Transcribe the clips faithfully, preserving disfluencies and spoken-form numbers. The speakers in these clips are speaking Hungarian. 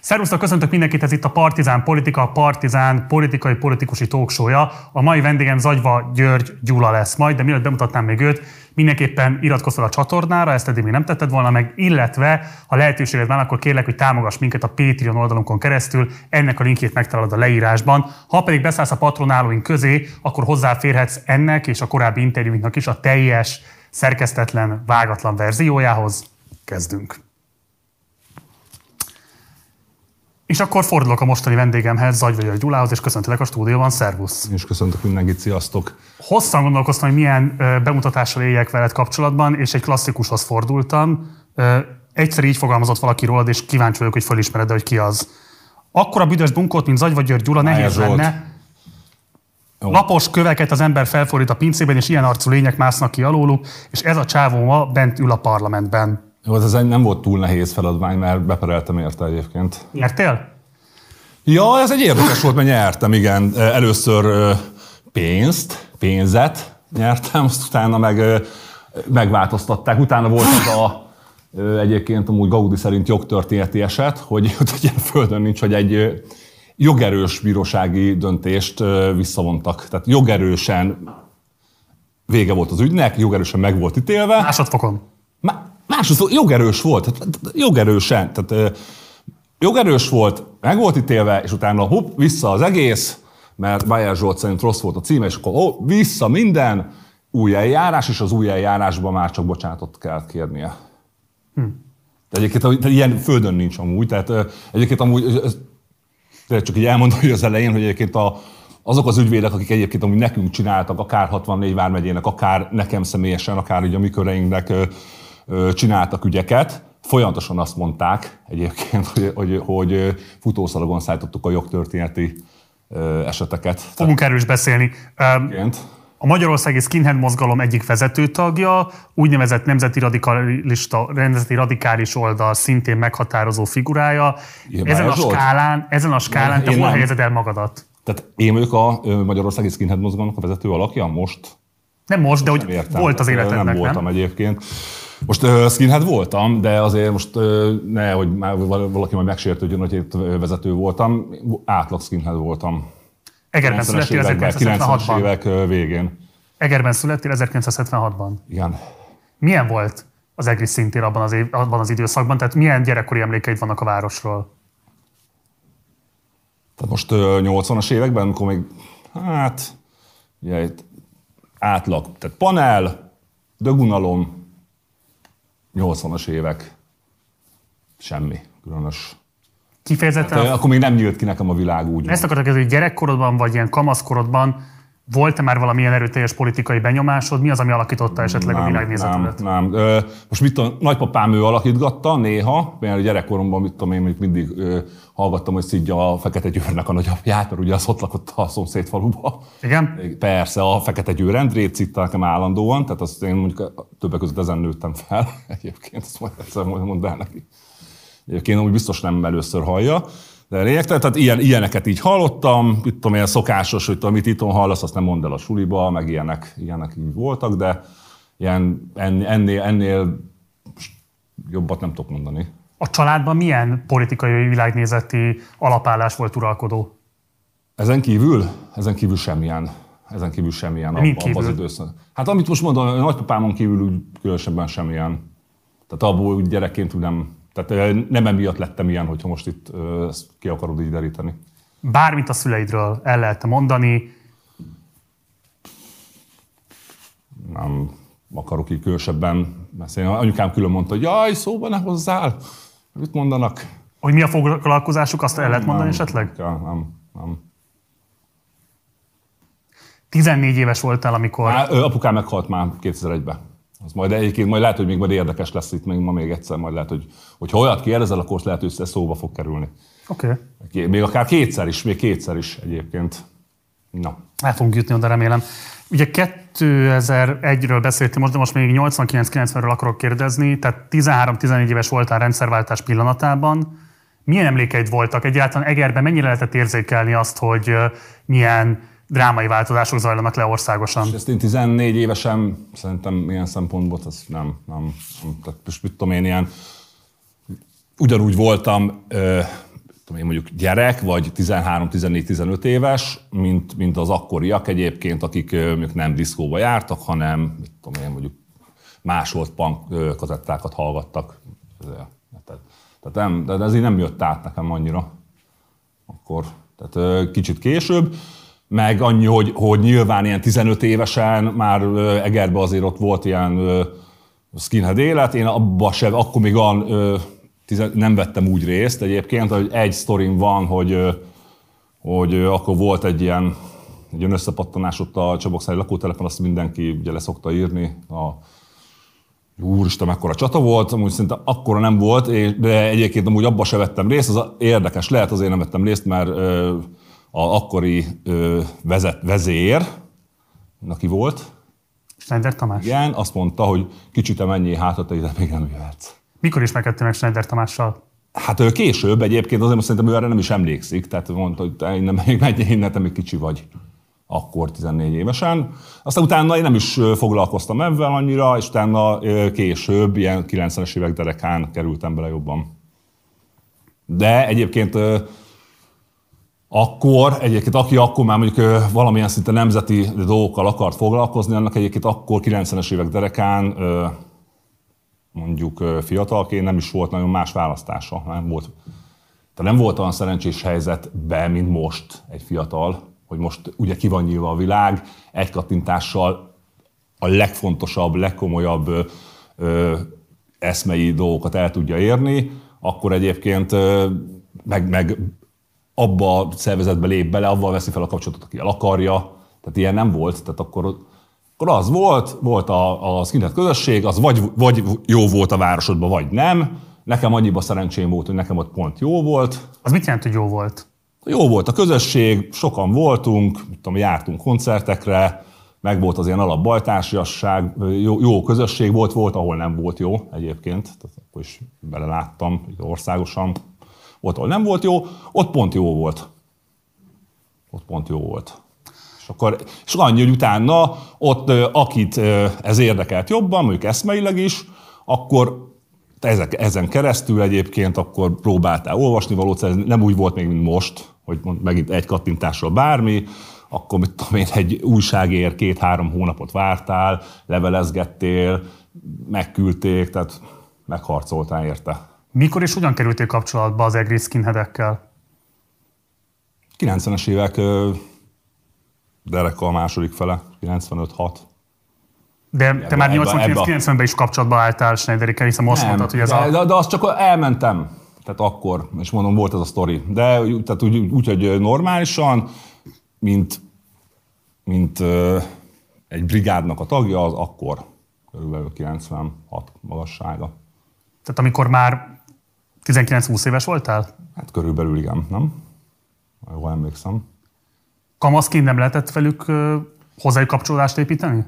Szervusztok, köszöntök mindenkit, ez itt a Partizán Politika, a Partizán politikai politikusi talkshow-ja. A mai vendégem Zagyva György Gyula lesz majd, de mielőtt bemutatnám még őt, mindenképpen iratkozz fel a csatornára, ezt eddig még nem tetted volna meg, illetve ha lehetőséged van, akkor kérlek, hogy támogass minket a Patreon oldalunkon keresztül, ennek a linkjét megtalálod a leírásban. Ha pedig beszállsz a patronálóink közé, akkor hozzáférhetsz ennek és a korábbi interjúinknak is a teljes, szerkesztetlen, vágatlan verziójához. Kezdünk. És akkor fordulok a mostani vendégemhez, Zagyva György Gyulához, és köszöntelek a stúdióban. Szervusz! Én is köszöntök mindenkit, sziasztok! Hosszan gondolkoztam, hogy milyen bemutatással éljek veled kapcsolatban, és egy klasszikushoz fordultam. Egyszer így fogalmazott valaki rólad, és kíváncsi vagyok, hogy fölismered, de hogy ki az. Akkora büdös bunkót, mint Zagyva György Gyula, nehéz lenne. Jó. Lapos köveket az ember felfordít a pincében, és ilyen arcú lények másznak ki alóluk, és ez a csávó ma bent ül a parlamentben. Jó, ez nem volt túl nehéz feladvány, mert bepereltem érte egyébként. Nyertél? Ja, ez egy érdekes volt, mert nyertem, igen. Először pénzt, pénzet nyertem, azt utána meg megváltoztatták. Utána volt az a egyébként amúgy Gaudi szerint jogtörténeti eset, hogy ott egy ilyen földön nincs, hogy egy jogerős bírósági döntést visszavontak. Tehát jogerősen vége volt az ügynek, jogerősen meg volt ítélve. Másodfokon. Másodszor jogerős volt, jogerősen, tehát jogerős volt, meg volt ítélve, és utána hopp, vissza az egész, mert Bayer Zsolt szerint rossz volt a címe, és akkor ó, vissza minden, új eljárás, és az új eljárásban már csak bocsánatot kell kérnie. Hm. Egyébként tehát ilyen földön nincs amúgy, tehát egyébként amúgy, csak így elmondom, hogy az elején, hogy egyébként a, azok az ügyvédek, akik egyébként amúgy nekünk csináltak, akár hatvannégy vármegyének, akár nekem személyesen, akár így a mi köreinknek csináltak ügyeket, folyamatosan azt mondták egyébként, hogy, hogy, hogy futószalagon szállítottuk a jogtörténeti eseteket. Fogunk erről is beszélni. Ként. A Magyarországi Skinhead mozgalom egyik vezető tagja, úgynevezett nemzeti radikalista, nemzeti radikális oldal szintén meghatározó figurája. Ezen a, skálán, ezen a skálán te hol nem. helyezed el magadat? Tehát én vagyok a Magyarországi Skinhead mozgalomnak a vezető alakja most? Nem most, de hogy értem. Volt az életednek, nem? Nem voltam egyébként. Most uh, skinhead voltam, de azért most uh, ne, hogy már valaki majd megsértődjön, hogy itt vezető voltam, átlag skinhead voltam. Egerben születtél ezerkilencszázhetvenhatban. kilencvenes évek végén. Egerben születtél ezerkilencszázhetvenhatban. Igen. Milyen volt az egri szintér abban az, év, abban az időszakban? Tehát milyen gyerekkori emlékeid vannak a városról? Tehát most uh, nyolcvanas években, amikor még, hát, ugye, átlag, tehát panel, dögunalom, nyolcvanas évek, semmi különös. Kifejezetten... Hát, akkor még nem nyílt ki nekem a világ úgy. Ezt akartak kérdezni, hogy gyerekkorodban vagy ilyen kamaszkorodban volt-e már valamilyen erőteljes politikai benyomásod? Mi az, ami alakította esetleg nem, a világnézetedet? Nem, nem. Most mit tudom, nagypapám ő alakítgatta néha, mert gyerekkoromban mit tudom én, mindig ö, hallgattam, hogy szidja a Fekete Győrnek a nagyapját, mert ugye az ott lakott a szomszéd faluba. Igen? Persze, a Fekete Győr Endrét szidta nekem állandóan, tehát azt én mondjuk többek között ezen nőttem fel. Egyébként azt majd egyszer mondd el neki. Egyébként úgy biztos nem először hallja. De lényegtelen, tehát ilyen, ilyeneket így hallottam, itt tudom, ilyen szokásos, hogy amit itthon hallasz, azt nem mondd el a suliba, meg ilyenek, ilyenek így voltak, de ilyen, ennél, ennél jobbat nem tudok mondani. A családban milyen politikai világnézeti alapállás volt uralkodó? Ezen kívül? Ezen kívül semmilyen. Ezen kívül semmilyen abban abba az időszak. Hát amit most mondom, a nagypapámon kívül úgy különösebben semmilyen. Tehát abból úgy gyerekként úgy nem... Tehát nem emiatt lettem ilyen, hogyha most itt ezt ki akarod így deríteni. Bármit a szüleidről el lehet mondani? Nem akarok így különösebben beszélni. Anyukám külön mondta, hogy jaj, szóba ne hozzál. Mit mondanak? Hogy mi a foglalkozásuk, azt el lehet mondani nem, esetleg? Nem, nem, nem. tizennégy éves voltál, amikor... Há, apukám meghalt már kétezer-egyben. Az majd egyébként majd lehet, hogy még majd érdekes lesz itt még ma még egyszer, majd lehet, hogy hogyha olyat kérdezel, akkor lehet, hogy ez szóba fog kerülni. Oké. Okay. Még akár kétszer is, még kétszer is egyébként. Na. El fogunk jutni oda, remélem. Ugye kétezer-egyről beszéltél most, de most még nyolcvankilenc-kilencvenről akarok kérdezni, tehát tizenhárom-tizennégy éves voltál rendszerváltás pillanatában. Milyen emlékeid voltak? Egyáltalán Egerben mennyire lehetett érzékelni azt, hogy milyen drámai változások zajlanak le országosan? És ezt én tizennégy évesen szerintem milyen szempontból, az nem, nem, nem. Tehát most mit tudom én, ilyen ugyanúgy voltam, mondjuk gyerek, vagy tizenhárom, tizennégy, tizenöt éves, mint, mint az akkoriak egyébként, akik mondjuk nem diszkóba jártak, hanem mit tudom én, mondjuk másolt punk kazettákat hallgattak. Tehát, tehát nem, de ez így nem jött át nekem annyira. Akkor, tehát kicsit később. Meg annyi, hogy, hogy nyilván ilyen tizenöt évesen már Egerben azért ott volt ilyen skinhead élet. Én abban sem, akkor még olyan, nem vettem úgy részt egyébként, hogy egy sztorim van, hogy, hogy akkor volt egy ilyen, egy ilyen összepattanás ott a Csabokszányi lakótelepen, azt mindenki ugye leszokta írni. A, úristen, mekkora csata volt, amúgy szerintem akkora nem volt, de egyébként amúgy abban sem vettem részt. Az érdekes lehet, azért nem vettem részt, mert a akkori vezet, vezér, aki volt? Schneider Tamás. Igen, azt mondta, hogy kicsit menjél hátra, te ide még nem jöhetsz. Mikor ismerkedtél meg Schneider Tamással? Hát később egyébként, azért most szerintem ő erre nem is emlékszik, tehát mondta, hogy te innen még menjél innen, te még kicsi vagy. Akkor tizennégy évesen. Aztán utána én nem is foglalkoztam ebben annyira, és utána később, ilyen kilencvenes évek derekán kerültem bele jobban. De egyébként akkor, egyébként aki akkor már mondjuk valamilyen szinte nemzeti dolgokkal akart foglalkozni, annak egyébként akkor kilencvenes évek derekán mondjuk fiatalként nem is volt nagyon más választása. Nem volt, tehát nem volt olyan szerencsés helyzetben, mint most egy fiatal, hogy most ugye ki van nyílva a világ, egy kattintással a legfontosabb, legkomolyabb ö, ö, eszmei dolgokat el tudja érni, akkor egyébként ö, meg, meg abba a szervezetbe lép bele, avval veszi fel a kapcsolatot, aki el akarja. Tehát ilyen nem volt. Tehát akkor, akkor az volt, volt a, a skinhead közösség, az vagy, vagy jó volt a városodban, vagy nem. Nekem annyiban szerencsém volt, hogy nekem ott pont jó volt. Az mit jelent, hogy jó volt? Jó volt a közösség, sokan voltunk, tudom, jártunk koncertekre, meg volt az ilyen alapbajtársiasság, jó, jó közösség volt, volt, ahol nem volt jó egyébként, tehát akkor is beleláttam országosan, volt, ahol nem volt jó, ott pont jó volt. Ott pont jó volt. És akkor és annyi, hogy utána ott akit ez érdekelt jobban, mondjuk eszmeileg is, akkor ezek, ezen keresztül egyébként akkor próbáltál olvasni valószínűleg, nem úgy volt még, mint most, hogy megint egy kattintással bármi, akkor mit tudom én, egy újságért két-három hónapot vártál, levelezgettél, megküldték, tehát megharcoltál érte. Mikor és hogyan kerültél kapcsolatba az egri skinheadekkel? kilencvenes évek dereka a második fele, kilencvenöt hat. De te ebbe, már nyolcvankilenc-kilencvenben is kapcsolatba álltál Schneiderikkel, hiszen azt mondtad, hogy ez de, a... De, de azt csak elmentem, tehát akkor, és mondom, volt ez a sztori. De tehát úgy, úgy, hogy normálisan, mint, mint uh, egy brigádnak a tagja, az akkor körülbelül kilencvenhat magassága. Tehát amikor már tizenkilenc-húsz éves voltál? Hát körülbelül igen, nem? Jól emlékszem. Kamaszként nem lehetett velük uh, hozzájuk kapcsolódást építeni?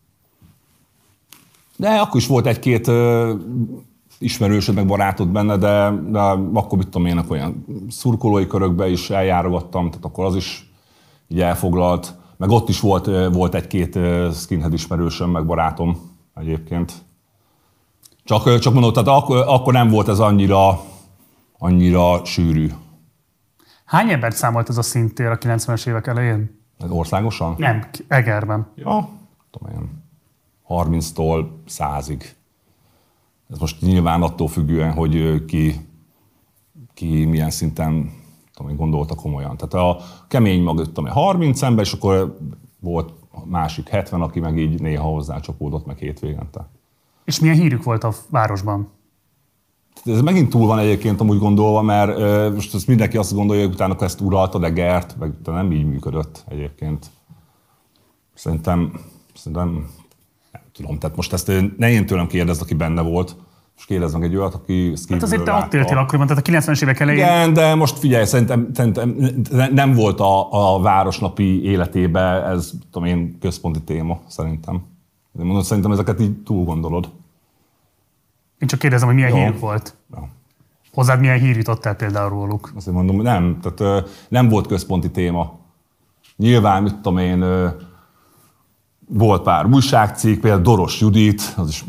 De akkor is volt egy-két uh, ismerősöd, meg barátod benne, de, de akkor mit tudom én, olyan szurkolói körökbe is eljárogattam, tehát akkor az is így elfoglalt. Meg ott is volt, volt egy-két skinhead ismerősöm, meg barátom egyébként. Csak, csak mondom, tehát akkor, akkor nem volt ez annyira, annyira sűrű. Hány embert számolt ez a színtér a kilencvenes évek elején? Országosan? Nem, Egerben. Ja, tudom én. harminctól százig. Ez most nyilván attól függően, hogy ki, ki milyen szinten tudom, gondolta komolyan. Tehát a kemény maga tudom, harminc ember, és akkor volt másik hetven, aki meg így néha hozzácsapódott meg hétvégente. És milyen hírük volt a városban? Ez megint túl van egyébként amúgy gondolva, mert uh, most ezt mindenki azt gondolja, hogy utána ezt uralta, de Gert, meg de nem így működött egyébként. Szerintem, szerintem nem tudom, tehát most ezt ne én tőlem kérdezd, aki benne volt, és kérdezd meg egy olyat, aki hát azért te ott éltél akkoriban, tehát a kilencvenes évek elején. Igen, de most figyelj, szerintem, szerintem nem volt a, a városnapi életében ez, tudom én, központi téma, szerintem. De mondom, szerintem ezeket így túl gondolod. Én csak kérdezem, hogy milyen hírük volt. Ja. Hozzád milyen hír jutott el például róluk? Azért mondom, nem, tehát nem volt központi téma. Nyilván, mit tudom én, volt pár újságcikk, például Doros Judit, az is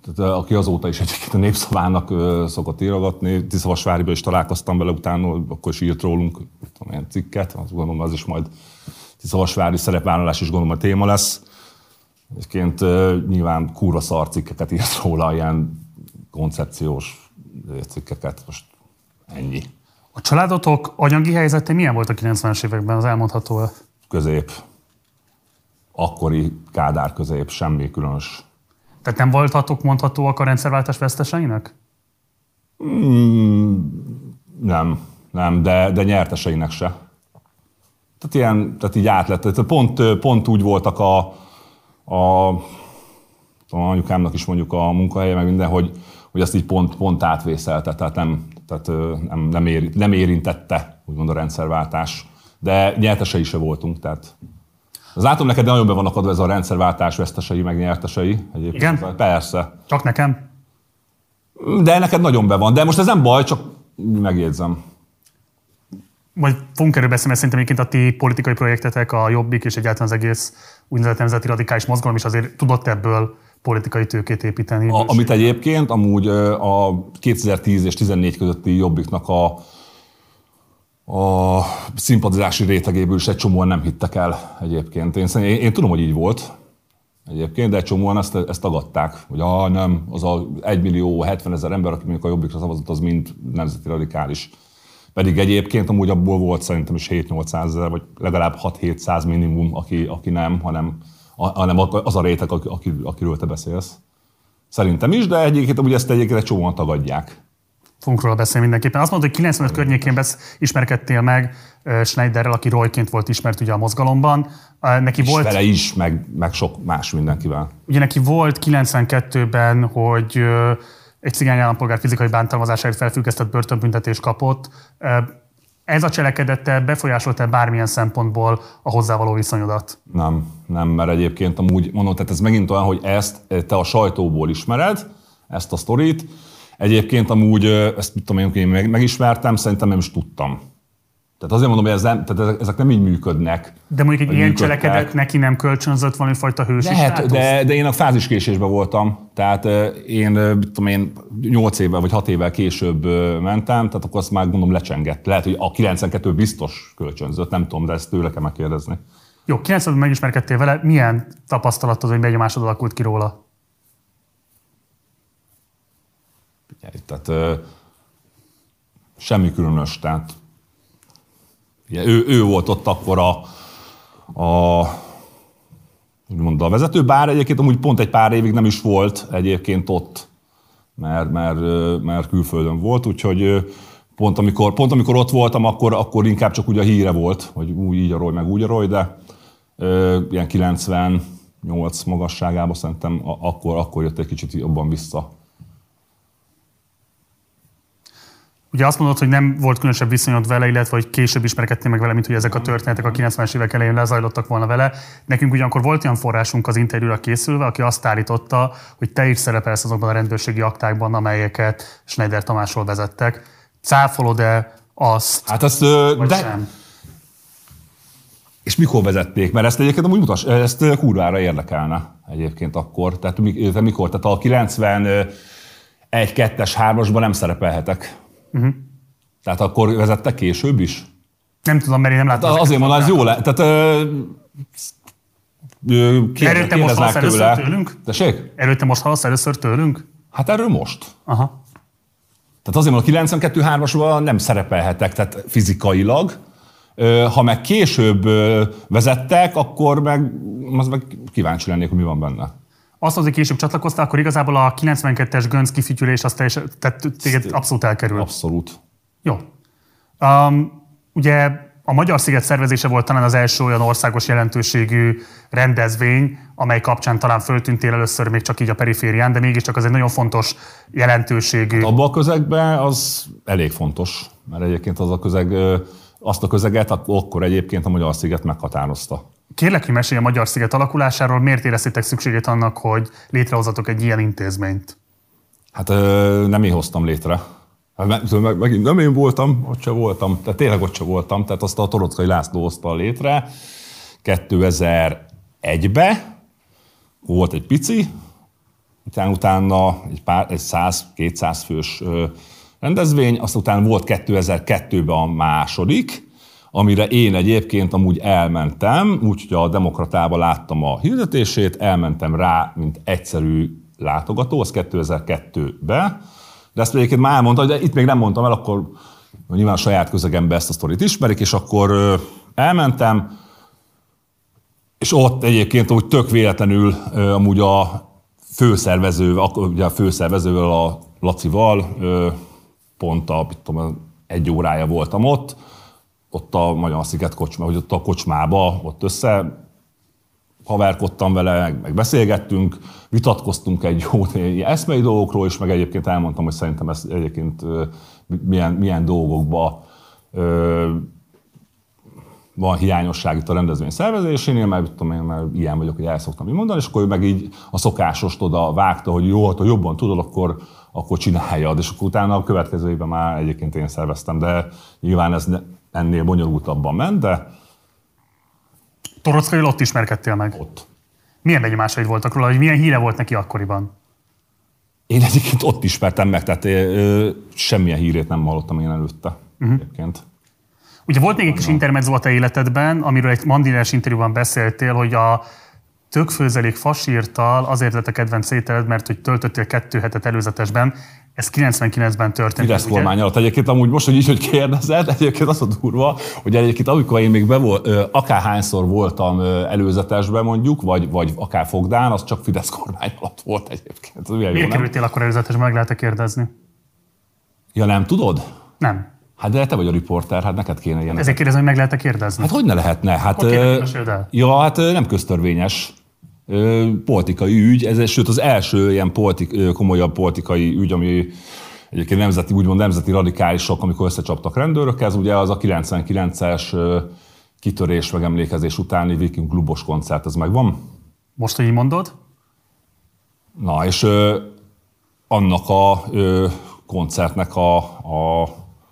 tehát, aki azóta is egyébként a Népszavának szokott írogatni. Tiszavasváriban is találkoztam vele utána, akkor is írt rólunk tudom, ilyen cikket, azt gondolom, az is majd Tiszavasvári szerepvállalás is gondolom a téma lesz. Egyébként nyilván kurva szar cikkeket írt róla, ilyen koncepciós cikkeket, most ennyi. A családotok anyagi helyzete milyen volt a kilencvenes években, az elmondható? Közép. Akkori Kádár közép, semmi különös. Tehát nem voltatok mondhatóak a rendszerváltás veszteseinek? Mm, nem, nem, de, de nyerteseinek se. Tehát, ilyen, tehát így átlett. Tehát pont, pont úgy voltak a, a, a anyukámnak is mondjuk a munkahelye, meg minden, hogy, hogy ezt így pont, pont átvészelte, tehát, nem, tehát nem, nem, ér, nem érintette úgymond a rendszerváltás. De nyertesei se voltunk, tehát az látom neked nagyon be vannak adva ez a rendszerváltás vesztesei, meg nyertesei. Egyébként. Igen? Persze. Csak nekem? De neked nagyon be van. De most ez nem baj, csak megjegyzem. Majd fogunk erről beszélni, mert szerintem egyébként a ti politikai projektetek, a Jobbik és egyáltalán az egész úgynevezett nemzeti radikális mozgalom is azért tudott ebből politikai tőkét építeni. A, amit egyébként amúgy a kétezer-tíz és tizennégy közötti Jobbiknak a a szimpatizási rétegéből is egy csomóan nem hittek el egyébként. Én, én, én tudom, hogy így volt egyébként, de egy csomóan ezt, ezt tagadták, hogy ah, nem, az a egymillió hetvenezer ember, aki mondjuk a Jobbikra szavazott, az mind nemzeti radikális. Pedig egyébként amúgy abból volt szerintem is hét-nyolcszázezer, vagy legalább hat-hétszáz minimum, aki, aki nem, hanem, hanem az a réteg, aki, akiről te beszélsz. Szerintem is, de egyébként amúgy ezt egyébként egy csomóan tagadják. Fogunk róla beszélni mindenképpen. Azt mondod, hogy kilencvenöt környékén ismerkedtél meg Schneiderrel, aki Royként volt ismert ugye a mozgalomban. Neki és volt, vele is, meg, meg sok más mindenkivel. Ugye neki volt kilencvenkettőben, hogy egy cigány állampolgár fizikai bántalmazásáért felfüggesztett börtönbüntetést kapott. Ez a cselekedete befolyásolta bármilyen szempontból a hozzávaló viszonyodat? Nem, nem, mert egyébként amúgy mondom, tehát ez megint olyan, hogy ezt te a sajtóból ismered, ezt a sztorit. Egyébként amúgy, ezt mit tudom én, én megismertem, szerintem nem is tudtam. Tehát azért mondom, hogy ez nem, tehát ezek nem így működnek. De mondjuk egy ilyen cselekedet neki nem kölcsönzött valami fajta hősi Lehet, de, de én a fáziskésésben voltam. Tehát én, mit tudom én, nyolc évvel vagy hat évvel később mentem, tehát akkor azt már gondolom lecsengett. Lehet, hogy a kilencvenkettő biztos kölcsönzött, nem tudom, de ezt tőle kell megkérdezni. Jó, kilencvenben megismerkedtél vele, milyen tapasztalatod, vagy benyomásod alakult ki róla? Tehát ö, semmi különös, tehát ugye, ő, ő volt ott akkor a, a, úgymond a vezető, bár egyébként amúgy pont egy pár évig nem is volt egyébként ott, mert, mert, mert külföldön volt, úgyhogy pont amikor, pont amikor ott voltam, akkor, akkor inkább csak úgy a híre volt, hogy úgy így a Roy, meg úgy a Roy, de ö, ilyen kilencvennyolc magasságában szerintem akkor, akkor jött egy kicsit jobban vissza. Ugye azt mondod, hogy nem volt különösebb viszonyod vele, illetve hogy később ismerkedtél meg vele, mint hogy ezek a történetek a kilencvenes évek elején lezajlottak volna vele. Nekünk ugyanakkor volt olyan forrásunk az interjúra készülve, aki azt állította, hogy te is szerepelsz azokban a rendőrségi aktákban, amelyeket Schneider Tamásról vezettek. Cáfolod-e azt, hát azt, vagy de... sem? És mikor vezették? Mert ezt egyébként amúgy mutass, ezt kurvára érdekelne egyébként akkor. Tehát mikor? Tehát a kilencvenegy, kettes, hármasban nem szerepelhetek. Uh-huh. Tehát akkor vezettek később is? Nem tudom, mert én nem látom. Hát azért mondom, ez jó le. Tehát Erről te most hallasz először tőlünk? Tessék? Erről te most hallasz először tőlünk? Hát erről most. Aha. Tehát azért mondom, a kilencvenkettő hármasban nem szerepelhetek, tehát fizikailag. Ha meg később vezettek, akkor meg, az meg kíváncsi lennék, hogy mi van benne. Azt, hogy később csatlakoztál, akkor igazából a kilencvenkettes Gönc kifütyülés azt teljesen, tehát téged abszolút elkerül. Abszolút. Jó. Um, ugye a Magyar Sziget szervezése volt talán az első olyan országos jelentőségű rendezvény, amely kapcsán talán föltűntél először még csak így a periférián, de mégiscsak az egy nagyon fontos jelentőségű. Hát abban a közegben az elég fontos, mert egyébként az a közeg, azt a közeget akkor egyébként a Magyar Sziget meghatározta. Kérlek, hogy mesélj a Magyar Sziget alakulásáról, miért éreztétek szükségét annak, hogy létrehozatok egy ilyen intézményt? Hát nem én hoztam létre. Hát, meg, megint nem én voltam, ott se voltam, tehát tényleg ott se voltam, tehát azt a Torockai László hozta létre kétezer-egyben, volt egy pici, utána, utána egy, pár, egy száz-kétszáz fős rendezvény, aztán utána volt kétezer-kettőben a második, amire én egyébként amúgy elmentem, úgyhogy a Demokratában láttam a hirdetését, elmentem rá, mint egyszerű látogató, az kétezer-kettőben, de ezt egyébként már elmondta, de itt még nem mondtam el, akkor nyilván a saját közegemben ezt a sztorit ismerik, és akkor elmentem, és ott egyébként úgy tök véletlenül amúgy a főszervezővel, ugye a főszervezővel, a Lacival, pont a, tudom, egy órája voltam ott, ott a Magyar-sziget kocsma, hogy ott a kocsmába, ott össze haverkodtam vele, meg, meg beszélgettünk, vitatkoztunk egy jó eszmei dolgokról, és meg egyébként elmondtam, hogy szerintem ez egyébként milyen, milyen dolgokban ö, van hiányosság itt a rendezvény szervezésénél, mert tudom, én már ilyen vagyok, hogy el szoktam így mondani, és akkor ő meg így a szokásost oda vágta, hogy jó, ha jobban tudod, akkor, akkor csináljad, és akkor utána a következő évben már egyébként én szerveztem, de nyilván ez ennél bonyolultabban ment, de... Toroczkai ott ismerkedtél meg? Ott. Milyen benyomásaid voltak róla, hogy milyen híre volt neki akkoriban? Én egyébként ott ismertem meg, tehát ö, semmilyen hírét nem hallottam én előtte uh-huh. egyébként. Ugye volt még egy kis intermezzo a te életedben, amiről egy Mandinás interjúban beszéltél, hogy a tökfőzelék fasírtal azért lett a kedvenc ételed, mert hogy töltöttél kettő hetet előzetesben. Ez kilencvenkilencben történt. Fidesz kormány alatt. Egyébként amúgy most, hogy így, hogy kérdezed, egyébként az a durva, hogy egyébként amikor én még bevol, akárhányszor voltam előzetesben mondjuk, vagy, vagy akár fogdán, az csak Fidesz kormány alatt volt egyébként. Miért jó, kerültél akkor előzetesben, meg lehet kérdezni? Ja, nem tudod? Nem. Hát de te vagy a riporter, hát neked kéne ilyen. Ezért kérdezem, hogy meg lehet kérdezni? Hát hogy ne lehetne? Hát, ö, ja, hát nem köztörvényes. Politikai ügy, ez sőt az első ilyen politik, komolyabb politikai ügy, ami egyébként nemzeti, úgymond nemzeti radikálisok, amikor összecsaptak rendőrök, ez ugye az a kilencvenkilences kitörés megemlékezés utáni Viking klubos koncert, ez megvan? Most, hogy így mondod? Na, és ö, annak a ö, koncertnek a, a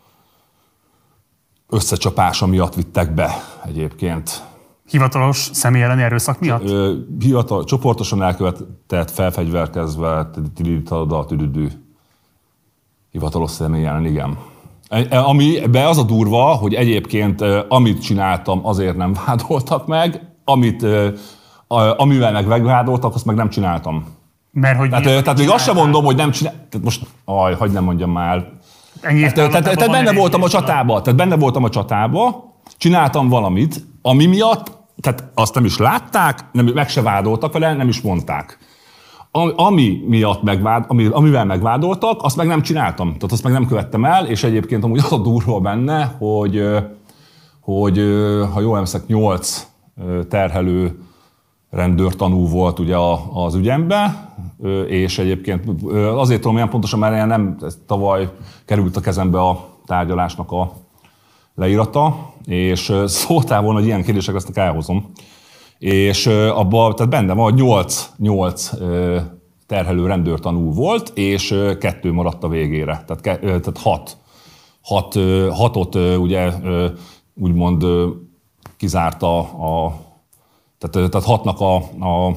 összecsapása miatt vittek be egyébként. Hivatalos személy elleni erőszak miatt? Hivatal, csoportosan elkövetett, felfegyverkezve, tiltada, tüdüdű. Hivatalos személy ellen, igen. Ami be az a durva, hogy egyébként amit csináltam, azért nem vádoltak meg, amit, amivel meg megvádoltak, azt meg nem csináltam. Mert hogy tehát, tehát még azt sem mondom, hogy nem csináltam. Tehát most, aj, hagyd nem mondjam már. Tehát, tehát, tehát benne voltam a csatába, tehát benne voltam a csatába, csináltam valamit, ami miatt, tehát azt nem is látták, nem, meg se vádoltak vele, nem is mondták. Ami miatt megvád, ami, amivel megvádoltak, azt meg nem csináltam, tehát azt meg nem követtem el, és egyébként amúgy az a durva benne, hogy, hogy ha jól emlékszek, nyolc terhelő rendőrtanú volt ugye az ügyemben, és egyébként azért tudom olyan pontosan, mert nem tavaly került a kezembe a tárgyalásnak a leírata, és szóltál volna, hogy ilyen kérdések lesznek, elhozom. És abban, tehát benne van, nyolc, nyolc terhelő rendőrtanú volt, és kettő maradt a végére. Tehát, tehát hat, hat, hatot ugye úgymond kizárta a, tehát, tehát hatnak a, a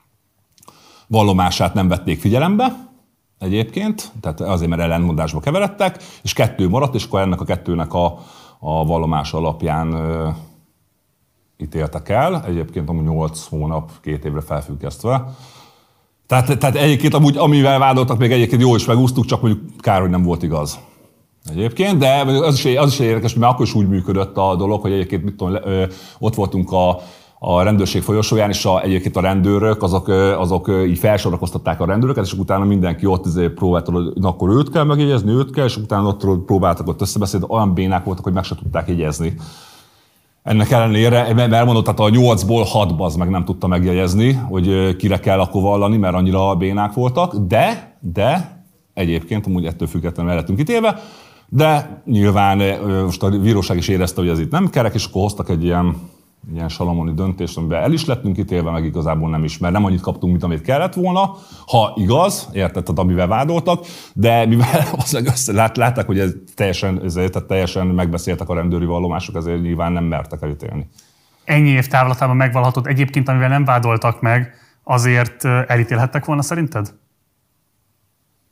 vallomását nem vették figyelembe egyébként, tehát azért, mert ellentmondásba keveredtek, és kettő maradt, és akkor ennek a kettőnek a, a vallomása alapján ö, ítéltek el. Egyébként amúgy nyolc hónap, két évre felfüggesztve. Tehát, tehát egyébként amúgy, amivel vádoltak, még egyébként jól is megúsztuk, csak mondjuk kár, hogy nem volt igaz. Egyébként, de az is, az is érdekes, mert akkor is úgy működött a dolog, hogy egyébként mit tudom, ott voltunk a a rendőrség folyosóján, és a, egyébként a rendőrök, azok, azok így felsorakoztatták a rendőröket, és utána mindenki ott próbálta, hogy na, akkor őt kell megjegyezni, őt kell, és utána ott próbáltak ott összebeszélni, olyan bénák voltak, hogy meg se tudták jegyezni. Ennek ellenére, mert elmondott, tehát a nyolcból hatba az meg nem tudta megjegyezni, hogy kire kell akkor vallani, mert annyira bénák voltak, de, de egyébként amúgy ettől függetlenül el lettünk ítélve, de nyilván most a bíróság is érezte, hogy ez itt nem kerek, és akkor hoztak egy ilyen ilyen salamoni döntést, amiben el is lettünk ítélve, meg igazából nem is, mert nem annyit kaptunk, mint amit kellett volna, ha igaz, érted, amivel vádoltak, de mivel össze, lát, látták, hogy ez teljesen, ezért, teljesen megbeszéltek a rendőri vallomások, ezért nyilván nem mertek elítélni. Ennyi év távlatában megvalhatod egyébként, amivel nem vádoltak meg, azért elítélhettek volna szerinted?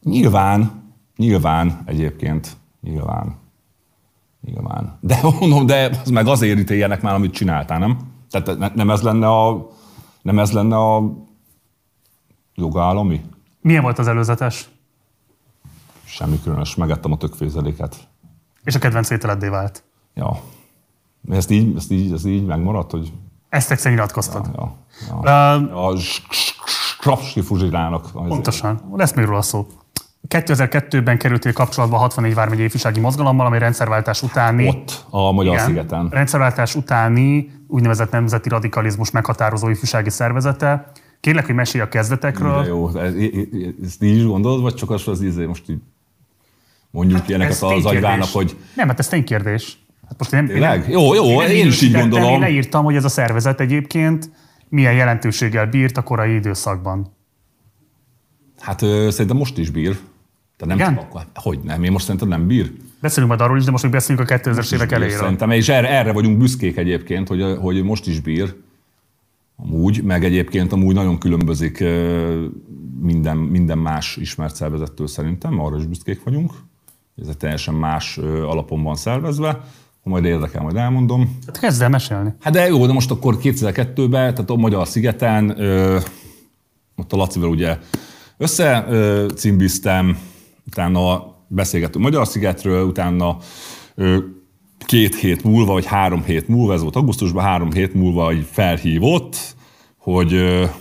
Nyilván, nyilván egyébként, nyilván, nyilván. De mondom, de az meg azért ítéljenek már, amit csináltál, nem? Tehát ne, nem ez lenne a, nem ez lenne a jogállami? Milyen volt az előzetes? Semmi különös, megettem a tökfőzeléket. És a kedvenc ételeddé vált? Ja. Ezt így, ezt így, ezt így megmaradt, hogy... Ezt egyszer nyilatkoztad. Ja, ja. Uh, a Krapski Fuzsirának. Pontosan. Lesz még róla szó. kétezer-kettőben kerültél kapcsolatba a hatvannégy vármegye ifjúsági mozgalommal, ami rendszerváltás utáni... Ott, a Magyar-szigeten. Rendszerváltás utáni úgynevezett nemzeti radikalizmus meghatározó ifjúsági szervezete. Kérlek, hogy mesélj a kezdetekről. De jó, ez, ezt így is gondolod, vagy csak az az ízé most így mondjuk hát ilyeneket az agyvának, hogy... Nem, hát ez ténykérdés. Hát most én nem, Tényleg? Jó, jó, én, én is így gondolom. Én leírtam, hogy ez a szervezet egyébként milyen jelentőséggel bírt a korai időszakban. Hát ö, szerintem most is bír. De nem Igen? csak akkor, hogy nem, én most szerintem nem bír. Beszélünk majd arról is, de most még beszélünk a kétezres évek elejéről. Szerintem, és erre, erre vagyunk büszkék egyébként, hogy, hogy most is bír. Amúgy, meg egyébként amúgy nagyon különbözik minden, minden más ismert szervezettől szerintem, arra is büszkék vagyunk. Ez egy teljesen más alapon van szervezve. Ha majd érdekel, majd elmondom. Hát kezd el mesélni. Hát de jó, de most akkor kétezer-kettőben, tehát a Magyar-szigeten, ott a Lacival ugye összecimbiztem, utána beszélgettünk Magyar-szigetről, utána két hét múlva, vagy három hét múlva, ez volt augusztusban, három hét múlva így felhívott, hogy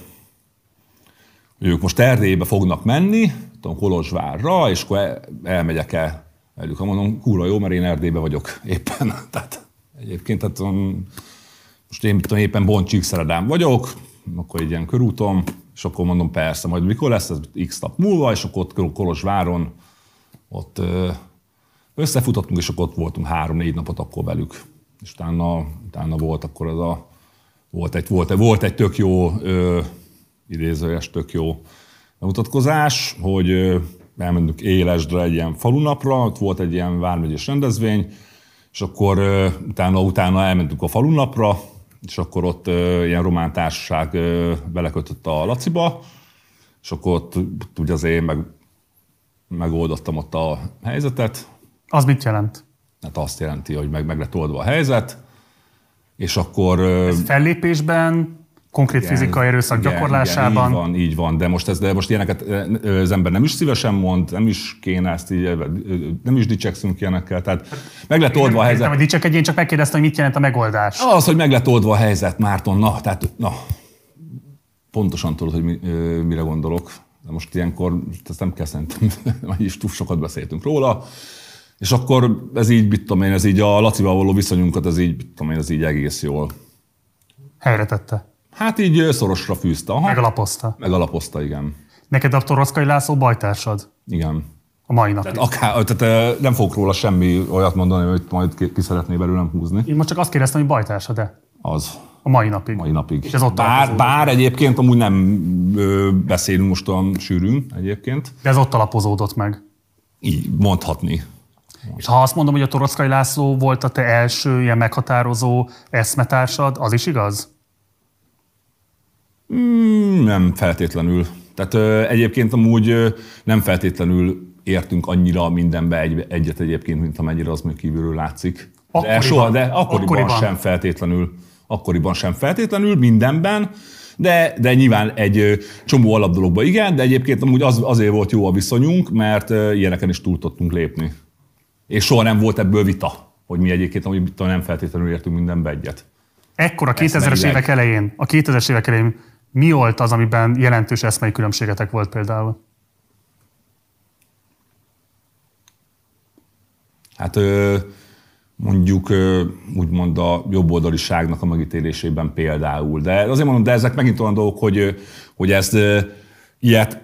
ők most Erdélybe fognak menni, tudom, Kolozsvárra, és akkor elmegyek el velük. Mondom, kurva jó, mert én Erdélybe vagyok éppen. Tehát egyébként, tehát most én tudom, éppen Boncsíkszeredán vagyok, akkor egy ilyen körúton, és akkor mondom, persze, majd mikor lesz, ez x nap múlva, és akkor ott Kolozsváron ott összefutottunk, és akkor ott voltunk három-négy napot akkor velük. És utána, utána volt akkor ez a, volt egy, volt egy, volt egy tök jó, ö, idézőjes, tök jó bemutatkozás, hogy ö, elmentünk Élesdre egy ilyen falunapra, ott volt egy ilyen vármegyés rendezvény, és akkor ö, utána, utána elmentünk a falunapra, és akkor ott ö, ilyen román társaság ö, belekötött a Laciba, és akkor ott, ott ugye azért én meg, megoldottam ott a helyzetet. Az mit jelent? Hát azt jelenti, hogy meg, meg lett oldva a helyzet, és akkor... Ez fellépésben, konkrét igen, fizikai erőszak igen, gyakorlásában? Igen, így van, így van, de most, ez, de most ilyeneket az ember nem is szívesen mond, nem is kéne ezt így, nem is dicsekszünk ilyenekkel, tehát meg lett oldva a helyzet. Nem, hogy dicsekedj, én csak megkérdeztem, hogy mit jelent a megoldás. Az, hogy meg lett oldva a helyzet, Márton, na, tehát, na, pontosan tudod, hogy mi, mire gondolok, de most ilyenkor, ezt nem kell szerintem, is túl sokat beszéltünk róla. És akkor ez így, mit tudom én, ez így a Lacival való viszonyunkat, ez így, mit tudom én, ez így egész jól. Helyre tette. Hát így szorosra fűzte. Aha. Megalapozta. Megalapozta, igen. Neked a Toroczkai László bajtársad? Igen. A mai napig. Tehát, akár, tehát nem fogok róla semmi olyat mondani, hogy majd ki szeretné belőlem húzni. Én most csak azt kérdeztem, hogy bajtársad-e? Az. A mai napig. Mai napig. És ez ott bár, bár egyébként amúgy nem ö, beszélünk most olyan sűrűn egyébként. De ez ott alapozódott meg. Így mondhatni. És ha azt mondom, hogy a Toroczkai László volt a te első ilyen meghatározó eszmetársad, az is igaz? Mm, nem feltétlenül. Tehát ö, egyébként amúgy ö, nem feltétlenül értünk annyira mindenbe egy, egyet egyébként, mint amennyire az még kívülről látszik. Akkoriban, de soha, de akkoriban, akkoriban sem feltétlenül. Akkoriban sem feltétlenül, mindenben. De, de nyilván egy ö, csomó alapdologban igen, de egyébként amúgy az, azért volt jó a viszonyunk, mert ö, ilyeneken is túl tudtunk lépni. És soha nem volt ebből vita, hogy mi egyébként amúgy nem feltétlenül értünk mindenbe egyet. Ekkor a kétezres évek elején, a kétezres évek elején mi volt az, amiben jelentős eszmei különbségetek volt például? Hát ö, mondjuk ö, úgymond a jobboldaliságnak a megítélésében például. De azért mondom, de ezek megint olyan dolgok, hogy, hogy ezt ö, ilyet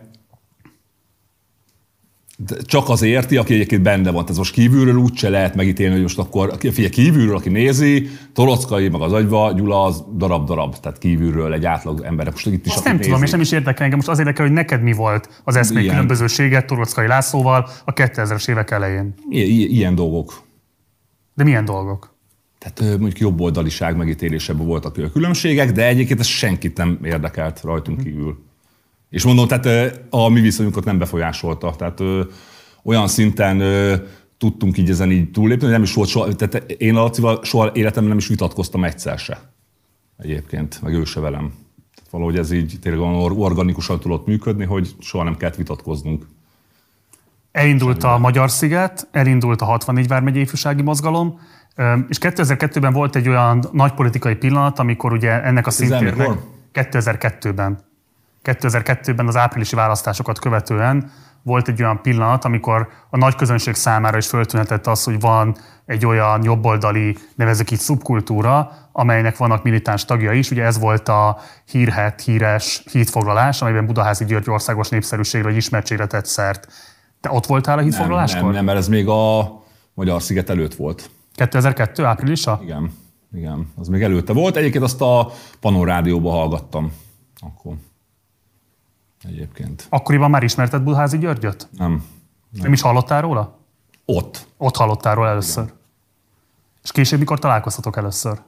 csak az érti, aki egyébként benne van. Ez most kívülről úgyse lehet megítélni, hogy most akkor, figyelj, kívülről, aki nézi, Toroczkai, meg az Agyva, Gyula, az darab-darab, tehát kívülről egy átlag ember. Most itt is azt nem nézi. Tudom, és nem is érdekel engem. Most az érdekel, hogy neked mi volt az eszmély ilyen különbözőséget Toroczkai Lászlóval a kétezres évek elején. I- ilyen dolgok. De milyen dolgok? Tehát mondjuk jobboldaliság megítélésében voltak különbségek, de egyébként ez senkit nem érdekelt rajtunk kívül. És mondom, tehát a mi viszonyunkat nem befolyásolta. Tehát ö, olyan szinten ö, tudtunk így ezen így túllépni, hogy nem is volt soha, tehát én a Lacival soha életemben nem is vitatkoztam egyszer se. Egyébként, meg ő se velem. Tehát valahogy ez így tényleg organikusan tudott működni, hogy soha nem kellett vitatkoznunk. Elindult a Magyar-sziget, elindult a hatvannégy vármegyei ifjúsági mozgalom, és kétezer-kettőben volt egy olyan nagy politikai pillanat, amikor ugye ennek a szintérnek kétezer-kettőben, kétezer-kettőben az áprilisi választásokat követően volt egy olyan pillanat, amikor a nagy közönség számára is föltűnhetett az, hogy van egy olyan jobboldali, nevezzük így szubkultúra, amelynek vannak militáns tagja is. Ugye ez volt a hírhedt, híres hídfoglalás, amelyben Budaházy György országos népszerűségre vagy ismertségre tett szert. Te ott voltál a hídfoglaláskor? Nem, nem, nem, mert ez még a Magyar-sziget előtt volt. kétezer-kettő áprilisa? Igen, igen, az még előtte volt. Egyébként azt a Panon rádióban hallgattam akkor. Egyébként. Akkoriban már ismerted Budaházy Györgyöt? Nem. Nem, nem is hallottál róla? Ott. Ott hallottál róla először. Igen. És később mikor találkoztatok először?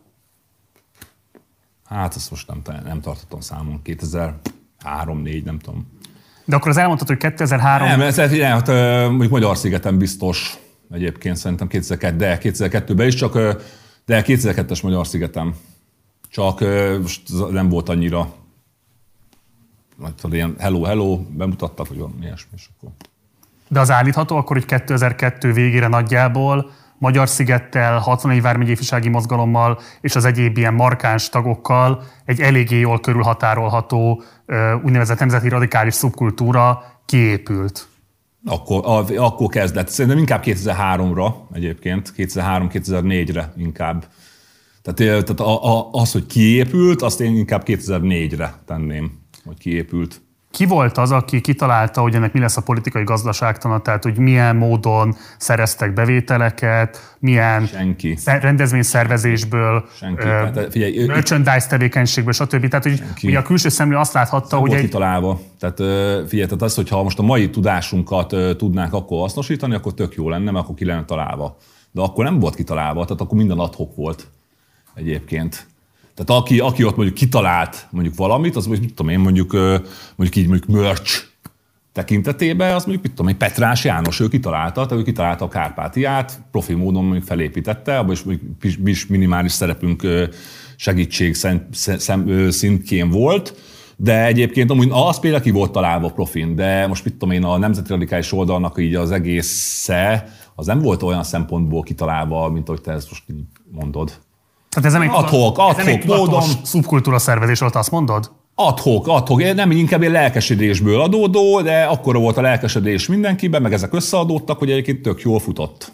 Hát ezt most nem, nem tartottam számon. kétezer-három négy, nem tudom. De akkor az elmondhatod, hogy kétezer-három... Nem, ez, nem hát, mondjuk Magyar-szigeten biztos egyébként szerintem kétezer-kettő, de kétezer-kettőben is, csak de kétezer-kettes Magyar-szigetem. Csak most nem volt annyira ilyen hello, hello, bemutattak, hogy van ilyesmi, és akkor... De az állítható akkor, hogy kétezer-kettő végére nagyjából Magyar-szigettel, hatvannégy vármegyei ifjúsági mozgalommal és az egyéb ilyen markáns tagokkal egy eléggé jól körülhatárolható úgynevezett nemzeti radikális szubkultúra kiépült. Akkor, akkor kezdett. Szerintem inkább kétezer-háromra egyébként, kétezer-három kétezer-négyre inkább. Tehát, tehát a, a, az, hogy kiépült, azt én inkább kétezer-négyre tenném, hogy kiépült. Ki volt az, aki kitalálta, hogy ennek mi lesz a politikai gazdaságtana, tehát hogy milyen módon szereztek bevételeket, milyen Senki. rendezvényszervezésből, Senki. Uh, hát, figyelj, merchandise tevékenységből, stb. Tehát hogy ugye a külső szemlélő azt láthatta, hogy egy... kitalálva. Tehát figyelj, tehát az, hogyha most a mai tudásunkat tudnánk akkor hasznosítani, akkor tök jó lenne, mert akkor ki lenne találva. De akkor nem volt kitalálva, tehát akkor minden ad-hoc volt egyébként. Tehát aki, aki ott mondjuk kitalált mondjuk valamit, az mondjuk, mit tudom én, mondjuk, mondjuk így mondjuk merch tekintetében, az mondjuk, mit tudom én, Petrás János, ő kitalálta, tehát ő kitalálta a Kárpátiát, profi módon mondjuk felépítette, abban is mondjuk is minimális szerepünk segítség szintjén volt, de egyébként amúgy az például ki volt találva profin, de most mit tudom én, a nemzeti radikális oldalnak így az egésze, az nem volt olyan szempontból kitalálva, mint ahogy te ezt most így mondod. Tehát ez nem egy, ad-hoc, ad-hoc módon. Szubkultúra szervezés volt, azt mondod? Ad-hoc, ad-hoc. Nem inkább egy lelkesedésből adódó, de akkora volt a lelkesedés mindenkiben, meg ezek összeadódtak, hogy egyébként tök jól futott.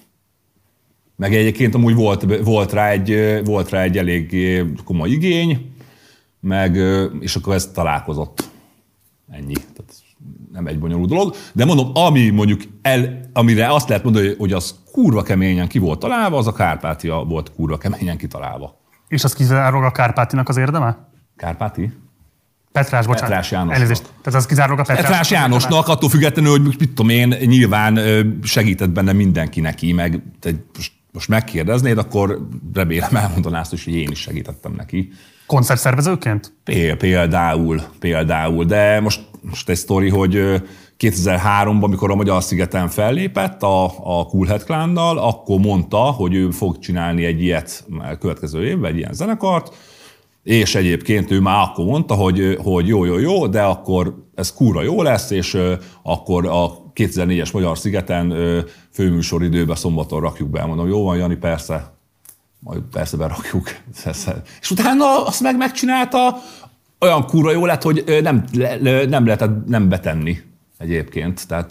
Meg egyébként amúgy volt, volt, rá, egy, volt rá egy elég komoly igény, meg, és akkor ez találkozott. Ennyi. Tehát nem egy bonyolult dolog. De mondom, ami mondjuk el, amire azt lehet mondani, hogy az kurva keményen ki volt találva, az a Kárpátia volt kurva keményen kitalálva. És az kizárólag a Kárpátinak az érdeme? Kárpáti? Petrás, bocsánat. Petrás Jánosnak. Elnézést. Tehát az kizárólag a Petrás, Petrás Jánosnak, attól függetlenül, hogy mit tudom én, nyilván segített benne mindenki neki, meg most, most megkérdeznéd, akkor remélem elmondaná azt is, hogy én is segítettem neki. Koncertszervezőként? Például, például. De most, most egy sztori, hogy kétezer-háromban, amikor a Magyar-szigeten fellépett a, a Cool Head Clannal, akkor mondta, hogy ő fog csinálni egy ilyet a következő évben, egy ilyen zenekart, és egyébként ő már akkor mondta, hogy, hogy jó, jó, jó, de akkor ez kurva jó lesz, és akkor a kétezer-négyes Magyar-szigeten főműsoridőben szombaton rakjuk be. Mondom, jó van, Jani, persze, majd persze berakjuk. És utána azt meg megcsinálta, olyan kurva jó lett, hogy nem, nem lehetett nem betenni egyébként. Tehát,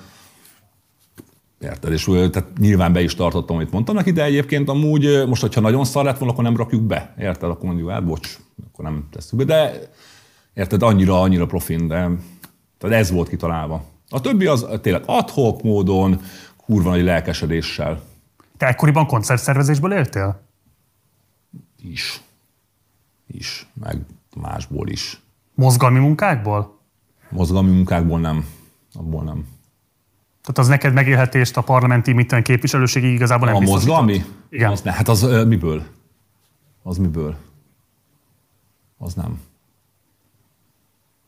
érted? És tehát nyilván be is tartottam, amit mondtam neki, de egyébként amúgy most, hogyha nagyon szar lett volna, akkor nem rakjuk be. Érted? Akkor mondjuk, hát bocs, akkor nem tesszük be. De érted, annyira, annyira profin, de tehát ez volt kitalálva. A többi az tényleg ad-hoc módon, kurva nagy lelkesedéssel. Te ekkoriban koncertszervezésből éltél? Is. Is. Meg másból is. Mozgalmi munkákból? Mozgalmi munkákból nem. Abból nem. Tehát az neked megélhetést a parlamenti mitten képviselőségig igazából nem a biztosított? A mozgalmi? Igen. Az ne, hát az uh, miből? Az miből? Az nem.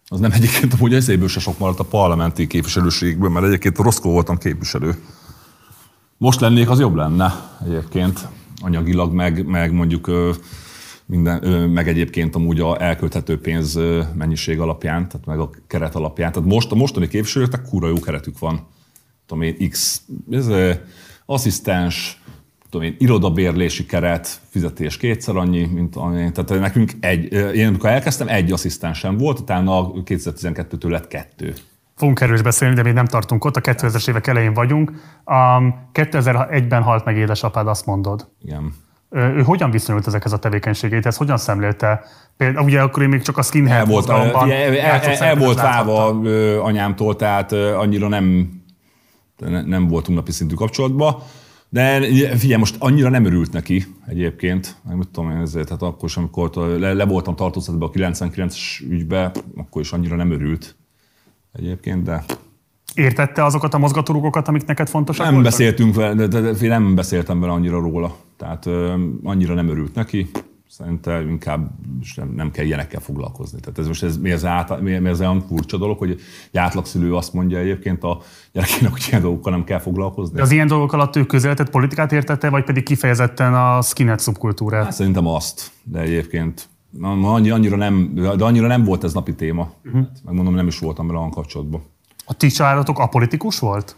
Az nem egyébként, amúgy ezéből se sok maradt a parlamenti képviselőségből, mert egyébként rosszkó voltam képviselő. Most lennék, az jobb lenne egyébként, anyagilag, meg, meg mondjuk minden, meg egyébként amúgy a elkölthető pénz mennyiség alapján, tehát meg a keret alapján. Tehát most a mostani képviselőknek kurva jó keretük van. Tudom én, X, ez asszisztens, tudom én, irodabérlési keret, fizetés kétszer annyi, mint annyi. Tehát nekünk egy, én amikor elkezdtem, egy asszisztensem volt, utána kétezer-tizenkettőtől lett kettő. Fogunk erről is beszélni, de még nem tartunk ott, a kétezres évek elején vagyunk. Um, kétezer-egyben halt meg édesapád, azt mondod. Igen. Ő hogyan viszonyult ezekhez a tevékenységeihez? Hogyan szemlélte? Például ugye akkor én még csak a skinhead el volt, mozgalomban el, el, el, el volt várva anyámtól, tehát annyira nem, nem voltunk napi szintű kapcsolatban. De figyelj, most annyira nem örült neki egyébként. Nem tudom én ezért, hát akkor is, amikor le, le voltam tartóztatva a kilencvenkilences ügybe, akkor is annyira nem örült egyébként, de... Értette azokat a mozgatórugókat, amik neked fontosak nem voltak? beszéltünk vele, de, de, de nem beszéltem vele annyira róla. Tehát uh, annyira nem örült neki. Szerintem inkább nem, nem kell ilyenekkel foglalkozni. Tehát ez most ez, mi, ez át, mi, mi ez olyan furcsa dolog, hogy egy átlagszülő azt mondja egyébként a gyerekének, hogy ilyen dolgokkal nem kell foglalkozni. De az ilyen dolgok alatt ő közéletett politikát értette, vagy pedig kifejezetten a skinhead szubkultúrát? Hát, szerintem azt, de egyébként annyira nem, de annyira nem volt ez napi téma. Uh-huh. Megmondom, nem is voltam vele olyan kapcsolatban. A ti családotok apolitikus volt?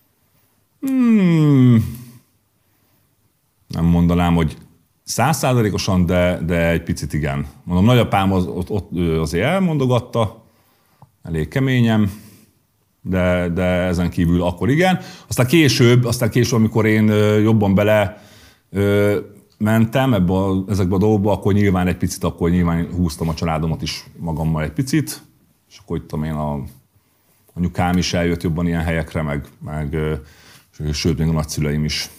Hmm. Nem mondanám, hogy százszázalékosan, de, de egy picit igen. Mondom, nagyapám az, ott, ott azért elmondogatta, elég keményen, de, de ezen kívül akkor igen. Aztán később, aztán később, amikor én jobban bele ö, mentem ebbe a, ezekbe a dolgokba, akkor nyilván egy picit, akkor nyilván húztam a családomat is magammal egy picit, és akkor itt tudom én, a anyukám is eljött jobban ilyen helyekre, meg, meg sőt, még a nagyszüleim is.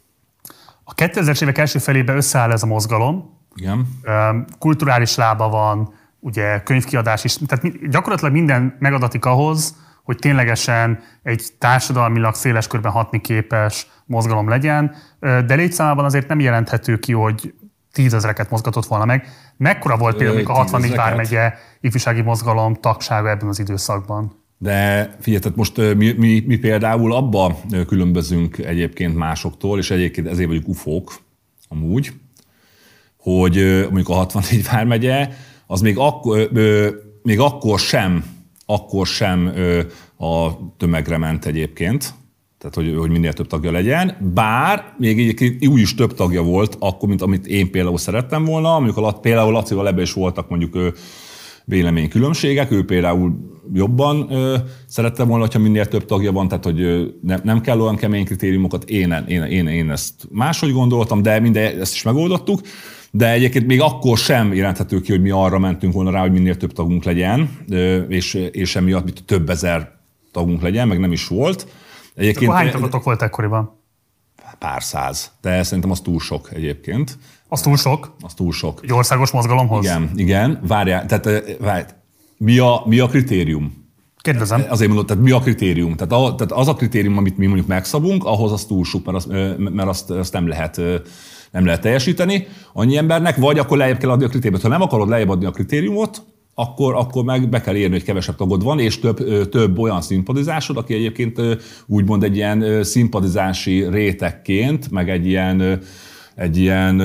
A kétezres évek első felében összeáll ez a mozgalom. Igen. Kulturális lába van, ugye könyvkiadás is, tehát gyakorlatilag minden megadatik ahhoz, hogy ténylegesen egy társadalmilag széles körben hatni képes mozgalom legyen, de létszámában azért nem jelenthető ki, hogy tízezreket mozgatott volna meg. Mekkora volt például a hatvannégy vármegye ifjúsági mozgalom tagsága ebben az időszakban? De figyelj, tehát most mi, mi, mi például abba különbözünk egyébként másoktól, és egyébként ezért vagyunk ufók amúgy, hogy mondjuk a hatvannégy vármegye, az még akkor, még akkor sem, akkor sem a tömegre ment egyébként, tehát hogy, hogy minél több tagja legyen, bár még egyébként úgy is több tagja volt akkor, mint amit én például szerettem volna, amikor például Lacival ebben is voltak mondjuk véleménykülönbségek, ő például jobban ö, szerette volna, hogyha minél több tagja van, tehát hogy ö, ne, nem kell olyan kemény kritériumokat, én, én, én, én ezt máshogy gondoltam, de minden, ezt is megoldottuk, de egyébként még akkor sem jelenthető ki, hogy mi arra mentünk volna rá, hogy minél több tagunk legyen, ö, és, és emiatt mit, több ezer tagunk legyen, meg nem is volt. Egyébként hány tagotok volt ekkoriban? Pár száz, de szerintem az túl sok egyébként. Az túl sok? Az túl sok. Egy országos mozgalomhoz? Igen, igen. Várjál, tehát várj, mi a, mi a kritérium? Kérdezem. Azért mondod, tehát mi a kritérium? Tehát, a, tehát az a kritérium, amit mi mondjuk megszabunk, ahhoz az túl sok, mert, az, mert azt, azt nem, lehet, nem lehet teljesíteni annyi embernek, vagy akkor lejjebb kell adni a kritériumot. Ha nem akarod lejjebb adni a kritériumot, akkor, akkor meg be kell érni, hogy kevesebb tagod van, és több, több olyan szimpatizásod, aki egyébként úgymond egy ilyen szimpatizási rétegként, meg egy ilyen, egy ilyen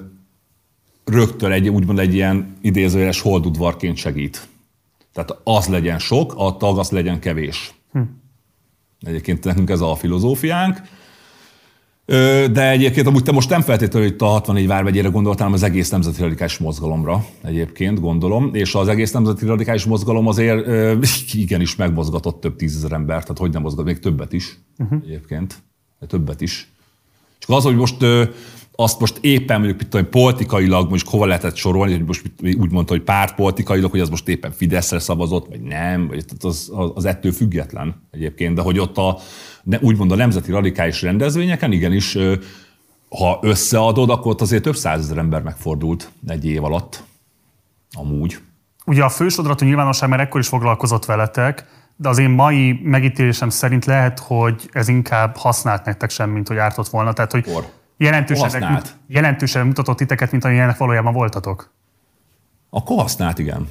rögtön egy, úgymond egy ilyen idézőjeles holdudvarként segít. Tehát az legyen sok, a tag az legyen kevés. Hm. Egyébként nekünk ez a filozófiánk. De egyébként amúgy te most nem feltétlenül itt a hatvannégy vármegyére gondoltál, hanem az egész nemzeti radikális mozgalomra egyébként gondolom. És az egész nemzeti radikális mozgalom azért igenis megmozgatott több tízezer embert, tehát hogy nem mozgat, még többet is uh-huh. egyébként. Többet is. Csak az, hogy most azt most éppen mondjuk mit tudom, politikailag mondjuk hova lehetett sorolni, hogy most úgy mondta, hogy pártpolitikailag, hogy az most éppen Fideszre szavazott, vagy nem, vagy az, az, az ettől független egyébként, de hogy ott a, úgymond a nemzeti radikális rendezvényeken igenis, ha összeadod, akkor ott azért több százezer ember megfordult egy év alatt, amúgy. Ugye a fősodratú nyilvánosság már ekkor is foglalkozott veletek, de az én mai megítélésem szerint lehet, hogy ez inkább használt nektek sem, mint hogy ártott volna. Tehát, hogy Or. Jelentősen, jelentősen mutatott titeket, mint amilyenek valójában voltatok. Akkor használt, igen.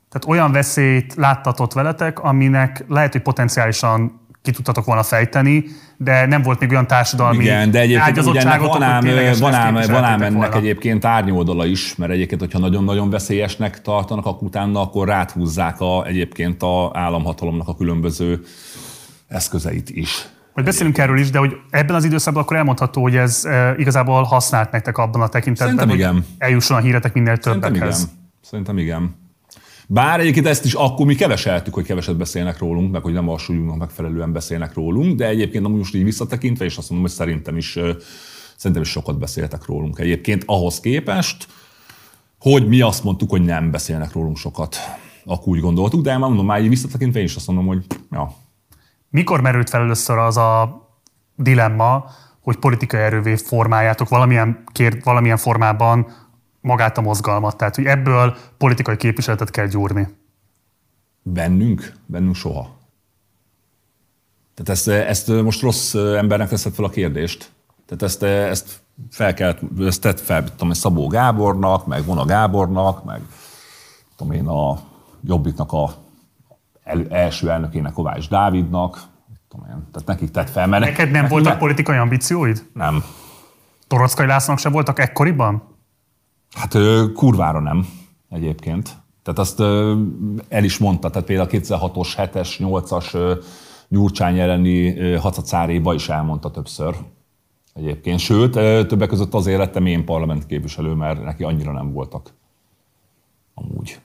Tehát olyan veszélyt láttatott veletek, aminek lehet, hogy potenciálisan ki tudtatok volna fejteni, de nem volt még olyan társadalmi igen, de egyébként ugye ennek van ám, van ám, van ám ennek volna. egyébként árnyoldala is, mert egyébként, hogyha nagyon-nagyon veszélyesnek tartanak, akkor utána akkor ráthúzzák a, egyébként a államhatalomnak a különböző eszközeit is. Hogy beszélünk erről is, de hogy ebben az időszakban akkor elmondható, hogy ez e, igazából használt nektek abban a tekintetben, Szerintem hogy igen. eljusson a híretek minél többekhez. Szerintem igen. Szerintem igen. Bár egyébként ezt is akkor mi keveseltük, hogy keveset beszélnek rólunk, meg hogy nem a súlyunknak megfelelően beszélnek rólunk, de egyébként most így visszatekintve, és azt mondom, hogy szerintem is, szerintem is sokat beszéltek rólunk egyébként ahhoz képest, hogy mi azt mondtuk, hogy nem beszélnek rólunk sokat. Akkor úgy gondoltuk, de már mondom, már így visszatekintve én is azt mondom, hogy ja. Mikor merült fel először az a dilemma, hogy politikai erővé formáljátok valamilyen, kér, valamilyen formában magát a mozgalmat? Tehát, hogy ebből politikai képviseletet kell gyúrni. Bennünk? Bennünk soha. Tehát ezt, ezt most rossz embernek teszed fel a kérdést. Tehát ezt, ezt fel kell, ezt tett fel, tudom, Szabó Gábornak, meg Vona Gábornak, meg tudom én, a Jobbiknak a el, első elnökének, Kovács Dávidnak. Tudom én, tehát nekik tett fel. Mert neked nem voltak ne... politikai ambícióid? Nem. Toroczkai Lászlónak sem voltak ekkoriban? Hát kurvára nem egyébként. Tehát azt el is mondta, tehát például a kétezer-hatos, hetes, nyolcas Gyurcsány elleni hacacáréba is elmondta többször egyébként. Sőt, többek között azért lettem én parlamenti képviselő, mert neki annyira nem voltak amúgy.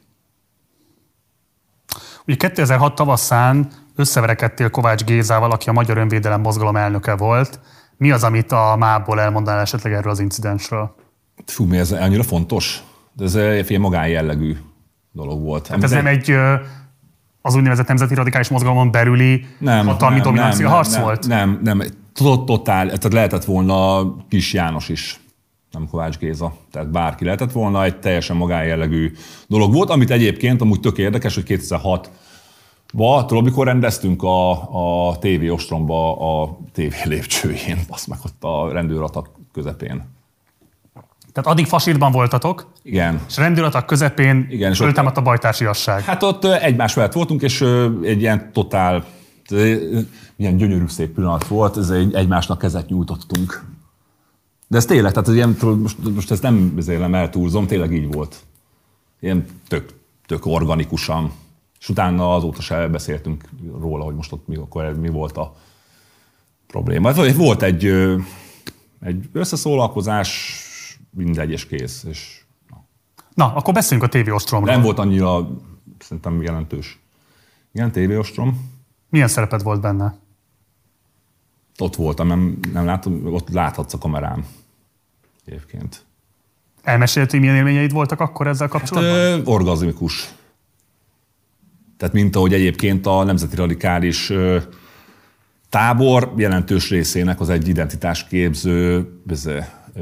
Ugye kétezer-hat tavaszán összeverekedtél Kovács Gézával, aki a Magyar Önvédelem Mozgalom elnöke volt. Mi az, amit a mából elmondanál esetleg erről az incidensről? Fú, mi ez annyira fontos? De ez egy magánjellegű dolog volt. Tehát ez nem egy az úgynevezett nemzeti radikális mozgalomon belüli nem, hatalmi nem, dominancia nem, harc nem, volt? Nem, nem, totál, tehát lehetett volna Kis János is, nem Kovács Géza. Tehát bárki lehetett volna, egy teljesen magánjellegű dolog volt, amit egyébként amúgy tök érdekes, hogy kétezer-hatban, tudod, mikor rendeztünk a, a tévé ostromba a tévé lépcsőjén, azt meg ott a rendőratak közepén. Tehát addig fasírban voltatok, igen. És rendőratak közepén igen, föltámadt a bajtársiasság. Hát ott egymás mellett voltunk, és egy ilyen totál, milyen gyönyörű szép pillanat volt, ez egy, egymásnak kezet nyújtottunk. De ez tényleg, tehát ilyen, most, most ezt nem nem eltúlzom, tényleg így volt. Ilyen tök, tök organikusan. És utána azóta se beszéltünk róla, hogy most ott mi, akkor mi volt a probléma. Volt egy, egy összeszólalkozás, mindegy és kész. És, na. na, akkor beszéljünk a tévéostromról. Nem volt annyira, szerintem jelentős. Igen, tévéostrom. Milyen szereped volt benne? Ott voltam, nem, nem látom, ott láthatsz a kamerám. Egyébként. Elmesélt, hogy milyen élményeid voltak akkor ezzel kapcsolatban? Hát, ö, orgazmikus. Tehát mint ahogy egyébként a nemzeti radikális ö, tábor jelentős részének az egy identitásképző ö,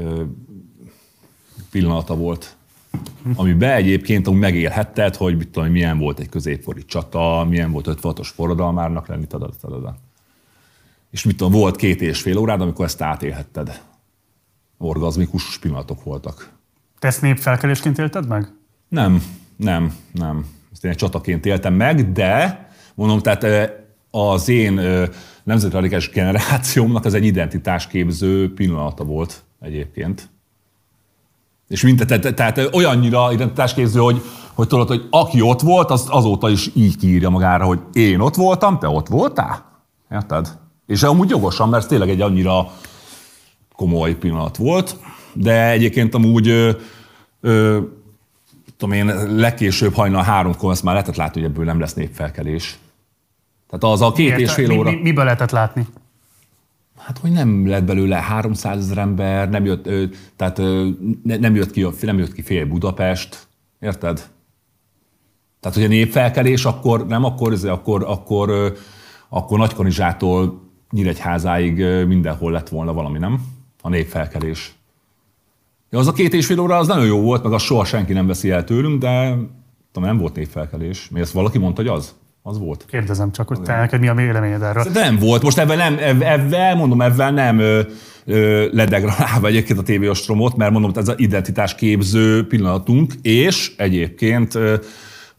pillanata volt. Amiben egyébként amúgy megélhetted, hogy mit tudom, milyen volt egy középkori csata, milyen volt ötvenhatos forradalmárnak lenni, tadad, tadad. És mit tudom, volt két és fél órád, amikor ezt átélhetted. Orgazmikus pillanatok voltak. Te ezt népfelkelésként élted meg? Nem, nem, nem. Ezt én egy csataként éltem meg, de mondom, tehát az én nemzeti radikális generációmnak az egy identitásképző pillanata volt egyébként. És mint, tehát, tehát olyannyira identitásképző, hogy, hogy tudod, hogy aki ott volt, az azóta is így kiírja magára, hogy én ott voltam, te ott voltál? Érted? És amúgy jogosan, mert ez tényleg egy annyira komoly pillanat volt, de egyébként amúgy ö, ö, tudom én, legkésőbb hajnal háromkor ezt már lehetett látni, hogy ebből nem lesz népfelkelés. Tehát az a két Miért? és fél óra... Mi, mi, miből lehetett látni? Hát, hogy nem lett belőle háromszázezer ember, nem jött, ö, tehát ö, ne, nem, jött ki, nem jött ki fél Budapest, érted? Tehát, hogy a népfelkelés, akkor nem, akkor, akkor, akkor, ö, akkor Nagykanizsától Nyíregyházáig ö, mindenhol lett volna valami, nem? A népfelkelés. Ja, az a két és fél óra az nagyon jó volt, meg azt soha senki nem veszi el tőlünk, de tudom, nem volt népfelkelés. Mi ezt valaki mondta, hogy az? Az volt. Kérdezem csak, hogy te neked mi a véleményed erről? De nem volt. Most ebben nem, ebben, mondom, ebben nem ö, ö, ledegradálva egyébként a tévéostromot, mert mondom, ez az identitásképző pillanatunk, és egyébként ö,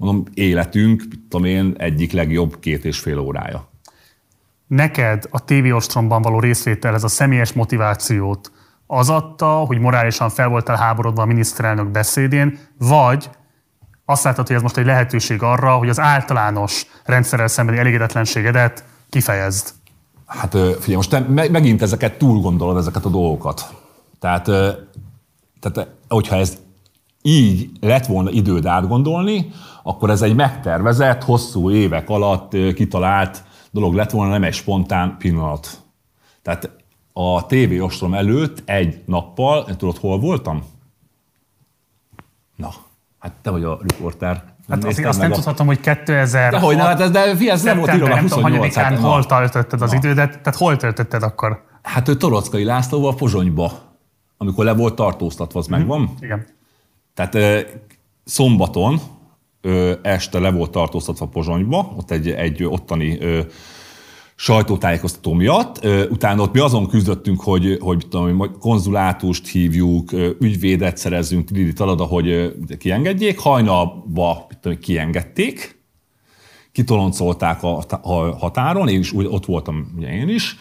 mondom, életünk, tudom én, egyik legjobb két és fél órája. Neked a té vé Ostromban való részvétel, ez a személyes motivációt az adta, hogy morálisan fel voltál háborodva a miniszterelnök beszédén, vagy azt láttad, hogy ez most egy lehetőség arra, hogy az általános rendszerrel szembeni elégedetlenségedet kifejezd? Hát figyelj, most te megint ezeket túl gondolod, ezeket a dolgokat. Tehát, tehát hogyha ez így lett volna időd átgondolni, akkor ez egy megtervezett, hosszú évek alatt kitalált dolog lett volna, nem egy spontán pillanat. Tehát a té vé Ostrom előtt egy nappal, tudod, hol voltam? Na, hát te vagy a riporter. Hát azt, azt nem a... tudhatom, hogy kétezer-hat... Dehogy nem, hát ez, de figyelj, ez nem volt írva, huszonnyolcán hol töltötted az idődet, tehát hol töltötted akkor? Hát ő Torockai Lászlóval Pozsonyba, amikor le volt tartóztatva, az megvan? Mm, igen. Tehát szombaton este le volt tartóztatva Pozsonyba, ott egy, egy ottani sajtótájékoztató miatt. Utána ott mi azon küzdöttünk, hogy, hogy tudom, konzulátust hívjuk, ügyvédet szerezzünk, Didi Talada, hogy kiengedjék. Hajnalba tudom, kiengedték, kitoloncolták a határon, én is ott voltam, ugye én is.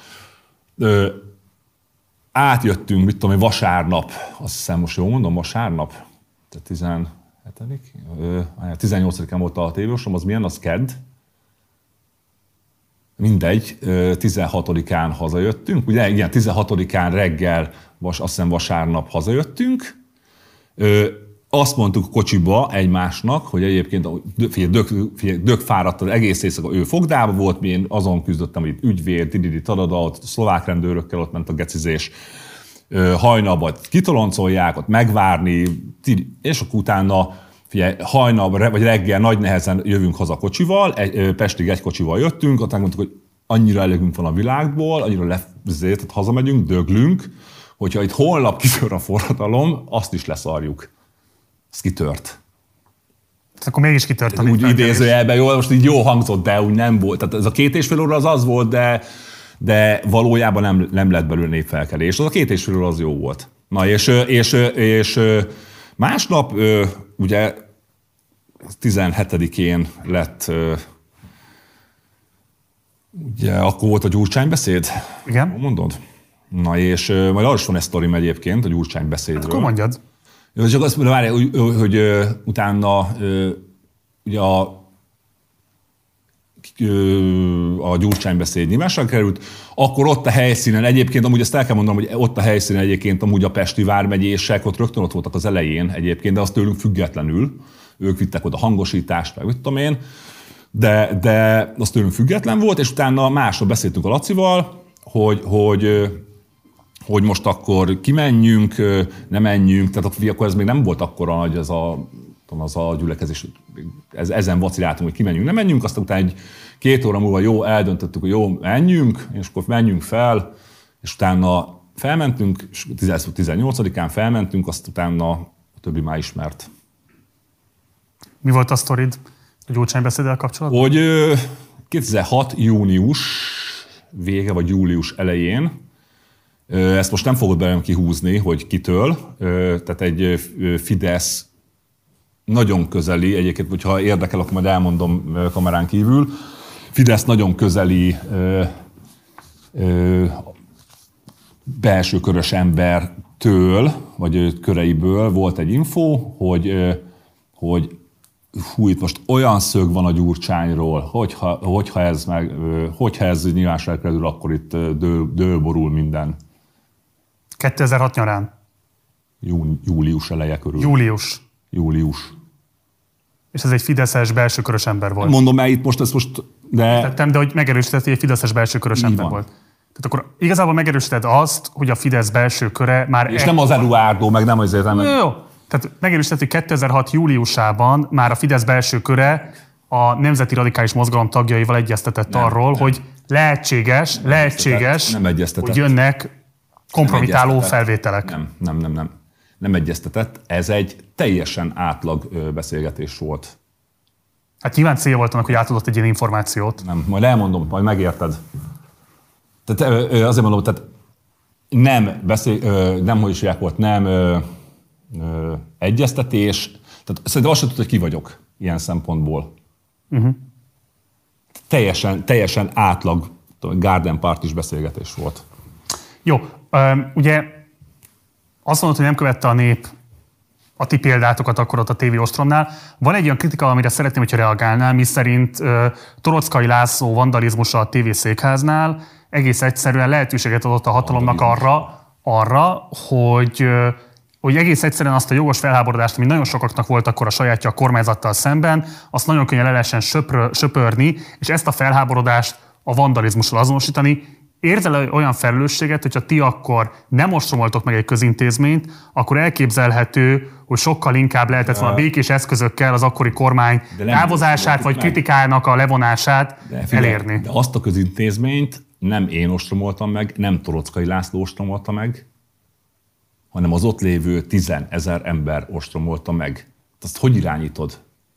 Átjöttünk, mit tudom, vasárnap, azt hiszem most jól mondom, vasárnap, tehát tizenhetedik tizennyolcadikán volt a té vé Ostrom, az milyen, az kedd. Mindegy, tizenhatodikán hazajöttünk, ugye igen, tizenhatodikán reggel, vas, azt hiszem vasárnap hazajöttünk. Azt mondtuk kocsiba egymásnak, hogy egyébként figyelj, dök, figyelj, dök fáradt, az egész éjszaka ő fogdába volt, én azon küzdöttem, hogy itt ügyvéd, Didi Talada, ott szlovák rendőrökkel, ott ment a gecizés. Hajnalban kitoloncolják, ott megvárni, és akkor utána figyelj, hajnal vagy reggel nagy nehezen jövünk haza kocsival, egy, Pestig egy kocsival jöttünk, ott mondtuk, hogy annyira elegünk van a világból, annyira lezért, hazamegyünk, döglünk, hogyha itt holnap kitör a forradalom, azt is leszarjuk. Ez kitört. Ez akkor mégis kitört a úgy idézőjelben, jól, most így jó hangzott, de úgy nem volt. Tehát ez a két és fél óra az az volt, de, de valójában nem, nem lett belőle népfelkelés. Az a két és fél óra az jó volt. Na és, és, és másnap, ugye tizenhetedikén lett, ugye akkor volt a Gyurcsány beszéd? Igen. Mondod? Na és majd arra is van egy sztorim egyébként a Gyurcsány beszédről. Hát akkor mondjad. Jó, csak azt mondom, várjál, hogy, hogy, hogy utána ugye a, a Gyurcsány beszéd nyilvánosságra került, akkor ott a helyszínen egyébként, amúgy ezt el kell mondanom, hogy ott a helyszínen egyébként amúgy a pesti vármegyések, ott rögtön ott voltak az elején egyébként, de azt tőlünk függetlenül, ők vittek oda hangosítást, meg mit tudom én, de, de az tőlünk független volt, és utána másnap beszéltünk a Lacival, hogy, hogy hogy most akkor kimenjünk, ne menjünk, tehát akkor ez még nem volt akkora nagy ez a, az a gyülekezés, ez, ezen vaciláltunk, hogy kimenjünk, ne menjünk, aztán utána egy két óra múlva jó, eldöntöttük, hogy jó, menjünk, és akkor menjünk fel, és utána felmentünk, és tizennyolcadikán felmentünk, azt utána a többi már ismert. Mi volt a sztorid a Gyurcsány beszéddel kapcsolatban? Hogy kétezer-hat június vége, vagy július elején, ezt most nem fogod belőlem kihúzni, hogy kitől, tehát egy Fidesz nagyon közeli, egyébként, hogyha érdekel, akkor majd elmondom kamerán kívül, Fidesz nagyon közeli belső körös embertől, vagy köreiből volt egy info, hogy, hogy hú, itt most olyan szög van a Gyurcsányról, hogyha, hogyha, ez, meg, hogyha ez nyilvánosságra kerül, akkor itt dől, dőlborul minden. kétezer-hat nyarán? Jú, július eleje körül. Július. Július. És ez egy fideszes belsőkörös ember volt. Mondom el itt most, ezt most, de... Tettem, de hogy megerősített, hogy egy fideszes belsőkörös ember van. Volt. Tehát akkor igazából megerősíted azt, hogy a Fidesz belső köre már... És ekkor... nem az Eduardo, meg nem azért nem... Jó, jó. Tehát megerősített, hogy kétezer-hat júliusában már a Fidesz belső köre a Nemzeti Radikális Mozgalom tagjaival egyeztetett nem, arról, nem. hogy lehetséges, nem lehetséges, nem hogy jönnek kompromitáló nem felvételek. Nem, nem, nem, nem. Nem egyeztetett. Ez egy teljesen átlag beszélgetés volt. Hát nyilván célja volt annak, hogy átadott egy ilyen információt. Nem, majd elmondom, majd megérted. Tehát azért mondom, tehát nem beszél, nem, hogy is volt, nem ö, ö, egyeztetés. Tehát szerintem azt sem tudod, hogy ki vagyok. ilyen szempontból. Uh-huh. Teljesen, teljesen átlag garden party-s beszélgetés volt. Jó, ugye azt mondod, hogy nem követte a nép a ti példátokat akkor ott a té vé Ostromnál. Van egy olyan kritika, amire szeretném, hogyha reagálnál, miszerint Toroczkai László vandalizmusa a té vé Székháznál egész egyszerűen lehetőséget adott a hatalomnak arra, arra hogy, hogy egész egyszerűen azt a jogos felháborodást, ami nagyon sokaknak volt akkor a sajátja a kormányzattal szemben, azt nagyon könnyen le lehessen söprö, söpörni, és ezt a felháborodást a vandalizmussal azonosítani. Érzel olyan felelősséget, hogyha ti akkor nem ostromoltok meg egy közintézményt, akkor elképzelhető, hogy sokkal inkább lehetett volna békés eszközökkel az akkori kormány távozását vagy kritikának a levonását de figyelj, elérni. De azt a közintézményt nem én ostromoltam meg, nem Toroczkai László ostromolta meg, hanem az ott lévő tízezer ember ostromolta meg. Azt hogy irányítod?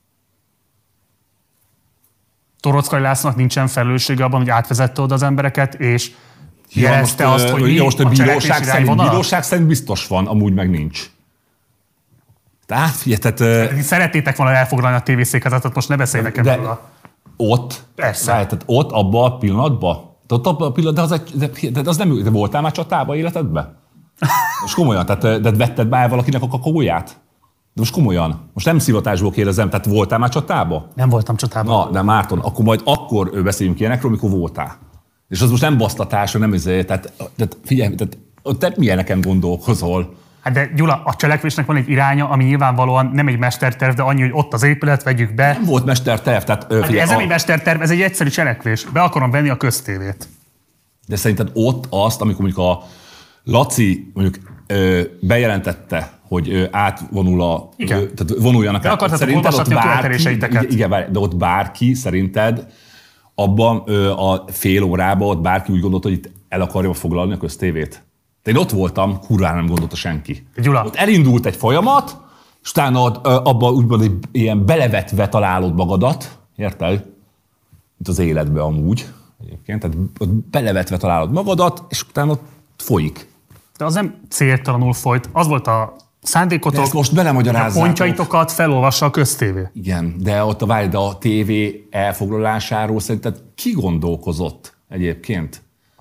Toroczkai Lászlónak nincsen felelőssége abban, hogy átvezette oda az embereket, és jelezte azt, hogy mi most a, a bíróság szerint, bíróság szerint biztos van, amúgy meg nincs. Tehát, figyelj, tehát... Szeretnétek volna elfoglalni a té vé Székházatot, most ne beszélj nekem róla. Ott, persze. Tehát ott, abban a pillanatban, ott abban a pillanatban, de az, egy, de, de az nem, de voltál már csatában életedben? Most komolyan, tehát de vetted be valakinek a kakóját? De most komolyan, most nem szivatásból kérdezem, tehát voltál már csatában? Nem voltam csatában. Na, de Márton, akkor majd akkor beszéljünk ilyenekről, mikor voltál. És az most nem basztatás, nem ezért, tehát, tehát figyelj, tehát, te milyeneken gondolkozol? Hát de Gyula, a cselekvésnek van egy iránya, ami nyilvánvalóan nem egy mesterterv, de annyi, hogy ott az épület, vegyük be. Nem volt mesterterv, tehát figyelj, hát ez nem a... egy mesterterv, ez egy egyszerű cselekvés. Be akarom venni a köztévét. De szerinted ott azt, amikor mondjuk a Laci mondjuk bejelentette, hogy átvonul a... Igen. Tehát vonuljanak át. Szerinted ott bárki, igen, de ott bárki, szerinted abban a fél órában ott bárki úgy gondolta, hogy itt el akarja foglalni a köztévét? De én ott voltam, kurvára nem gondolta senki. Gyula. Ott elindult egy folyamat, és utána abban úgymond egy ilyen belevetve találod magadat, érted? Mint az életbe amúgy egyébként. Tehát ott belevetve találod magadat, és utána ott folyik. De az nem céltalanul folyt, az volt a szándékotok, de ezt most belemagyarázzák. A pontjaitokat felolvassa a köztévé. Igen, de ott a, várj, de a tévé elfoglalásáról szerinted ki gondolkozott egyébként?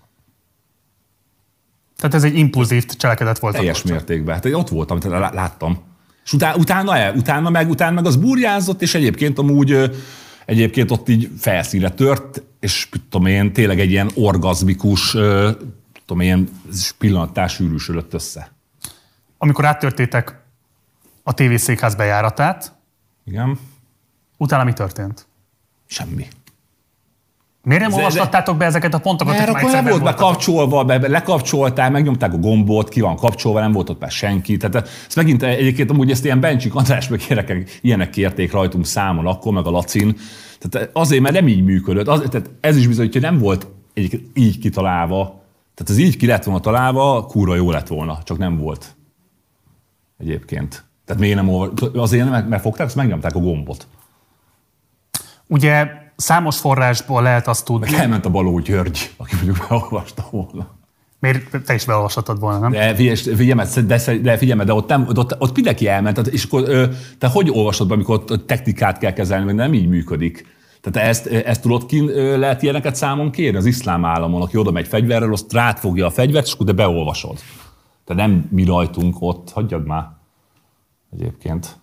Tehát ez egy impulzív cselekedet volt. Teljes mértékben. Hát én ott voltam, tehát láttam. És utána, utána, el, utána, meg, utána meg az burjázott, és egyébként amúgy egyébként ott így felszínre tört, és tudom én, tényleg egy ilyen orgazmikus, tudom én, pillanattá sűrűsödött össze. Amikor áttörtétek a té vé Székház bejáratát, igen. Utána mi történt? Semmi. Miért nem olvastattátok be ezeket a pontokat? Mert akkor nem volt bekapcsolva, be, lekapcsoltál, megnyomták a gombot, ki van kapcsolva, nem volt ott már senki. Tehát ezt megint egyébként amúgy ezt ilyen Bencsik András meg gyerekek ilyenek kérték rajtunk számon akkor, meg a Lacin. Tehát azért, mert nem így működött. Az, tehát ez is bizony, hogy nem volt egyébként így kitalálva. Tehát ez így ki lett volna találva, kurva jó lett volna, csak nem volt. Egyébként. Tehát miért nem olvasták? Azért nem, mert fogták, azt megnyomták a gombot. Ugye számos forrásból lehet azt tudni. Meg elment a Baló György, aki mondjuk beolvasta volna. Miért te is beolvashattad volna, nem? De figyelj, de, de, figyelj, de ott, nem, ott, ott mindenki elment. És akkor te hogy olvasod be, amikor ott technikát kell kezelni, mert nem így működik. Tehát ezt, ezt tudod, ki lehet ilyeneket számon kérni? Az iszlám államon, aki oda megy fegyverrel, azt rád fogja a fegyvert, és akkor te beolvasod. Tehát nem mi rajtunk ott, hagyjad már egyébként.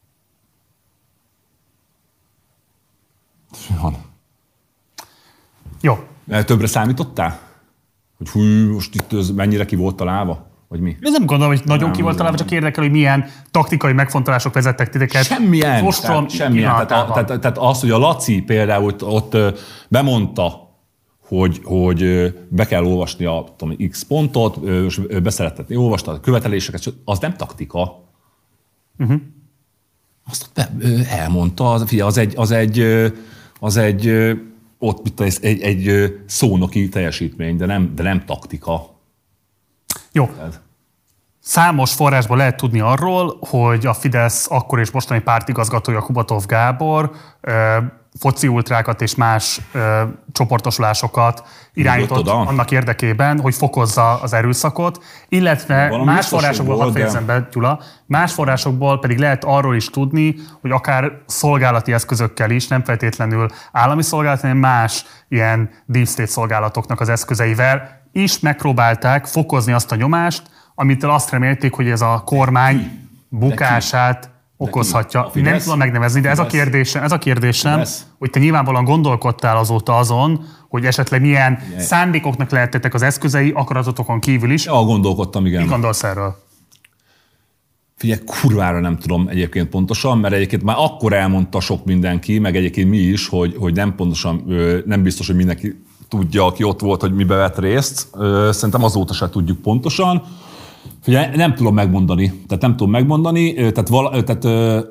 Van. Jó. Többre számítottál? Hogy hú, most itt ez mennyire ki volt találva? Vagy mi? Én nem gondolom, hogy nagyon nem, ki volt találva, csak érdekel, hogy milyen taktikai megfontolások vezettek titeket. Semmilyen. Ostrom, tehát, semmilyen. Tehát, a, tehát, tehát az, hogy a Laci például ott, ott bemondta, hogy, hogy be kell olvasni a tudom, X pontot, és beszerettetni, olvasta a követeléseket, az nem taktika. Uh-huh. Azt be, elmondta, az, az egy, az egy, az egy, ott, egy, egy szónoki teljesítmény, de nem, de nem taktika. Jó. Számos forrásból lehet tudni arról, hogy a Fidesz akkor és mostani pártigazgatója Kubatov Gábor foci ultrákat és más ö, csoportosulásokat irányított annak érdekében, hogy fokozza az erőszakot, illetve valami más forrásokból, hadd fejezem be, Gyula, más forrásokból pedig lehet arról is tudni, hogy akár szolgálati eszközökkel is, nem feltétlenül állami szolgálat, hanem más ilyen deep state szolgálatoknak az eszközeivel is megpróbálták fokozni azt a nyomást, amitől azt remélték, hogy ez a kormány bukását okozhatja. Nem tudom megnevezni, de ez a kérdésem, ez a kérdésem hogy te nyilvánvalóan gondolkodtál azóta azon, hogy esetleg milyen igen. szándékoknak lehetettek az eszközei, akaratotokon kívül is. Ja, gondolkodtam, igen. Mi gondolsz erről? Figyelj, kurvára nem tudom egyébként pontosan, mert egyébként már akkor elmondta sok mindenki, meg egyébként mi is, hogy, hogy nem pontosan, nem biztos, hogy mindenki tudja, aki ott volt, hogy mibe vett részt. Szerintem azóta se tudjuk pontosan. Figyelj, nem tudom megmondani. Tehát nem tudom megmondani. Tehát, vala, tehát ö,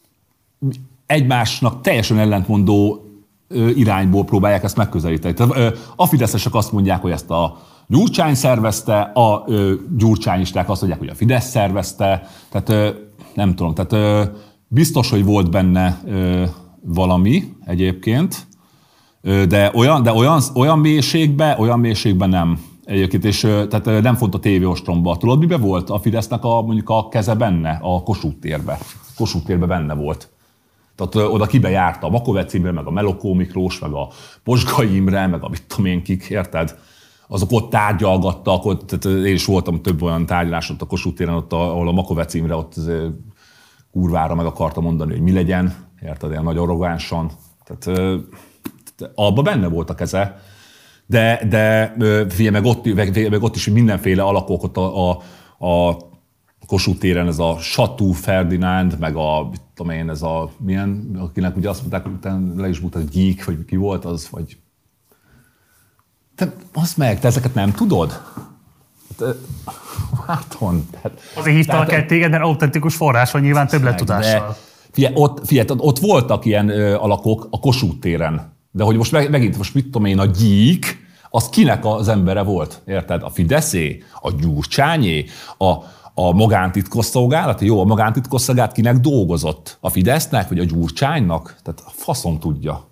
egymásnak teljesen ellentmondó ö, irányból próbálják ezt megközelíteni. Tehát, ö, a fideszesek azt mondják, hogy ezt a Gyurcsány szervezte, a ö, gyurcsányisták azt mondják, hogy a Fidesz szervezte. Tehát ö, nem tudom. Tehát ö, biztos, hogy volt benne ö, valami egyébként, ö, de olyan, de olyan, olyan mélységben, olyan mélységben nem. Egyébként, és tehát nem font a tévéostromba. Tudod, miben volt a Fidesznek a, mondjuk a keze benne? A Kossuth térbe. Kossuth térbe benne volt. Tehát oda kibe járta a Makovecz Imre, meg a Melokó Miklós, meg a Posgai Imre, meg a mit tudom én kik, érted? Azok ott tárgyalgattak, ott, tehát én is voltam több olyan tárgyalás ott a Kossuth téren, ott, ahol a Makovecz Imre ott kurvára meg akarta mondani, hogy mi legyen, érted? Ilyen nagy arrogánsan. Tehát abban benne volt a keze. De, de figyelj, meg ott, meg ott is mindenféle alakok, ott a, a, a Kossuth téren ez a Satú Ferdinánd, meg a, mit tudom én, ez a, milyen, akinek ugye azt mondták, hogy le is bújt, hogy Gyík, vagy ki volt az, vagy... Te azt meg, te ezeket nem tudod? Háton. Azért hívtalak el téged, mert autentikus forrás van nyilván többlettudással. Figyelj, ott, figyelj, ott voltak ilyen alakok a Kossuth téren. De hogy most megint, most mit tudom én, a Gyík, az kinek az embere volt? Érted? A Fideszé, a Gyurcsányé, a, a magántitkosszolgálat, jó, a magántitkosszolgálat kinek dolgozott? A Fidesznek, vagy a Gyurcsánynak? Tehát a faszom tudja.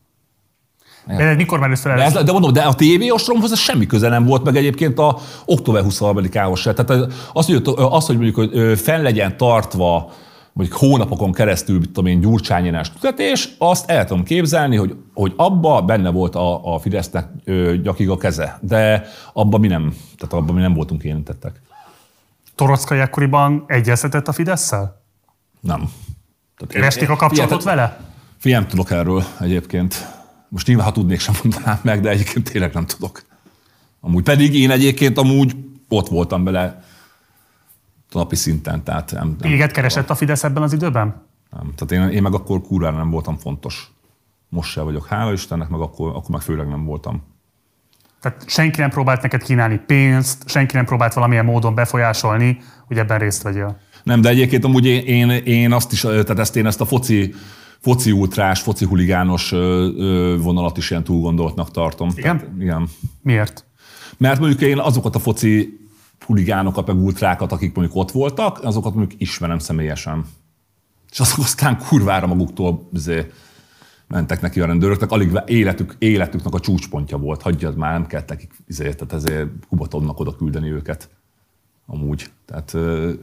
De mikor már először de, ez, de mondom, de a tévéostromhoz ez semmi köze nem volt, meg egyébként a október huszonharmadikához se. Tehát az, hogy, az, hogy mondjuk hogy fenn legyen tartva mondjuk hónapokon keresztül, mit tudom én, gyurcsányénás tüntetés, azt el tudom képzelni, hogy, hogy abba benne volt a, a Fidesznek ö, gyakig a keze. De abban mi nem, tehát abban mi nem voltunk érintettek. Toroczkai ekkoriban egyeztetett a Fidesszel? Nem. Keresték a kapcsolatot vele? Figyelj, tudok erről egyébként. Most nyilván, ha tudnék, sem mondanám meg, de egyébként tényleg nem tudok. Amúgy pedig én egyébként amúgy ott voltam bele napi szinten, tehát nem... nem Téged keresett a Fidesz ebben az időben? Nem, tehát én, én meg akkor kurvára nem voltam fontos. Most se vagyok, hála Istennek, meg akkor, akkor meg főleg nem voltam. Tehát senki nem próbált neked kínálni pénzt, senki nem próbált valamilyen módon befolyásolni, hogy ebben részt vegyél? Nem, de egyébként amúgy én, én, én azt is, tehát ezt én ezt a foci, foci ultrás, foci huligános vonalat is ilyen túlgondoltnak tartom. Igen? Tehát, igen. Miért? Mert mondjuk én azokat a foci huligánokat, meg ultrákat, akik mondjuk ott voltak, azokat mondjuk ismerem személyesen. És azok aztán kurvára maguktól mentek neki a rendőröknek, alig életük, életüknek a csúcspontja volt. Hagyjad már, nem kellett nekik ezért, tehát ezért Kubatonnak oda küldeni őket. Amúgy. Tehát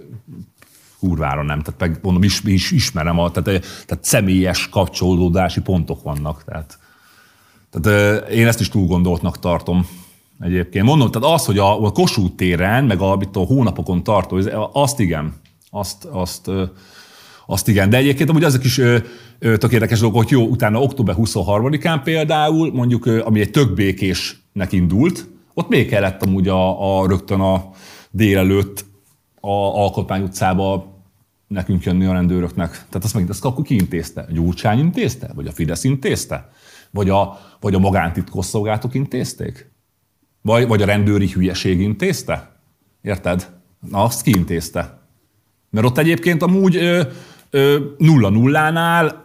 kurvára nem. Tehát meg mondom, is, is, ismerem, a, tehát, tehát személyes kapcsolódási pontok vannak. Tehát, tehát én ezt is túl gondoltnak tartom. Egyébként mondom, tehát az, hogy a, a Kossuth téren, meg a, a hónapokon tartó, azt igen, azt, azt, azt igen. De egyébként amúgy azok is tök érdekes dolgok, hogy jó, utána október huszonharmadikán például, mondjuk, ami egy tök békésnek indult, ott még kellett amúgy a, a rögtön a délelőtt a Alkotmány utcába nekünk jönni a rendőröknek. Tehát azt megint, azt akkor ki intézte? A Gyurcsány intézte? Vagy a Fidesz intézte? Vagy a, vagy a magántitkosszolgálatok intézték? Vagy, vagy a rendőri hülyeség intézte? Érted? Na, azt ki intézte? Mert ott egyébként amúgy ö, ö, nulla nullánál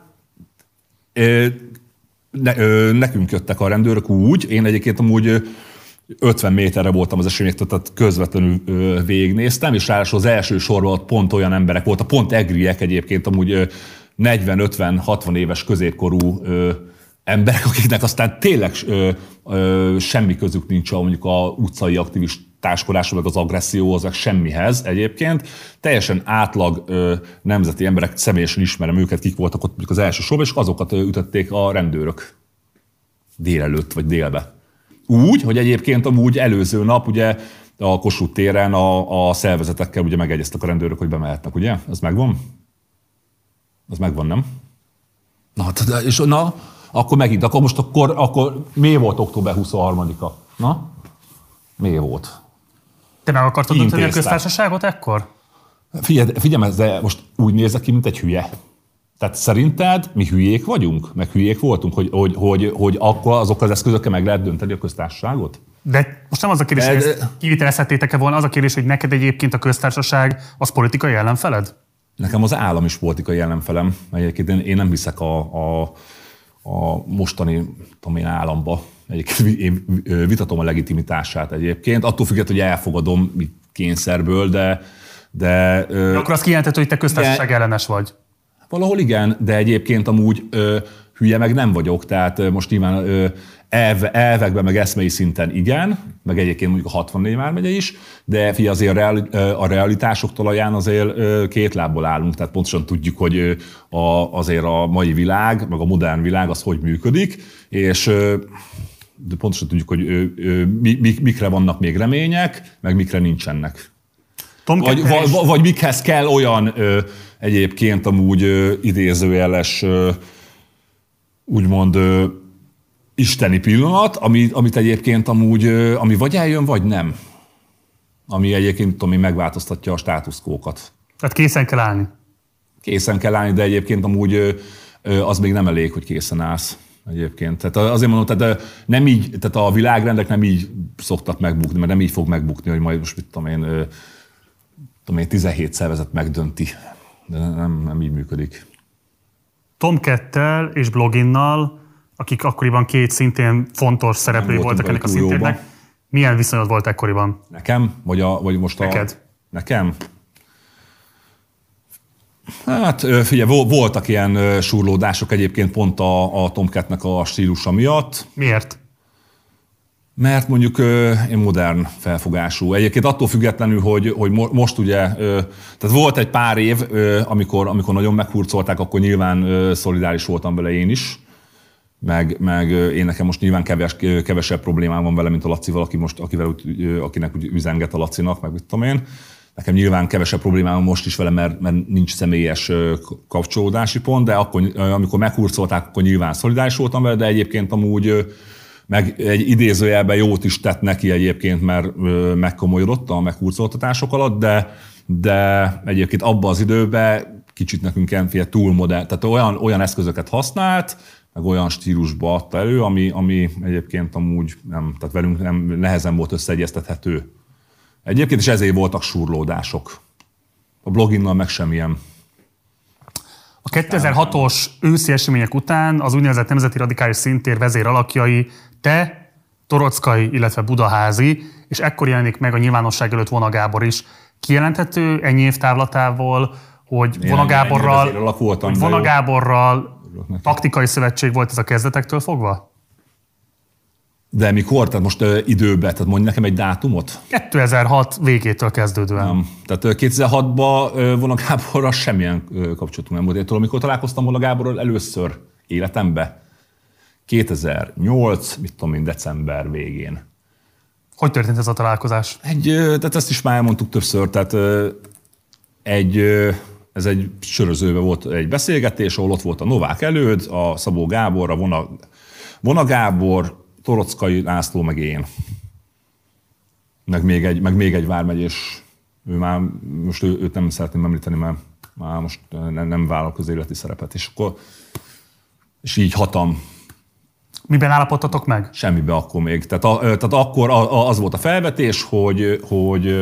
ö, ne, ö, nekünk jöttek a rendőrök úgy, én egyébként amúgy ötven méterre voltam az eseményektől, tehát közvetlenül ö, végignéztem, és ráadásul az első sorban ott pont olyan emberek voltak, pont egriek egyébként, amúgy negyven ötven hatvan éves középkorú ö, emberek, akiknek aztán tényleg ö, ö, semmi közük nincs a, mondjuk a utcai aktivistáskodáshoz, meg az agresszióhoz, meg semmihez egyébként. Teljesen átlag ö, nemzeti emberek, személyesen ismerem őket, kik voltak ott mondjuk az első sorban, és azokat ö, ütötték a rendőrök délelőtt, vagy délbe. Úgy, hogy egyébként amúgy előző nap ugye a Kossuth téren a, a szervezetekkel ugye megegyeztek a rendőrök, hogy bemehetnek, ugye? Ez megvan? Ez megvan, nem? Na, és na, akkor megint, akkor most akkor, akkor mi volt október huszonharmadika? Na? Mi volt? Te meg akartad dönteni a köztársaságot ekkor? Figyelj, figyelj, de most úgy nézek ki, mint egy hülye. Tehát szerinted mi hülyék vagyunk? Meg hülyék voltunk, hogy, hogy, hogy, hogy akkor azok az eszközökkel meg lehet dönteni a köztársaságot? De most nem az a kérdés, de, hogy ezt kivitelezhettétek-e volna, az a kérdés, hogy neked egyébként a köztársaság az politikai ellenfeled? Nekem az állam is politikai ellenfelem. Egyébként én, én nem hiszek a, a, a mostani tudom én, államba. Egyébként én vitatom a legitimitását egyébként. Attól függetlenül, hogy elfogadom kényszerből, de... De, de akkor azt kijelentett, hogy te köztársaság de, ellenes vagy. Valahol igen, de egyébként amúgy ö, hülye meg nem vagyok. Tehát most nyilván ö, elve, elvekben, meg eszmei szinten igen, meg egyébként mondjuk a hatvannégy vármegye is, de figyelj, azért a realitások talaján azért két lábbal állunk, tehát pontosan tudjuk, hogy a, azért a mai világ, meg a modern világ az hogy működik, és de pontosan tudjuk, hogy mikre vannak még remények, meg mikre nincsenek. Vagy, vagy, vagy mikhez kell olyan egyébként amúgy idézőjeles, úgymond isteni pillanat, ami, amit egyébként amúgy, ami vagy eljön, vagy nem. Ami egyébként ami megváltoztatja a státuszkókat. Tehát készen kell állni. Készen kell állni, de egyébként amúgy az még nem elég, hogy készen állsz. Egyébként. Tehát azért mondom, tehát nem így, tehát a világrendek nem így szoktak megbukni, mert nem így fog megbukni, hogy majd most mit tudom én, tudom én tizenhét szervezet megdönti. De nem, nem így működik. Tomcat-tel és Bloginnal, akik akkoriban két szintén fontos szereplői voltak ennek a szintérnek. Milyen viszonyod volt ekkoriban? Nekem? Vagy, a, vagy most Neked? A... Nekem? Hát figyelj, voltak ilyen surlódások egyébként pont a, a Tomcat-nek a stílusa miatt. Miért? Mert mondjuk én modern felfogású. Egyébként attól függetlenül, hogy, hogy most ugye, tehát volt egy pár év, amikor, amikor nagyon meghurcolták, akkor nyilván szolidáris voltam vele én is. Meg, meg én nekem most nyilván keves, kevesebb problémám van vele, mint a Lacival, aki most, akivel, akinek úgy üzenget a Lacinak, meg mit tudom én. Nekem nyilván kevesebb problémám van most is vele, mert, mert nincs személyes kapcsolódási pont, de akkor, amikor meghurcolták, akkor nyilván szolidáris voltam vele, de egyébként amúgy meg egy idézőjelben jót is tett neki egyébként, mert megkomolyodott a meghurcoltatások alatt, de, de egyébként abban az időben kicsit nekünk ilyen túl modern, tehát olyan, olyan eszközöket használt, meg olyan stílusba adta elő, ami, ami egyébként amúgy nem, tehát velünk nem, nehezen volt összeegyeztethető. Egyébként is ezért voltak surlódások. A Bloginnal meg semmilyen. A kétezer-hatos őszi események után az úgynevezett Nemzeti Radikális Színtér vezér alakjai te, Toroczkai, illetve Budaházi, és ekkor jelenik meg a nyilvánosság előtt Vona Gábor is. Kijelenthető ennyi év távlatával, hogy Vona Gáborral, voltam, hogy Vona Gáborral taktikai szövetség volt ez a kezdetektől fogva? De mikor? Tehát most uh, időben, tehát mondj nekem egy dátumot? kétezer-hat végétől kezdődően. Nem. Tehát uh, kétezer-hatban uh, Vona Gáborral semmilyen uh, kapcsolatunk nem volt. Én tudom, amikor találkoztam Vona Gáborral először életembe? kétezer-nyolc, mit tudom én, december végén. Hogy történt ez a találkozás? Egy, uh, tehát ezt is már elmondtuk többször, tehát uh, egy, uh, ez egy sörözőben volt egy beszélgetés, ahol ott volt a Novák Előd, a Szabó Gábor, a Vona, Vona Gábor, Toroczkai László, meg én. Meg még egy, meg még egy vármegyés. Ő már, most ő, őt nem szeretném említeni, mert már most nem, nem vállal közéleti szerepet. És akkor, és így hatan. Miben állapodtatok meg? Semmiben akkor még. Tehát, a, tehát akkor az volt a felvetés, hogy, hogy,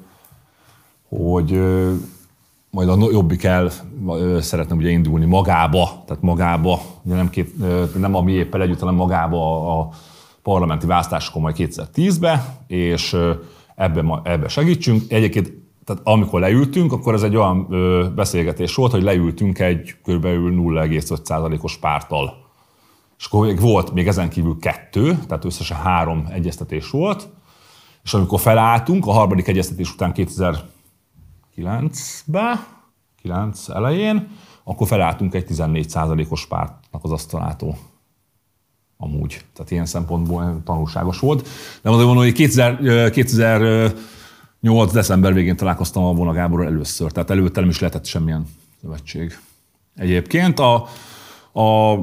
hogy majd a Jobbik el szeretne ugye indulni magába, tehát magába, nem, két, nem a mi éppel együtt, hanem magába a parlamenti választásokon majd kétezer-tízben, és ebben, ebben segítsünk. Egyébként, tehát amikor leültünk, akkor ez egy olyan beszélgetés volt, hogy leültünk egy kb. nulla egész öt százalékos párttal. És akkor volt még ezen kívül kettő, tehát összesen három egyeztetés volt, és amikor felálltunk, a harmadik egyeztetés után kétezer-kilencben, kilenc elején, akkor felálltunk egy tizennégy százalékos pártnak az asztalától. Amúgy. Tehát ilyen szempontból tanulságos volt. De mondom, hogy kétezer-nyolc december végén találkoztam a Vona Gáborral először. Tehát előtte nem is lehetett semmilyen szövetség. Egyébként a, a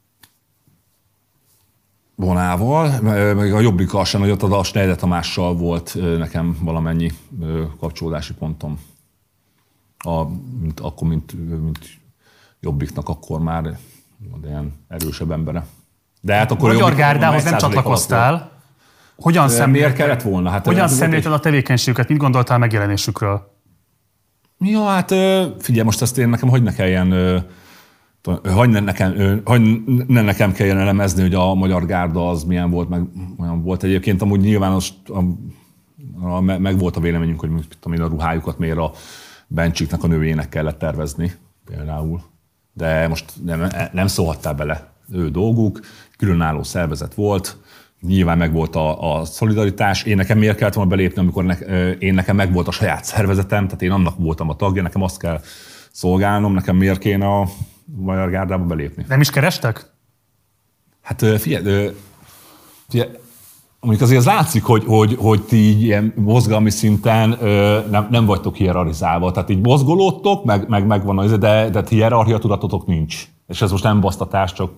Vonával, meg a Jobbikkal sem, hogy ott a Schneider Tamással volt nekem valamennyi kapcsolódási pontom. A, mint, akkor, mint, mint Jobbiknak akkor már ilyen erősebb embere. De hát akkor Magyar Gárdához nem csatlakoztál. Hogyan szemlélted? Miért kellett volna? Hát hogyan szemlélted a tevékenységüket? Mit gondoltál megjelenésükről? Ja, hát figyelj, most ezt én nekem hogy ne kelljen, hogy ne nekem, hogy ne nekem kelljen elemezni, hogy a Magyar Gárda az milyen volt, meg olyan volt. Egyébként amúgy nyilván az, a, a, meg volt a véleményünk, hogy tudom én, a ruhájukat miért a Bencsiknek a nőjének kellett tervezni például. De most nem, nem szólhattál bele. Ő dolguk, különálló szervezet volt, nyilván megvolt a, a szolidaritás. Én nekem miért kellett volna belépni, amikor ne, én nekem megvolt a saját szervezetem, tehát én annak voltam a tagja, nekem azt kell szolgálnom, nekem miért kéne a Magyar Gárdába belépni. Nem is kerestek? Hát figyelj, figyelj mondjuk azért az látszik, hogy, hogy, hogy ti így ilyen mozgalmi szinten nem, nem vagytok hierarchizálva, tehát így mozgolódtok, meg, meg, meg van az, de, de hierarchia tudatotok nincs. És ez most nem basztatás, csak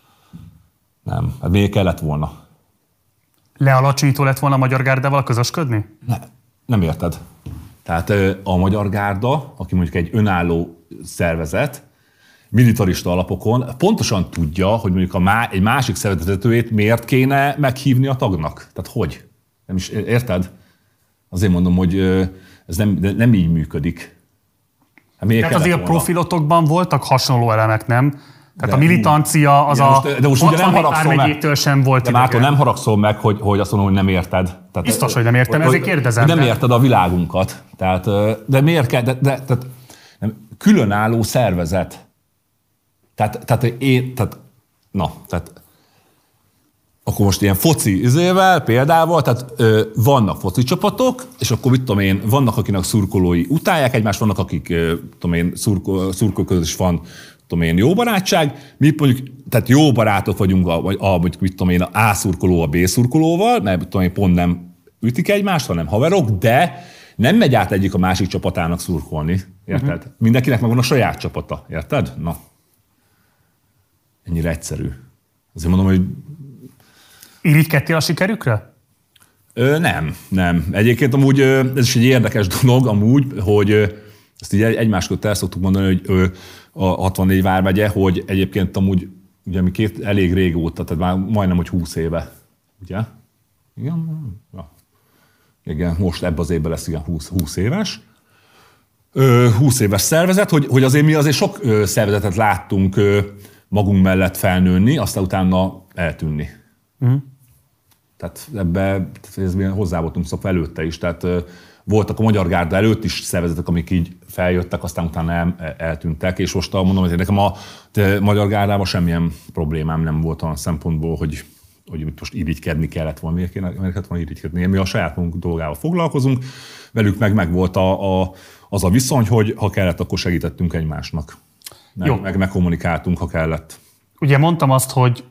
nem. Hát miért kellett volna? Lealacsonyító lett volna a Magyar Gárdával közösködni? Ne, nem érted. Tehát a Magyar Gárda, aki mondjuk egy önálló szervezet, militarista alapokon, pontosan tudja, hogy mondjuk a má, egy másik szervezetőjét miért kéne meghívni a tagnak. Tehát hogy? Nem is érted? Azért mondom, hogy ez nem, nem így működik. Hát tehát azért volna? A profilotokban voltak hasonló elemek, nem? Tehát de, a militancia az a de most ugye nem haragszol meg, sem volt. De Márton, nem haragszol meg, hogy, hogy azt mondom, hogy nem érted. Tehát, biztos, hogy nem értem, ezért kérdezem. Nem érted a világunkat. Tehát, de miért kell? De, de, tehát, nem, különálló szervezet. Tehát, tehát én, tehát, na, tehát akkor most ilyen foci izével, példával, tehát ö, vannak foci csapatok, és akkor mit tudom én, vannak, akinek szurkolói utálják egymást, vannak, akik, ö, tudom én, szurkol, szurkolók között is van, tudom én, jó barátság. Mi mondjuk, tehát jó barátok vagyunk, a, vagy a, mit tudom én, a A szurkoló a B szurkolóval, mert tudom én, pont nem ütik egymást, hanem haverok, de nem megy át egyik a másik csapatának szurkolni, érted? Uh-huh. Mindenkinek megvan a saját csapata, érted? Na. Ennyire egyszerű. Azért mondom, hogy... Irigykedtél a sikerükre? Ö, nem, nem. Egyébként amúgy ez is egy érdekes dolog amúgy, hogy ezt így egymás között el szoktuk mondani, hogy ö, a hatvannégy vármegye, hogy egyébként amúgy ugye mi két elég régóta, tehát már majdnem, hogy húsz éve, ugye? Igen? Ja. Igen, most ebben az évben lesz igen húsz, húsz éves. Ö, húsz éves szervezet, hogy, hogy azért mi azért sok ö, szervezetet láttunk ö, magunk mellett felnőni, aztán utána eltűnni. Uh-huh. Tehát ebbe ez mi hozzá voltunk szokva előtte is. Tehát uh, voltak a Magyar Gárda előtt is szervezetek, amik így feljöttek, aztán utána el, eltűntek, és most mondom, hogy nekem a Magyar Gárdában semmilyen problémám nem volt olyan szempontból, hogy, hogy most irigykedni kellett volna. Miért kéne, miért kellett volna irigykedni? Mi a saját munkunk dolgával foglalkozunk, velük meg, meg volt a, a, az a viszony, hogy ha kellett, akkor segítettünk egymásnak. Meg, meg, meg kommunikáltunk, ha kellett. Ugye mondtam azt, hogy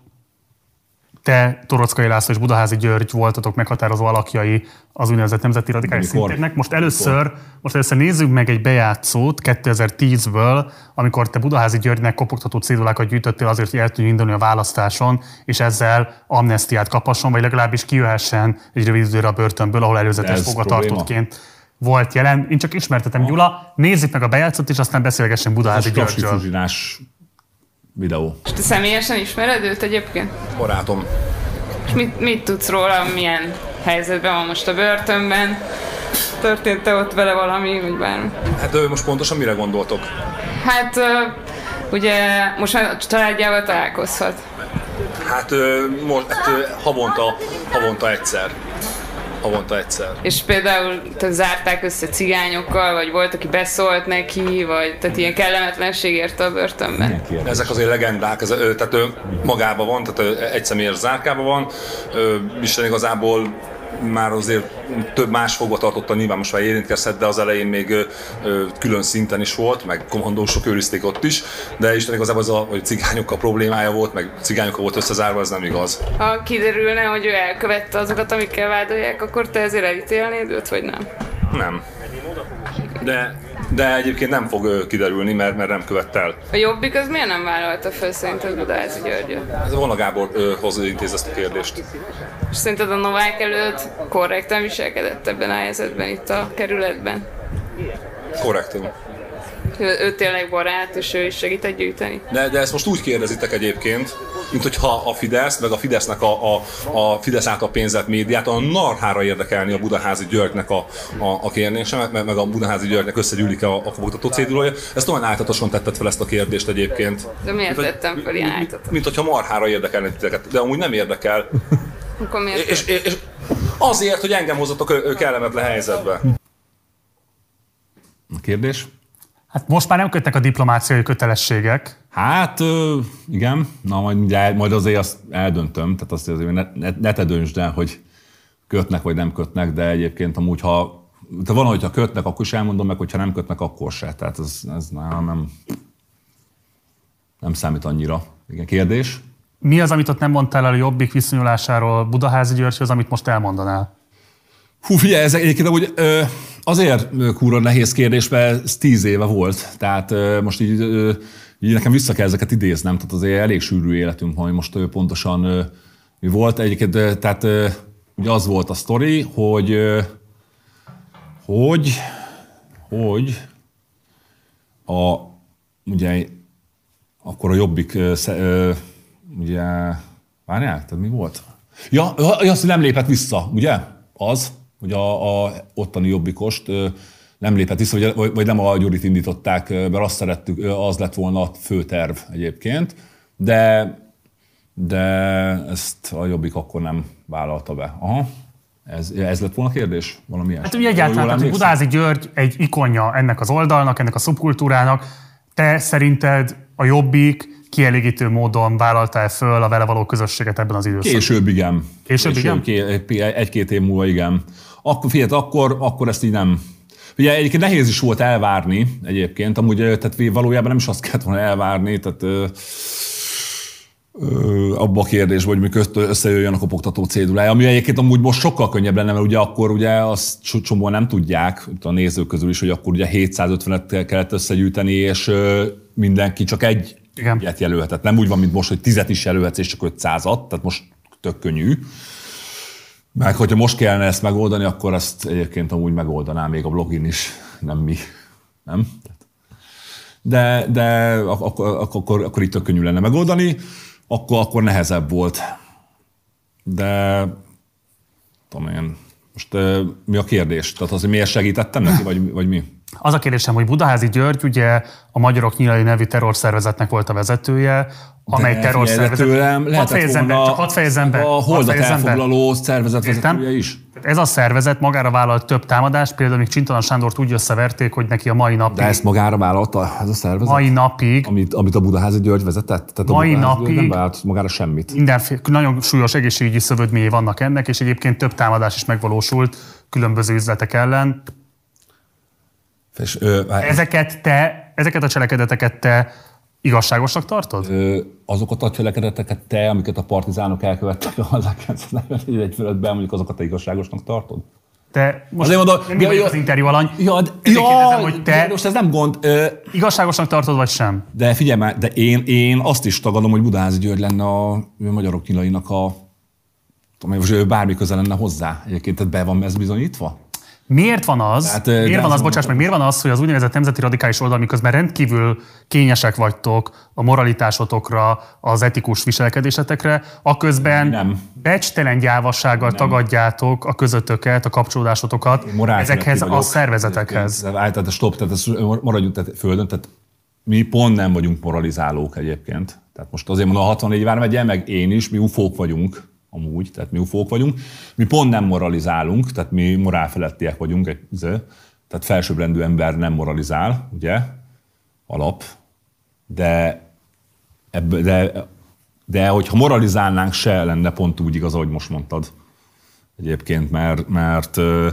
te, Torockai László és Budaházi György voltatok meghatározó alakjai az úgynevezett nemzeti radikális szintérnek. Most először, most először nézzük meg egy bejátszót kétezer-tízből, amikor te Budaházi Györgynek kopogtató cédulákat gyűjtöttél azért, hogy el tudjon indulni a választáson, és ezzel amnesztiát kaphasson, vagy legalábbis kijöhessen egy rövid időre a börtönből, ahol előzetes fogvatartottként volt jelen. Én csak ismertetem, Gyula. Nézzük meg a bejátszót, és aztán beszélgessünk Budaházi Györgyről. Videó. És te személyesen ismered őt egyébként? Barátom. És mit, mit tudsz róla, milyen helyzetben van most a börtönben? Történt-e ott vele valami, vagy bármi? Hát ő most pontosan mire gondoltok? Hát ugye most már a családjával találkozhat. Hát most hát, havonta, havonta egyszer. Havonta egyszer. És például te zárták össze cigányokkal, vagy volt, aki beszólt neki, vagy tehát ilyen kellemetlenség érte a börtönben? Ezek azért legendák, ez, tehát ő magában van, tehát egy személyes zárkában van, Isten igazából már azért több más fogva tartotta, nyilván most már érintkezhet, de az elején még ö, ö, külön szinten is volt, meg kommandósok őrizték ott is, de Isten igazából az a, hogy cigányokkal problémája volt, meg cigányokkal volt összezárva, ez nem igaz. Ha kiderülne, hogy ő elkövette azokat, amikkel vádolják, akkor te ezért elítélnéd őt, vagy nem? Nem. De, de egyébként nem fog kiderülni, mert, mert nem követte el. A Jobbik az miért nem vállalta fel szerinted Budaházy Györgyöt? Ez Volna Gáborhoz intéz ezt a kérdést. És szerinted a Novák előtt korrekten viselkedett ebben a helyzetben itt a kerületben? Korrektül. Ő, ő tényleg barát, és ő is segített gyűjteni? De, de ezt most úgy kérdezitek egyébként, mint hogyha a Fidesz, meg a Fidesznek a, a, a Fidesz által pénzelt médiát a narhára érdekelni a Budaházy Györgynek a, a, a kérdése, meg, meg a Budaházy Györgynek összegyűlik a, a fogvatartó cédulója. Ezt olyan áltatosan tetted fel ezt a kérdést egyébként. De miért mint, tettem fel ilyen áltatot? Mint, mint hogyha marhára érdekelni titeket, de amúgy nem érdekel. Akkor miért? És, és, és azért, hogy engem hozzatok kellemetlen helyzetbe. A kérdés? Hát most már nem kötnek a diplomáciai kötelességek. Hát igen, na majd, majd azért azt eldöntöm, tehát azt azért ne, ne, ne te döntsd el, hogy kötnek vagy nem kötnek, de egyébként amúgy, ha de van, hogyha kötnek, akkor is elmondom meg, hogyha nem kötnek, akkor se. Tehát ez, ez nem, nem, nem számít annyira. Igen, kérdés? Mi az, amit ott nem mondtál el a Jobbik viszonyulásáról Budaházy Györgyhöz, amit most elmondanál? Hú, figyelj, ez egyébként amúgy ö, azért kurva nehéz kérdés, mert ez tíz éve volt. Tehát ö, most így, ö, így nekem vissza kell ezeket idéznem, tehát azért elég sűrű életünk, hogy most ö, pontosan ö, mi volt. Egyébként ö, tehát ö, ugye az volt a sztori, hogy ö, hogy hogy a ugye akkor a Jobbik ö, ö, ugye várjál, tehát mi volt? Ja, azt, hogy nem lépett vissza, ugye? Az, hogy a, a ottani Jobbikost nem lépett vissza, vagy, vagy nem a Gyurit indították, mert azt szerettük, az lett volna a fő terv egyébként, de, de ezt a Jobbik akkor nem vállalta be. Aha. Ez, ez lett volna a kérdés? Valami hát ugye egyáltalán, hogy Budaházy György egy ikonja ennek az oldalnak, ennek a szubkultúrának. Te szerinted a Jobbik kielégítő módon vállalta el föl a vele való közösséget ebben az időszakban? Később igen. Később, Később igen? Egy-két év múlva igen. Akkor, figyelj, akkor, akkor ezt így nem... Ugye egyébként nehéz is volt elvárni egyébként, amúgy tehát valójában nem is azt kellett volna elvárni, tehát ö, ö, abba a kérdésben, hogy mi összejöjjön a kopogtató cédulája, ami egyébként amúgy most sokkal könnyebb lenne, mert ugye akkor ugye azt csomóan nem tudják, a nézők közül is, hogy akkor ugye hétszázötvenet kellett összegyűjteni, és ö, mindenki csak egy igen. ilyet jelölhetett. Nem úgy van, mint most, hogy tízet is jelölhetsz, és csak ötszázat, tehát most tök könnyű. Meg hogyha most kellene ezt megoldani, akkor ezt egyébként amúgy megoldaná még a blogin is, nem mi. Nem? De, de akkor, akkor, akkor itt tök könnyű lenne megoldani, akkor, akkor nehezebb volt. De tudom én, most mi a kérdés? Tehát az, hogy miért segítettem neki, vagy, vagy mi? Az a kérdésem, hogy Budaházy György ugye a Magyarok Nyilai nevű terrorszervezetnek volt a vezetője, amely terrorszervezet... Hadd fejezzem be, csak hadd fejezzem be. A holdat elfoglaló szervezet vezetője is. Ez a szervezet magára vállalt több támadást, például még Csintalan Sándort úgy összeverték, hogy neki a mai napig... De ezt magára vállalta ez a szervezet? Mai napig... Amit, amit a Budaházy György vezetett? Tehát mai a napig... nem vállalt magára semmit? Mindenféle, nagyon súlyos egészségügyi szövődményei vannak ennek, és egyébként több támadás is megvalósult különböző üzletek ellen. És, ö, ezeket te, ezeket a cselekedeteket te igazságosnak tartod? Ö, azokat a cselekedeteket te, amiket a partizánok elkövettek a ezerkilencszáznegyvenötben, mondjuk azokat te igazságosnak tartod? Te most mondom, nem ja, az interjú alany. Ja, de, ja, kérdezem, hogy te most ez nem gond. Ö, igazságosnak tartod, vagy sem? De figyelj már, de én, én azt is tagadom, hogy Budaházy György lenne a, a Magyarok Nyilainak a... Tudom, most bármi közel lenne hozzá. Egyébként tehát be van ez bizonyítva? Miért van az, hát, miért van az, bocsáss meg, miért van az, hogy az úgynevezett nemzeti radikális oldal, miközben rendkívül kényesek vagytok a moralitásotokra, az etikus viselkedésetekre, aközben nem. becstelen gyávassággal nem. tagadjátok a közöttöket, a kapcsolódásotokat ezekhez a szervezetekhez. Tehát stop, tehát ez maradjunk tehát földön, tehát mi pont nem vagyunk moralizálók egyébként. Tehát most azért mondom, a hatvannégy vármegye, meg én is, mi ufók vagyunk. amúgy, tehát mi ufók vagyunk. Mi pont nem moralizálunk, tehát mi morálfelettiek vagyunk, egy, tehát felsőbbrendű ember nem moralizál, ugye, alap, de, ebbe, de, de hogyha moralizálnánk, se lenne pont úgy igaz, ahogy most mondtad egyébként, mert, mert,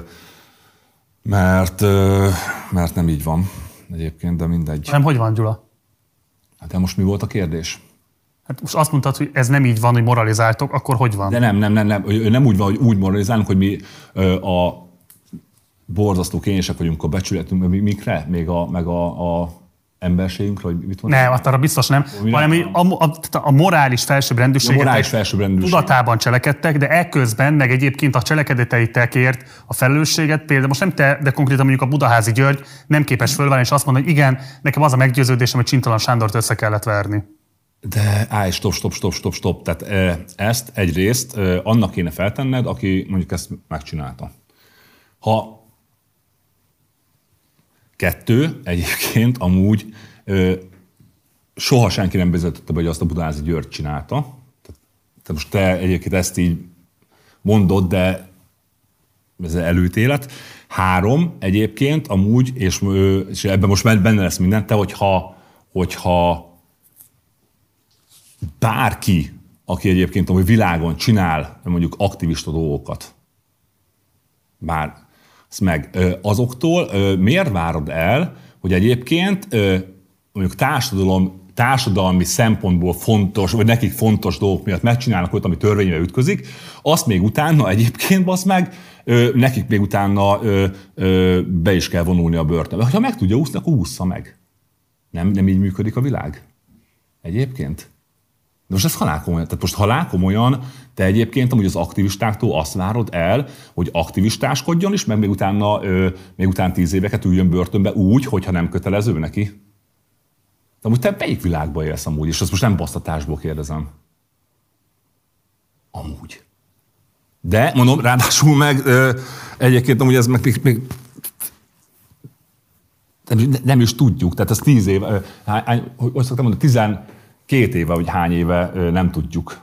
mert, mert nem így van egyébként, de mindegy. Nem, hogy van, Gyula? Hát de most mi volt a kérdés? Hát most azt mondtad, hogy ez nem így van, hogy moralizáltok, akkor hogy van? De nem, nem, nem, nem, nem úgy van, hogy úgy moralizálunk, hogy mi a borzasztó kényesek vagyunk a becsületünk, mikre? Még a, meg a, a emberségünkre, hogy mit mondod? Nem, hát arra biztos nem. Hanem a, a, a morális felsőbbrendűséget tudatában cselekedtek, de ekközben, meg egyébként a cselekedeteitekért a felelősséget, például most nem te, de konkrétan mondjuk a Budaházi György nem képes fölválni, és azt mondani, hogy igen, nekem az a meggyőződésem, hogy Csintalan Sándort össze kellett verni. De állj, stop, stop, stop, stop, stop. Tehát ezt egyrészt annak kéne feltenned, aki mondjuk ezt megcsinálta. Ha kettő, egyébként amúgy soha senki nem bizonyította be, hogy azt a Budaházi György csinálta. Tehát most te egyébként ezt így mondod, de ez előítélet. Három, egyébként amúgy, és, és ebben most benne lesz minden, te, hogyha, hogyha bárki, aki egyébként a világon csinál mondjuk aktivista dolgokat, bár ezt meg azoktól miért várod el, hogy egyébként mondjuk társadalom, társadalmi szempontból fontos, vagy nekik fontos dolgok miatt megcsinálnak olyat, ami törvénybe ütközik, azt még utána egyébként, basz meg, nekik még utána be is kell vonulni a börtönbe. Ha meg tudja úszni, akkor ússza meg. Nem, nem így működik a világ? Egyébként? De most ez halálkomolyan. Tehát most halálkomolyan te egyébként amúgy az aktivistáktól azt várod el, hogy aktivistáskodjon is, meg még utána, ö, még utána tíz éveket üljön börtönbe úgy, hogyha nem kötelező neki. De amúgy te melyik világban élsz amúgy? És azt most nem basztatásból kérdezem. Amúgy. De mondom, ráadásul meg ö, egyébként amúgy ez meg még, még nem, nem is tudjuk. Tehát ez tíz éve, hány, hogy szoktam mondani, tizen Két éve, vagy hány éve nem tudjuk.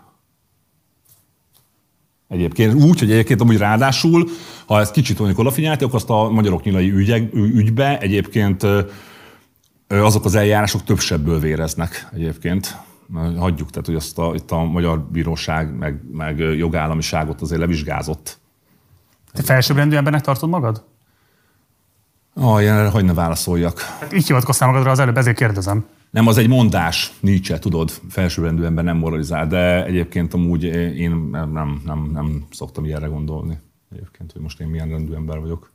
Egyébként úgy, hogy egyébként amúgy ráadásul, ha ezt kicsit mondjuk odafigyelti, akkor azt a magyarok nyilai ügyek, ügybe egyébként azok az eljárások több sebből véreznek egyébként. Hagyjuk, tehát hogy azt a, itt a magyar bíróság, meg, meg jogállamiságot azért levizsgázott. Te felsőbbrendű embernek tartod magad? Ah, ilyenre hogy ne válaszoljak. Hát így hivatkoztál magadra az előbb, ezért kérdezem. Nem, az egy mondás, Nietzsche, tudod, felsőbbrendű ember nem moralizál, de egyébként amúgy én nem, nem, nem, nem szoktam ilyenre gondolni. Egyébként, hogy most én milyen rendű ember vagyok.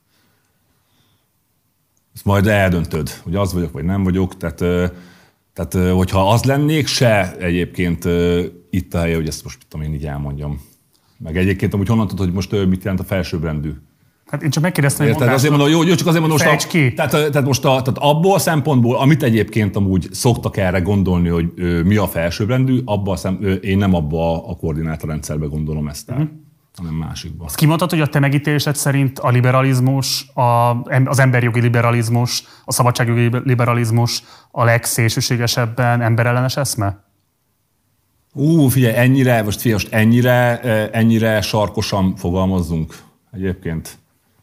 Ezt majd eldöntöd, hogy az vagyok, vagy nem vagyok. Tehát, tehát hogyha az lennék, se egyébként itt a helye, hogy ezt most tudom én így elmondjam. Meg egyébként amúgy honnan tudod, hogy most mit jelent a felsőbbrendű? Hát én csak megkérdeztem, hogy mondásra, azért mondom, jó, jó, csak azért mondom, most, a, ki. Tehát, tehát most a, tehát abból a szempontból, amit egyébként amúgy szoktak erre gondolni, hogy ö, mi a felsőbbrendű, abban a szem, ö, én nem abba a koordinátorrendszerbe gondolom ezt el, uh-huh. hanem másikba. Azt kimondtad, hogy a te megítélésed szerint a liberalizmus, a, az emberjogi liberalizmus, a szabadságjogi liberalizmus a legszélsőségesebben emberellenes eszme? Ú, figyelj, ennyire, most figyelj, most ennyire, ennyire sarkosan fogalmazzunk egyébként.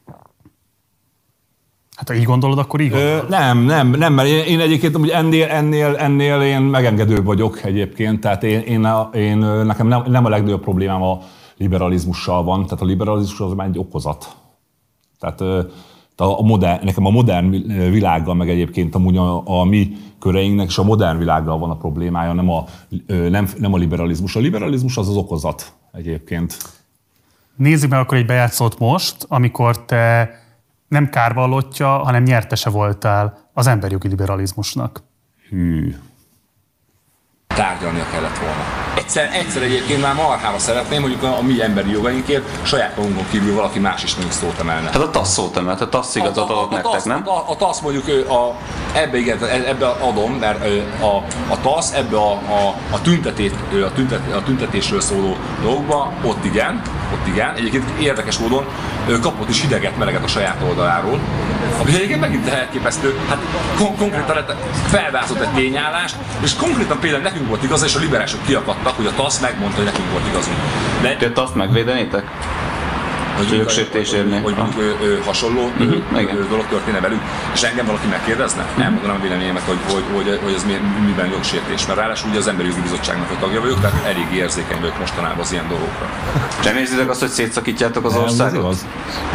Hát ha így gondolod, akkor így gondolod. Ö, nem, nem, nem, mert én, én egyébként amúgy ennél, ennél, ennél én megengedőbb vagyok egyébként, tehát én, én, én nekem nem, nem a legnagyobb problémám a liberalizmussal van, tehát a liberalizmus az már egy okozat. Tehát a modern, nekem a modern világgal, meg egyébként amúgy a, a mi köreinknek és a modern világgal van a problémája, nem a, nem, nem a liberalizmus. A liberalizmus az az okozat egyébként. Nézzük meg akkor egy bejátszót most, amikor te nem kárvallottja, hanem nyertese voltál az emberjogi liberalizmusnak. Hű. Tárgyalnia kellett volna. Egyszer, egyszer egyébként már marhára szeretném, mondjuk a, a mi emberi jogainkért saját magunkon kívül valaki más is mondjuk szót emelne. Hát a TASZ szót emelt, a TASZ igazat adott nektek, nem? A, a TASZ mondjuk a, ebbe, igen, ebbe adom, mert a, a TASZ ebbe a, a, a, tüntetés, a, tüntet, a tüntetésről szóló dolgokba, ott igen, ott igen. Egyébként érdekes módon kapott is hideget, meleget a saját oldaláról. Ami egyébként megint elképesztő, hát kon- konkrétan felvázott egy tényállást, és konkrétan például nekünk volt igaz, és a liberálisok kiakadtak hallottak, hogy a TASZ megmondta, hogy nekünk volt igazunk. De Te azt megvédenétek? hogy jogsértés érni. Hogy mondjuk ő, ő, hasonló uh-huh, ő, ő dolog történne velük, és engem valaki megkérdezne, uh-huh. elmondanám a véleményemet, hogy, hogy, hogy, hogy ez mi, miben jogsértés. Mert ráadásul ugye az Emberi Jogi Bizottságnak a tagja vagyok, tehát elég érzékeny vagyok mostanában az ilyen dolgokra. Nem érzitek azt, hogy szétszakítjátok az országot?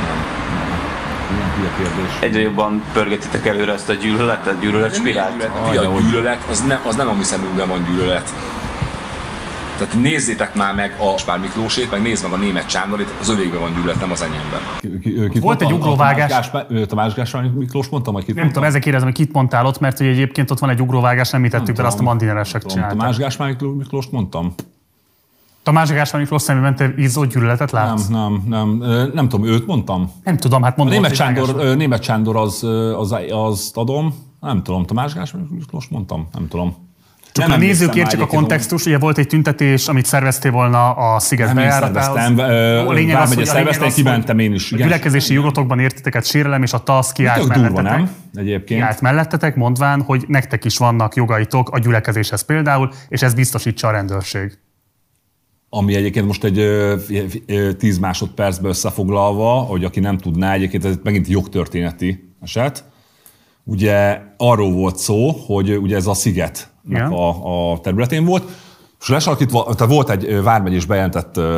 Egyre jobban pörgetitek előre ezt a gyűlöletet, gyűlöletspirált? A gyűlölet, az nem, az nem a mi szemünkben van gyűlölet. Tehát nézzétek már meg a Spár Miklósét, meg nézd meg a Németh Sándorét, az övékben van gyűlölet, nem az enyémben. Ki, ki, ki volt egy ugróvágás. Tamás Gáspár Miklós mondtam, vagy kit Nem tudom, ezzel kérdezem, hogy kit mondtál ott, mert hogy egyébként ott van egy ugróvágás, nem említettük bele, azt a mandineresek csinálták. Tamás Gáspár Miklóst mondtam. Tamás Gáspár Miklós szemében te izzó gyűlöletet látsz? Nem, nem, nem, nem tudom, őt mondtam. Nem tudom, hát mondom. Németh Sándor, Németh Sándor az, az, azt adom, nem tudom, Tamás Gáspár Miklóst mondtam, nem tudom. Csak nem a nézők értsék a kontextus, ugye volt egy tüntetés, amit szerveztél volna a Sziget bejáratához. Nem én szerveztem, szerveztem, kimentem én is. A gyülekezési jogotokban értiteket sérelem, és a TASZ kiállt mellettetek. Nem? Egyébként. Kiállt mellettetek, mondván, hogy nektek is vannak jogaitok a gyülekezéshez például, és ez biztosítsa a rendőrség. Ami egyébként most egy tíz másodpercben összefoglalva, hogy aki nem tudná, egyébként ez megint jogtörténeti eset. Ugye arról volt szó, hogy ugye ez a Sziget yeah. a, a területén volt, és lesarkítva, tehát volt egy vármegyés bejelentett ö,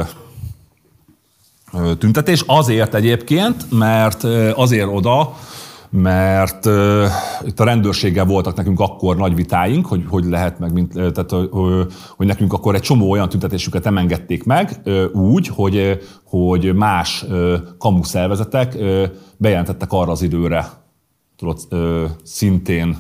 ö, tüntetés, azért egyébként, mert azért oda, mert ö, itt a rendőrséggel voltak nekünk akkor nagy vitáink, hogy hogy lehet meg, mint, tehát, ö, hogy nekünk akkor egy csomó olyan tüntetésüket nem engedték meg, ö, úgy, hogy, hogy más ö, kamu szervezetek ö, bejelentettek arra az időre, tudod, ö, szintén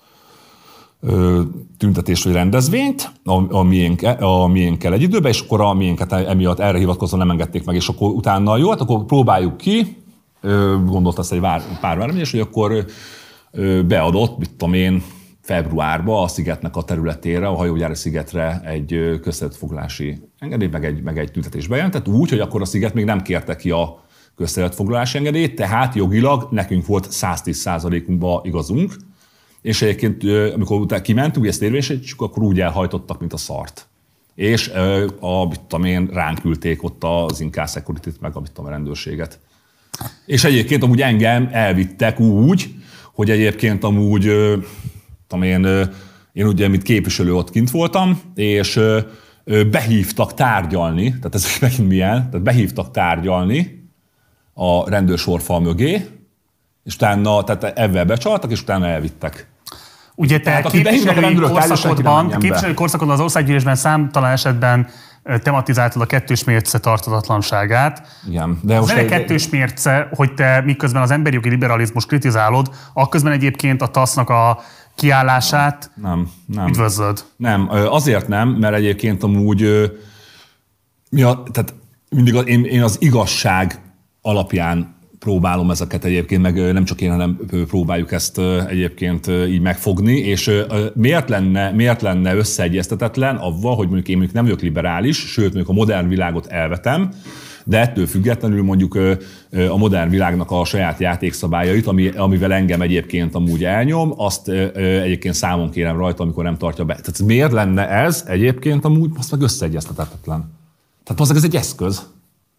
ö, tüntetést vagy rendezvényt a, a, miénk, a miénkkel egy időben, és akkor a miénket emiatt erre hivatkozva nem engedték meg, és akkor utána jó, hát akkor próbáljuk ki, ö, gondolt azt egy vár, pár vármegyés, hogy akkor ö, beadott, mit tudom én, februárban a Szigetnek a területére, a hajógyári szigetre egy közterületfoglalási engedélyt, meg egy, meg egy tüntetés bejelentett, úgy, hogy akkor a Sziget még nem kérte ki a közterületfoglalási engedélyt, tehát jogilag nekünk volt száz tíz százalékunkban igazunk, és egyébként amikor utána kimentünk, ezt érvényesítsük, akkor úgy elhajtottak, mint a szart. És a, mit tudom én, ránk ülték ott az Incal Security-t, meg a, mit tudom, a rendőrséget. És egyébként amúgy engem elvittek úgy, hogy egyébként amúgy, tudom én, én ugye, mint képviselő ott kint voltam, és behívtak tárgyalni, tehát ez megint milyen, tehát behívtak tárgyalni a rendőrsorfal mögé, és utána, tehát ebben becsaltak, és utána elvittek. Ugye te képviselői korszakodban, képviselői korszakodban az országgyűlésben számtalan esetben tematizáltad a kettős mérce tartatatlanságát. Igen, de most nem egy kettős mérce, hogy te miközben az emberi jogi liberalizmus kritizálod, akközben egyébként a TASZ-nak a kiállását nem, nem. üdvözlöd. Nem, azért nem, mert egyébként amúgy mi a, tehát mindig az, én, én az igazság alapján próbálom ezeket egyébként, meg nem csak én, hanem próbáljuk ezt egyébként így megfogni, és miért lenne, miért lenne összeegyeztetetlen avval, hogy mondjuk én mondjuk nem vagyok liberális, sőt mondjuk a modern világot elvetem, de ettől függetlenül mondjuk a modern világnak a saját játékszabályait, ami, amivel engem egyébként amúgy elnyom, azt egyébként számon kérem rajta, amikor nem tartja be. Tehát miért lenne ez egyébként amúgy, azt meg összeegyeztetetlen. Tehát az ez egy eszköz.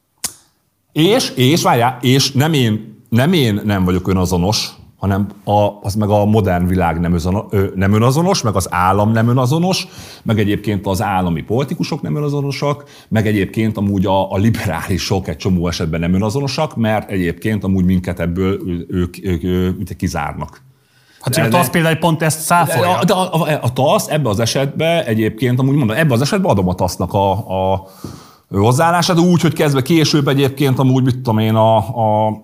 És, és várjál, és nem én, nem én nem vagyok önazonos, hanem a, az meg a modern világ nem, özonos, nem önazonos, meg az állam nem önazonos, meg egyébként az állami politikusok nem önazonosak, meg egyébként amúgy a, a liberálisok egy csomó esetben nem önazonosak, mert egyébként amúgy minket ebből ők, ők, ők, ők kizárnak. Hát de, a TASZ például pont ezt száfolja. De a, a, a TASZ ebben az esetben egyébként, amúgy mondom, ebben az esetben adom a TASZ-nak a, a hozzáállását, úgy, hogy kezdve később egyébként amúgy, mit tudom én, a, a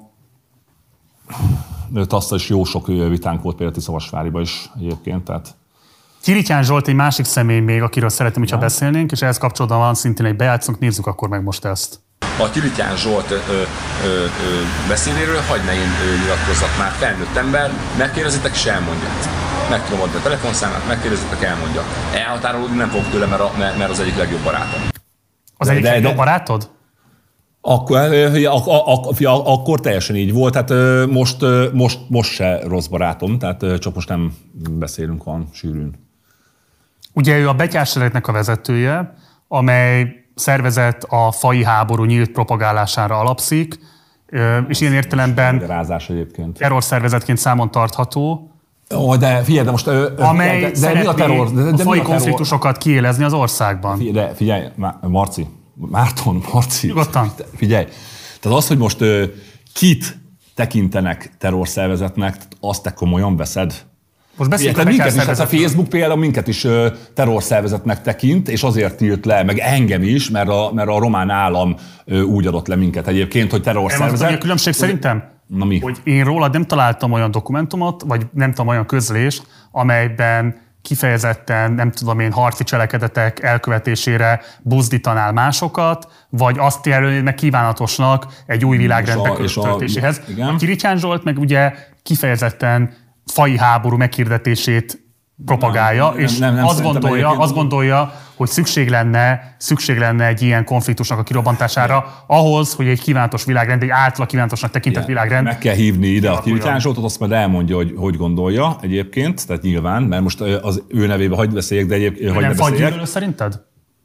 TASZ-tal is jó sok vitánk volt például Tiszavasváriban is egyébként, tehát. Kirityán Zsolt egy másik személy még, akiről szeretném, hogyha beszélnénk, és ehhez kapcsolatban van szintén egy bejátszónk, nézzük akkor meg most ezt. A Kirityán Zsolt ö, ö, ö, beszéléről hagyd ne én nyilatkozzak már, felnőtt ember, megkérdezitek és elmondja. Meg tudom adni a telefonszámát, megkérdezitek, elmondja. Elhatárolódni nem fogok tőle, mert, mert az egyik legjobb barátom. Az egyik legjobb barátod? Akkor, ak, ak, ak, akkor teljesen így volt, hát most, most, most se rossz barátom, tehát csak most nem beszélünk van sűrűn. Ugye ő a betyárseregnek a vezetője, amely szervezet a faji háború nyílt propagálására alapszik, és ilyen értelemben terrorszervezetként számon tartható. Ó, de figyelj, de most... Amely de, de, szeretné mi a terror? De, de a faji a terror? konfliktusokat kiélezni az országban. Figyelj, de figyelj, Marci, Márton, Marci. Nyugodtan. Figyelj, tehát az, hogy most kit tekintenek terrorszervezetnek, azt te komolyan veszed? Most beszéltek minket is, hát a Facebook például minket is terrorszervezetnek tekint, és azért tilt le, meg engem is, mert a, mert a román állam úgy adott le minket egyébként, hogy terrorszervezet. A különbség szerintem? Na mi? Hogy én rólad nem találtam olyan dokumentumot, vagy nem tudom olyan közlést, amelyben kifejezetten, nem tudom én, harci cselekedetek elkövetésére buzdítanál másokat, vagy azt jelölnéd meg kívánatosnak egy új világrend betöltéséhez. A, a Kirityán Zsolt meg ugye kifejezetten faji háború meghirdetését propagálja, nem, és nem, nem, azt, gondolja, azt gondolja, hogy szükség lenne, szükség lenne egy ilyen konfliktusnak a kirobbantására ahhoz, hogy egy kívánatos világrend, egy általa kívánatosnak tekintett igen, világrend. Meg kell hívni ide a Kirityán Zsoltot, azt majd elmondja, hogy hogy gondolja egyébként, tehát nyilván, mert most az ő nevében hagyd beszéljek, de egyébként hagyd ne beszéljek. Nem fagygyűlölő szerinted?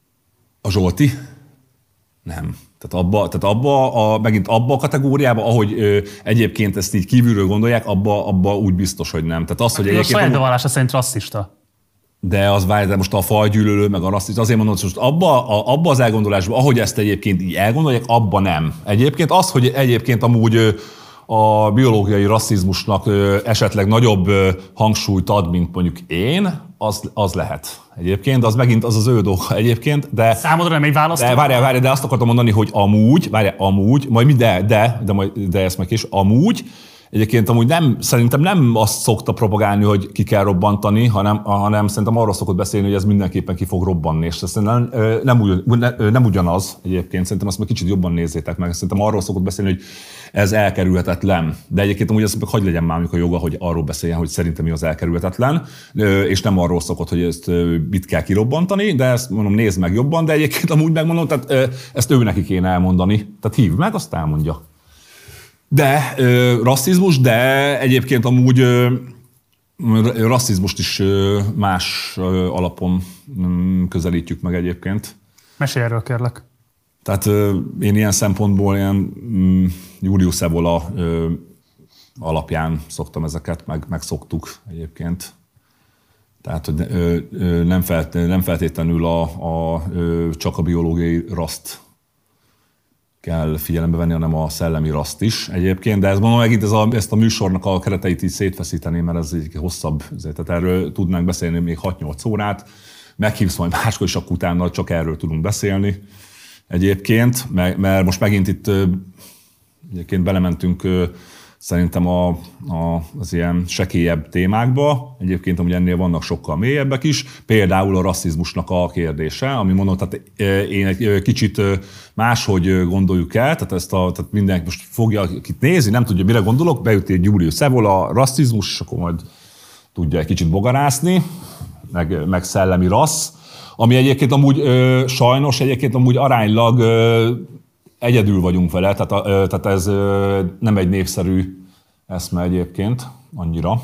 A Zsolti? Nem. Tehát abba, tehát abba a, megint abba a kategóriába, ahogy ö, egyébként ezt így kívülről gondolják, abba, abba úgy biztos, hogy nem. Tehát az, hogy egyébként... A saját bevallása szerint rasszista. De az várj, de most a fajgyűlölő, meg a rasszista, azért mondom, hogy most abba, a, abba az elgondolásban, ahogy ezt egyébként így elgondolják, abba nem. Egyébként az, hogy egyébként amúgy a biológiai rasszizmusnak esetleg nagyobb hangsúlyt ad, mint mondjuk én, az, az lehet. Egyébként, az megint az az ő dolga egyébként, de... Számodra nem egy választ? De várjál, várjál, de azt akartam mondani, hogy amúgy, várjál, amúgy, majd de, de, de, majd, de ezt meg is, amúgy, egyébként amúgy nem, szerintem nem azt szokta propagálni, hogy ki kell robbantani, hanem, hanem szerintem arról szokott beszélni, hogy ez mindenképpen ki fog robbanni, és szerintem nem, nem, ugyan, nem ugyanaz egyébként, szerintem azt meg kicsit jobban nézzétek meg, szerintem arról szokott beszélni, hogy ez elkerülhetetlen. De egyébként amúgy ezt meg hagyj legyen már, amikor a joga, hogy arról beszéljen, hogy szerintem mi az elkerülhetetlen, és nem arról szokott, hogy ezt mit kell kirobbantani, de ezt mondom, nézd meg jobban, de egyébként amúgy megmondom, tehát ezt ő neki kéne elmondani. Tehát hívd meg, azt elmondja. De ö, rasszizmus, de egyébként amúgy ö, rasszizmust is ö, más ö, alapon ö, közelítjük meg egyébként. Mesélj erről, kérlek. Tehát ö, én ilyen szempontból ilyen ö, Julius Evola ö, alapján szoktam ezeket, meg, meg szoktuk egyébként. Tehát, hogy ö, ö, nem, felt, nem feltétlenül a, a, ö, csak a biológiai raszt kell figyelembe venni, hanem a szellemi raszt is egyébként, de ez mondom megint ez a, ezt a műsornak a kereteit így szétfeszíteni, mert ez egy hosszabb, tehát erről tudnánk beszélni még hat-nyolc órát, meghívsz majd máskor is, akkor utána csak erről tudunk beszélni egyébként, mert most megint itt egyébként belementünk szerintem a, a, az ilyen sekélyebb témákba, egyébként amúgy ennél vannak sokkal mélyebbek is, például a rasszizmusnak a kérdése, ami mondom, tehát én egy kicsit máshogy gondoljuk el, tehát, ezt a, tehát mindenki most fogja, akit nézi, nem tudja, mire gondolok, beüti egy Julius Evola, rasszizmus, és akkor majd tudja egy kicsit bogarászni, meg, meg szellemi rassz, ami egyébként amúgy ö, sajnos egyébként amúgy aránylag ö, egyedül vagyunk vele, tehát, a, tehát ez nem egy népszerű eszme egyébként annyira,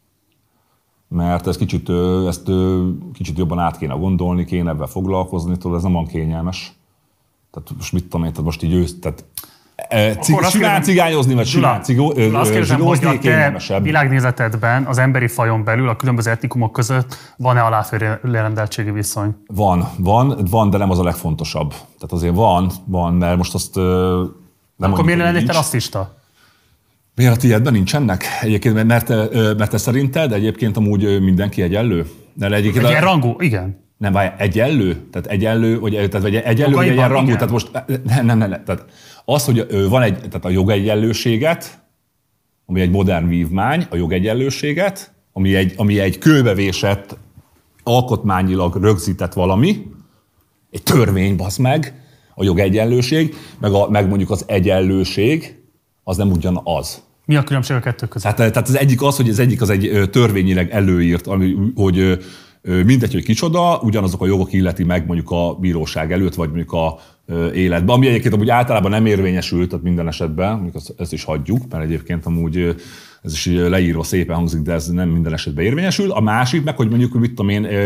mert ez kicsit, ezt kicsit jobban át kéne gondolni, kéne ebben foglalkozni, tudod, ez nem olyan kényelmes. Tehát most mit tudom én, tehát most így ősz, tehát simán cigányozni, vagy simán zsidózni kényelmesebb. Világnézetedben az emberi fajon belül a különböző etnikumok között van-e aláfölrendeltségi viszony? Van, van, van, de nem az a legfontosabb. Tehát azért van, van, mert most azt nem akkor miért lennél te rasszista? Miért a tiédben nincsenek? Egyébként, mert, mert te szerinted egyébként amúgy mindenki egyenlő? Egyenrangú? Igen. Nem, várj, egyenlő? Tehát egyenlő, vagy, tehát, vagy egyenlő, vagy egyenrangú? Tehát most, nem, nem, nem. Tehát az, hogy van egy, tehát a jogegyenlőséget, ami egy modern vívmány, a jogegyenlőséget, ami egy, ami egy kőbevésett, alkotmányilag rögzített valami, egy törvény, basz meg, a jogegyenlőség, meg, a, meg mondjuk az egyenlőség, az nem ugyanaz. Mi a különbség a kettő között? Tehát, tehát az egyik az, hogy az egyik az egy törvényileg előírt, ami, hogy mindegy, hogy kicsoda, ugyanazok a jogok illeti meg mondjuk a bíróság előtt, vagy mondjuk a életben, ami egyébként amúgy általában nem érvényesült, tehát minden esetben, ezt is hagyjuk, mert egyébként amúgy ez is leírva szépen hangzik, de ez nem minden esetben érvényesül. A másik meg, hogy mondjuk, mit tudom én,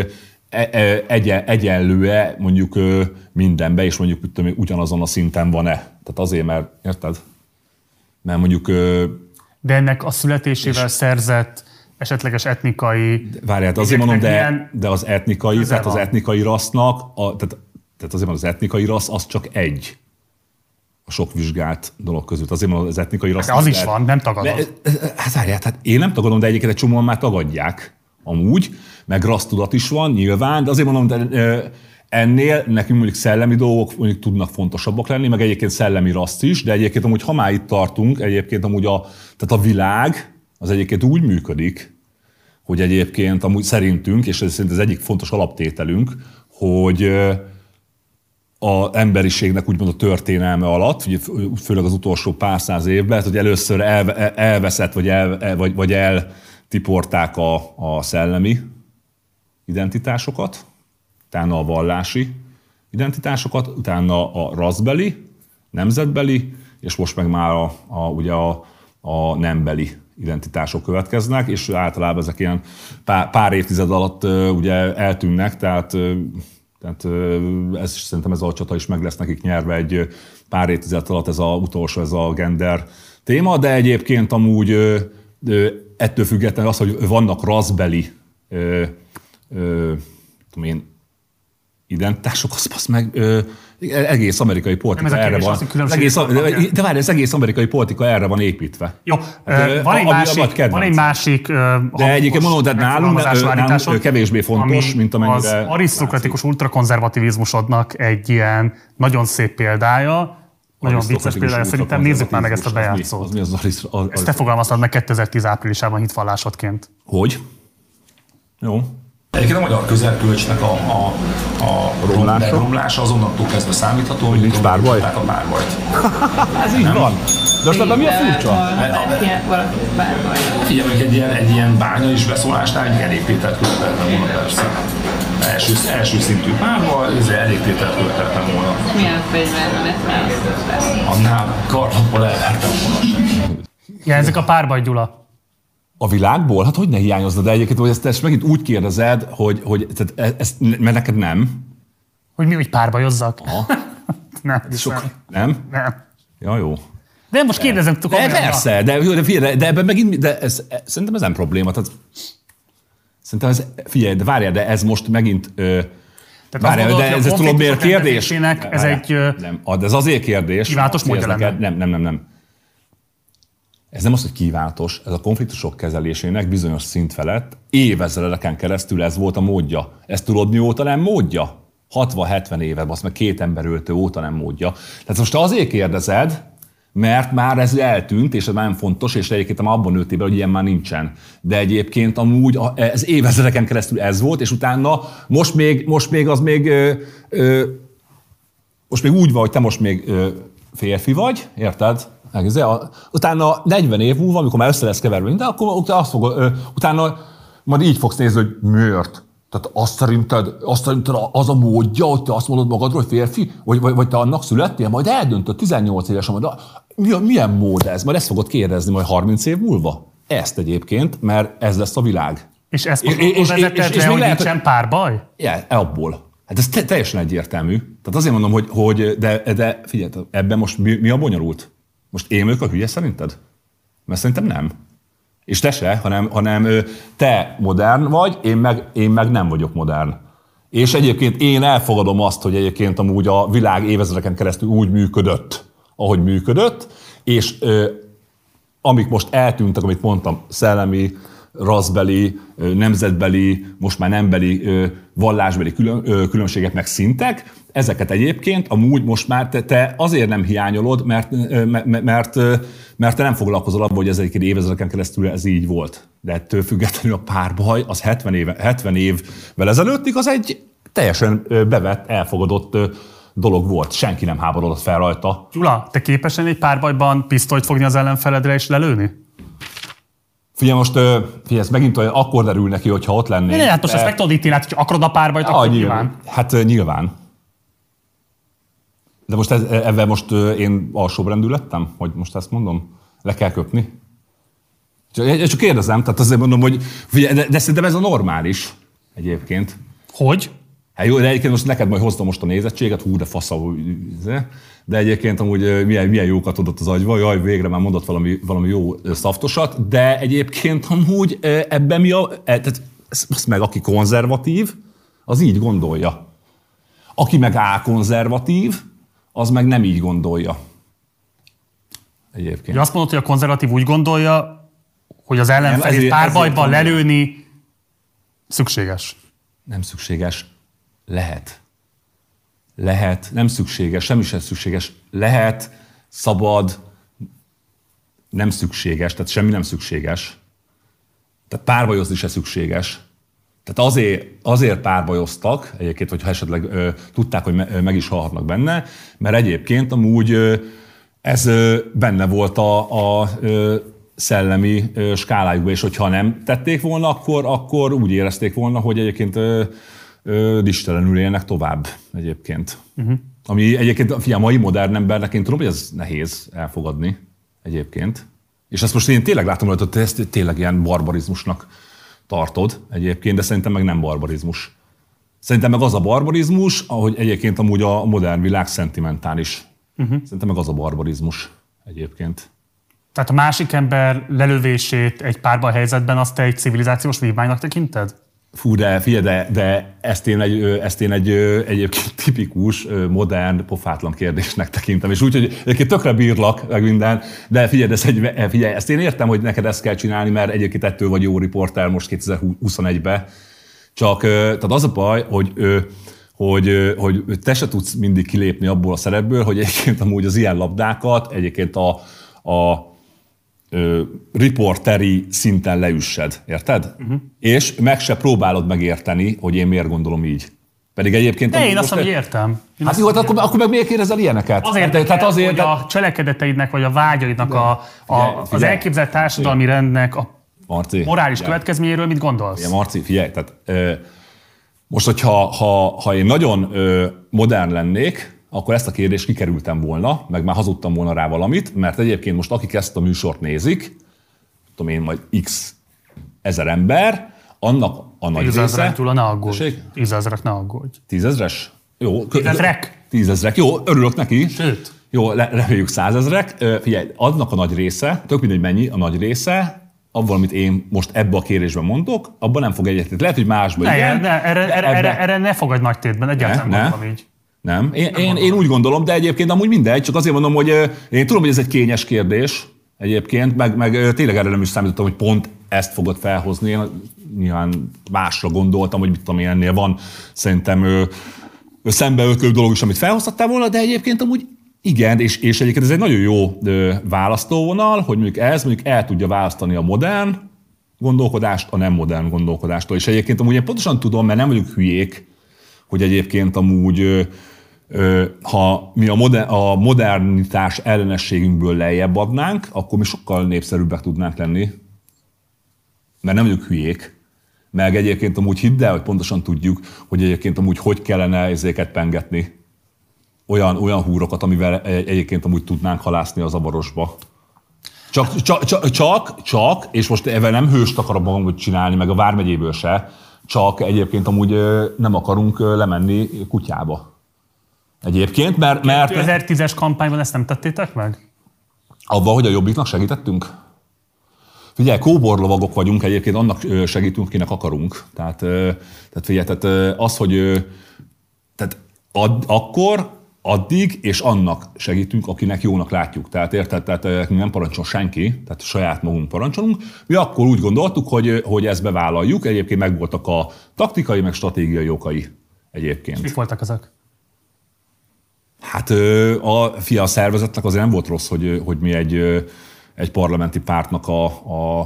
egyen, egyenlő-e mondjuk mindenbe, és mondjuk tudom, ugyanazon a szinten van-e. Tehát azért, mert érted? Mert mondjuk... De ennek a születésével szerzett esetleges etnikai... Várját, azért mondom, de, de az etnikai, tehát az etnikai rassznak, a, tehát, tehát azért mondom, az etnikai rassz az csak egy a sok vizsgált dolog között. Azért mondom, az etnikai rassz... Hát az is lehet, van, nem tagadod. Hát várját, hát én nem tagadom, de egyébként egy csomóan már tagadják amúgy, meg rassztudat is van nyilván, de azért mondom, de ennél nekünk mondjuk szellemi dolgok mondjuk tudnak fontosabbak lenni, meg egyébként szellemi rassz is, de egyébként amúgy, ha már itt tartunk, egyébként amúgy a, tehát a világ az egyébként úgy működik, hogy egyébként amúgy szerintünk, és ez szerint az egyik fontos alaptételünk, hogy az emberiségnek úgymond a történelme alatt, főleg az utolsó pár száz évben, hogy először el, elveszett, vagy, el, vagy, vagy eltiporták a, a szellemi identitásokat, utána a vallási identitásokat, utána a rasszbeli, nemzetbeli, és most meg már a, a, ugye a, a nembeli identitások következnek, és általában ezek ilyen pár, pár évtized alatt uh, ugye eltűnnek, tehát, uh, tehát uh, ez, szerintem ez a csata is meg lesz nekik nyerve egy pár évtized alatt, ez a utolsó, ez a gender téma, de egyébként amúgy uh, uh, ettől függetlenül az, hogy vannak rasszbeli uh, uh, tudom én, identitások, az, az meg ö, egész amerikai politika erre van. Az, egész, de, de várj, az egész amerikai politika erre van építve. Jó, hát, van, egy másik, van egy másik de egyébként mondom, hogy nálunk, nálunk kevésbé fontos, mint amennyire... Az arisztokratikus ultrakonzervativizmusodnak egy ilyen nagyon szép példája, nagyon vicces példája, szerintem nézzük már meg ezt a bejátszót. Az, az, az, az, ezt te fogalmaztad meg kétezer-tíz áprilisában hitvallásodként. Hogy? Jó. Egyébként a magyar közelkölcsnek a, a, a romlása azonnantól kezdve számítható, hogy nincs párbaj. A párbajt. Ez így van. De most ebben mi a furcsa? Figyelj, egy ilyen, egy ilyen bánya és beszólásnál egy elégtételt követeltem volna persze. Első, első szintű párbaj, ez elégtételt követeltem volna. Milyen fegyvermenet választottál? Annál karlappal elvártam volna. Ja, ezek a párbaj, Gyula. A világból? Hát hogy ne hiányozna, de egyébként, hogy ezt, ezt megint úgy kérdezed, hogy, hogy tehát ezt, mert neked nem. Hogy mi úgy párbajozzak? nem, sok, nem. Nem? Ja, jó. De most kérdezem, tudok. De persze, de, de, figyelj, de ebben megint, de ez, szerintem ez nem probléma. Tehát, szerintem ez, figyelj, de várjál, de ez most megint... Ö, várjál, gondolod, de ez, ez tudod miért kérdés? Ez várjál, egy... Nem, de ez azért kérdés. Kívánatos módja lenne. Nem, nem, nem, nem. Ez nem az, hogy kívánatos, ez a konfliktusok kezelésének bizonyos szint felett évezredeken keresztül ez volt a módja. Ezt tudod, mióta nem módja? hatvan-hetven éve, az meg két ember öltő óta nem módja. Tehát most te azért kérdezed, mert már ez eltűnt, és ez nem fontos, és egyébként már abban nőttél be, hogy ilyen már nincsen. De egyébként amúgy ez évezredeken keresztül ez volt, és utána most még, most még az még, ö, ö, most még úgy van, hogy te most még ö, férfi vagy, érted? Utána negyven év múlva, amikor már össze lesz keverve, de akkor utána, azt fog, utána majd így fogsz nézni, hogy miért? Tehát azt szerinted, azt szerinted az a módja, hogy te azt mondod magadról, hogy férfi? Vagy, vagy, vagy te annak születtél? Majd eldöntöd tizennyolc évesen, majd milyen, milyen mód ez? Majd ezt fogod kérdezni majd harminc év múlva? Ezt egyébként, mert ez lesz a világ. És ezt most és, vezeted és, és, és le, hogy nincsen párbaj? Ja, abból. Hát ez te, teljesen egyértelmű. Tehát azért mondom, hogy, hogy de, de figyelj, ebben most mi, mi a bonyolult? Most én vagyok a hülye szerinted? Mert szerintem nem. És te se, hanem, hanem te modern vagy, én meg, én meg nem vagyok modern. És egyébként én elfogadom azt, hogy egyébként amúgy a világ évezredeken keresztül úgy működött, ahogy működött, és ö, amik most eltűntek, amit mondtam, szellemi, rasszbeli, nemzetbeli, most már nembeli, vallásbeli külön, különbségek meg szintek, ezeket egyébként amúgy most már te, te azért nem hiányolod, mert, mert, mert te nem foglalkozol abban, hogy ez egyébként évezredeken keresztül ez így volt. De ettől függetlenül a párbaj az hetven, éve, hetven évvel ezelőttig az egy teljesen bevett, elfogadott dolog volt. Senki nem háborodott fel rajta. Gyula, te képesen egy párbajban pisztolyt fogni az ellenfeledre és lelőni? Figyelj, most figyelj, ez megint olyan, akkor derül neki, hogyha ott lennénk. Ne, hát most ezt meg tudod ítélni, hát, hogyha akarod a párbajt, ja, akkor nyilván. nyilván. Hát nyilván. De most ez, ebben most én alsóbrendű lettem, hogy most ezt mondom? Le kell köpni? Csak, csak kérdezem, tehát azért mondom, hogy figyelj, de, de szerintem ez a normális egyébként. Hogy? Hát jó, de egyébként most neked majd hoztam most a nézettséget, hú, de fasza, de egyébként amúgy milyen, milyen jókat adott az agyba, jaj, végre már mondott valami, valami jó szaftosat, de egyébként amúgy ebben mi a... Tehát azt meg, aki konzervatív, az így gondolja. Aki meg álkonzervatív, az meg nem így gondolja. Egyébként. Ja, azt mondod, hogy a konzervatív úgy gondolja, hogy az ellenfelét párbajban lelőni szükséges. Nem szükséges. Lehet. Lehet. Nem szükséges. Semmi sem szükséges. Lehet. Szabad. Nem szükséges. Tehát semmi nem szükséges. Tehát párbajozni se szükséges. Tehát azért, azért párbajoztak, egyébként, hogyha esetleg ö, tudták, hogy me, meg is halhatnak benne, mert egyébként amúgy ö, ez ö, benne volt a, a ö, szellemi ö, skálájukban, és hogyha nem tették volna, akkor, akkor úgy érezték volna, hogy egyébként ö, ö, distelenül élnek tovább egyébként. Uh-huh. Ami egyébként fia, a mai modern embernek én tudom, hogy ez nehéz elfogadni egyébként. És ezt most én tényleg látom, hogy ezt tényleg ilyen barbarizmusnak tartod egyébként, de szerintem meg nem barbarizmus. Szerintem meg az a barbarizmus, ahogy egyébként amúgy a modern világ szentimentális. Uh-huh. Szerintem meg az a barbarizmus egyébként. Tehát a másik ember lelövését egy párbaj helyzetben azt te egy civilizációs vívmánynak tekinted? Fú, de figyelj, de, de ezt én, egy, ezt én egy egyébként tipikus, modern, pofátlan kérdésnek tekintem. És úgy, hogy egyébként tökre bírlak, meg minden, de figyelj, de ezt, egy, figyelj, ezt én értem, hogy neked ezt kell csinálni, mert egyébként ettől vagy jó riporter most kétezer-huszonegyben. Csak tehát az a baj, hogy, hogy, hogy te se tudsz mindig kilépni abból a szerepből, hogy egyébként amúgy az ilyen labdákat egyébként a, a Ö, riporteri szinten leüssed, érted? Uh-huh. És meg se próbálod megérteni, hogy én miért gondolom így. Pedig egyébként... De én azt mondom, hogy értem. Én hát jó, hát akkor, akkor meg miért kérdezel ilyeneket? Azért, hát, tehát azért, hogy de... a cselekedeteidnek, vagy a vágyaidnak, a, a, figyelj, az figyelj, elképzelt társadalmi figyelj. rendnek a Marci, morális figyelj. következményéről mit gondolsz? Figyelj, Marci, figyelj, tehát ö, most, hogyha ha, ha én nagyon ö, modern lennék, akkor ezt a kérdést kikerültem volna, meg már hazudtam volna rá valamit, mert egyébként most akik ezt a műsort nézik, tudom én, majd x ezer ember, annak a nagy része... Tízezrek túl, ne aggódj. Tízezrek, ne aggódj. Tízezres? Jó. Tízezrek? Tízezrek. Jó, örülök neki. Sőt. Jó, reméljük százezrek. Figyelj, annak a nagy része, tök mindegy mennyi a nagy része, abban, amit én most ebbe a kérésben mondok, abban nem fog egyetérteni. Lehet, hogy másban ne, igen. Ne, erre, erre, erre, erre ne fogadj nagy tétben, egyáltalán ne, gondolom így. Nem, én, én, én úgy gondolom, de egyébként amúgy mindegy, csak azért mondom, hogy én tudom, hogy ez egy kényes kérdés egyébként, meg, meg tényleg erre nem is számítottam, hogy pont ezt fogod felhozni. Én nyilván másra gondoltam, hogy mit tudom én, ennél van szerintem szembeötlő dolog is, amit felhozhattál volna, de egyébként amúgy igen, és, és egyébként ez egy nagyon jó választóvonal, hogy mondjuk ez mondjuk el tudja választani a modern gondolkodást a nem modern gondolkodástól. És egyébként amúgy én pontosan tudom, mert nem vagyunk hülyék, hogy egyébként amúgy, ha mi a, moder- a modernitás ellenességünkből lejjebb adnánk, akkor mi sokkal népszerűbbek tudnánk lenni. Mert nem vagyunk hülyék. Meg egyébként amúgy hidd el, hogy pontosan tudjuk, hogy egyébként amúgy hogy kellene ezeket pengetni. Olyan, olyan húrokat, amivel egyébként amúgy tudnánk halászni az abarosba. Csak, csak, csak, csak, csak, és most ebben nem hőst akarok magamot csinálni, meg a Vármegyéből se, csak egyébként amúgy nem akarunk lemenni kutyába. Egyébként, mert... mert kétezer-tízes kampányban ezt nem tettétek meg? Abban, hogy a Jobbiknak segítettünk? Figyelj, kóborlovagok vagyunk, egyébként annak segítünk, kinek akarunk. Tehát, tehát figyelj, tehát az, hogy tehát ad, akkor, addig és annak segítünk, akinek jónak látjuk. Tehát érted, tehát mi nem parancsol senki, tehát saját magunk parancsolunk. Mi akkor úgy gondoltuk, hogy, hogy ezt bevállaljuk, egyébként megvoltak a taktikai, meg stratégiai okai egyébként. És mik voltak ezek? Hát a fia szervezetnek azért nem volt rossz, hogy, hogy mi egy, egy parlamenti pártnak a, a, a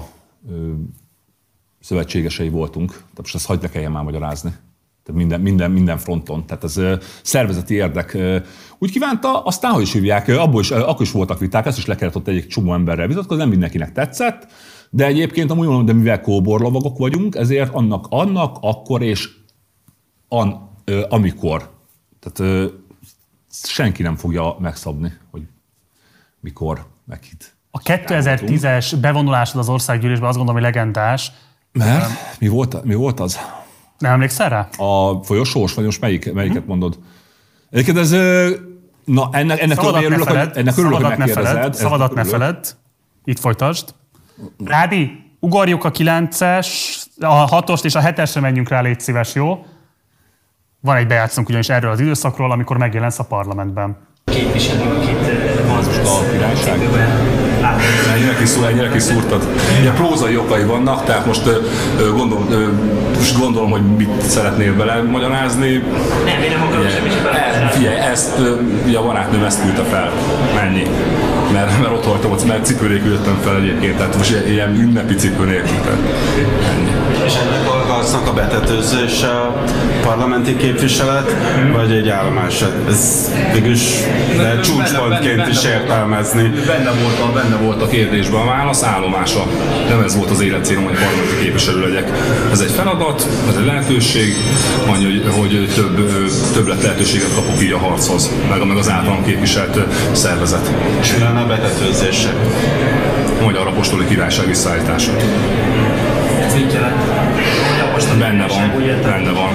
szövetségesei voltunk. Tehát most ezt hagyd ne kelljen már magyarázni. Tehát minden, minden, minden fronton. Tehát ez szervezeti érdek. Úgy kívánta, aztán hogy is hívják, abból is, akkor is voltak viták, ezt is le kellett ott egy csomó emberrel vitatkozni, nem mindenkinek tetszett, de egyébként amúgy mondom, de mivel kóborlovagok vagyunk, ezért annak, annak akkor és an, amikor. Tehát senki nem fogja megszabni, hogy mikor, meg hit. A kétezer-tízes bevonulásod az országgyűlésbe azt gondolom, hogy legendás. Mert? Mi volt, mi volt az? Nem emlékszel rá? A folyosós, vagy most melyik, melyiket hm. mondod? Egyébként ez... Na, ennek, ennek szavadat ne örülök, feled, hogy, ennek örülök, szavadat hogy ne feled, szavadat ne feled. Itt folytasd. Rádi, ugorjuk a kilences, a hatost és a hetesre menjünk rá, légy szíves, jó? Van egy bejátszunk ugyanis erről az időszakról, amikor megjelensz a parlamentben. Képviselni, akit van a királyság. Ennyire kis, ennyire kis szúrtad. Ilyen prózai okai vannak, tehát most gondolom, most gondolom, hogy mit szeretnél vele magyarázni. Nem, én nem akarom semmit sem. Figyelj, ezt ugye a barátnőm ezt küldte fel. Mennyi? Mert, mert ott voltam, ott, mert cipő nélkül jöttem fel egyébként, tehát most ilyen ünnepi cipő nélkül. Ennyi. És ennek a harcnak a betetőzés a parlamenti képviselet, hmm. vagy egy állomás? Ez végülis de csúcspontként is értelmezni. Benne volt, a, benne volt a kérdésben a válasz, állomása. Nem ez volt az életcélom, hogy parlamenti képviselő legyek. Ez egy feladat, ez egy lehetőség, annyi, hogy, hogy több, többlet lehetőséget kapok így a harchoz, meg, meg az általam képviselt szervezet. És mi lenne a betetőzése? A Magyar Apostoli Királyság visszaállítása. Ez így jelent. Benne van, benne van.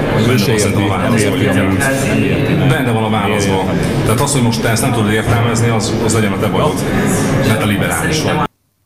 Benne van a válaszban. Tehát az, hogy most te ezt nem tudod értelmezni, az, az legyen a te bajod. Mert a liberális vagy.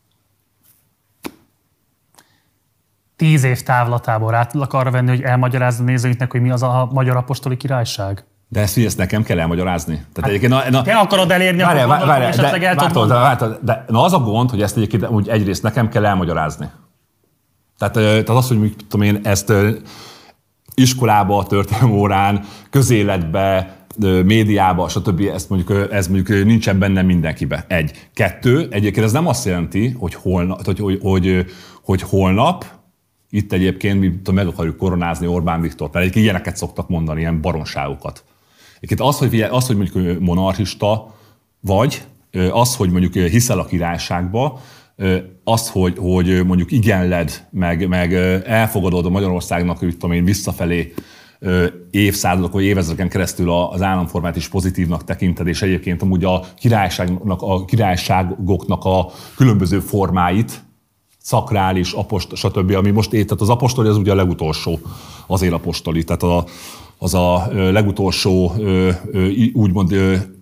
Tíz év távlatából rá tudlak arra venni, hogy elmagyarázd a nézőinknek, hogy mi az a Magyar Apostoli Királyság? De ezt, ezt nekem kell elmagyarázni. Tehát egyébként, na, na, te akarod elérni, várjál, akkor gondolom, várjál, esetleg de, el tudod mondani. Várjál, de na az a gond, hogy ezt egyébként úgy egyrészt nekem kell elmagyarázni. Tehát, tehát az, hogy mit tudom én, ezt iskolába, történelmórán, közéletbe, médiába, stb. Ezt mondjuk, ez mondjuk nincsen benne mindenkibe. Egy. Kettő, egyébként ez nem azt jelenti, hogy holnap, hogy, hogy, hogy, hogy holnap itt egyébként mi tudom, meg akarjuk koronázni Orbán Viktort, mert egyébként ilyeneket szoktak mondani, ilyen baromságokat. Egyébként az, hogy, az, hogy mondjuk monarchista vagy, az, hogy mondjuk hiszel a királyságba, az, hogy, hogy mondjuk igenled, meg, meg elfogadod a Magyarországnak, hogy tudom én, visszafelé évszázadok vagy évezredeken keresztül az államformát is pozitívnak tekinted, és egyébként amúgy a királyságnak, a királyságoknak a különböző formáit, szakrális, apost, stb., ami most ér, tehát az apostoli az ugye a legutolsó, az élapostoli, tehát a, az a legutolsó úgymond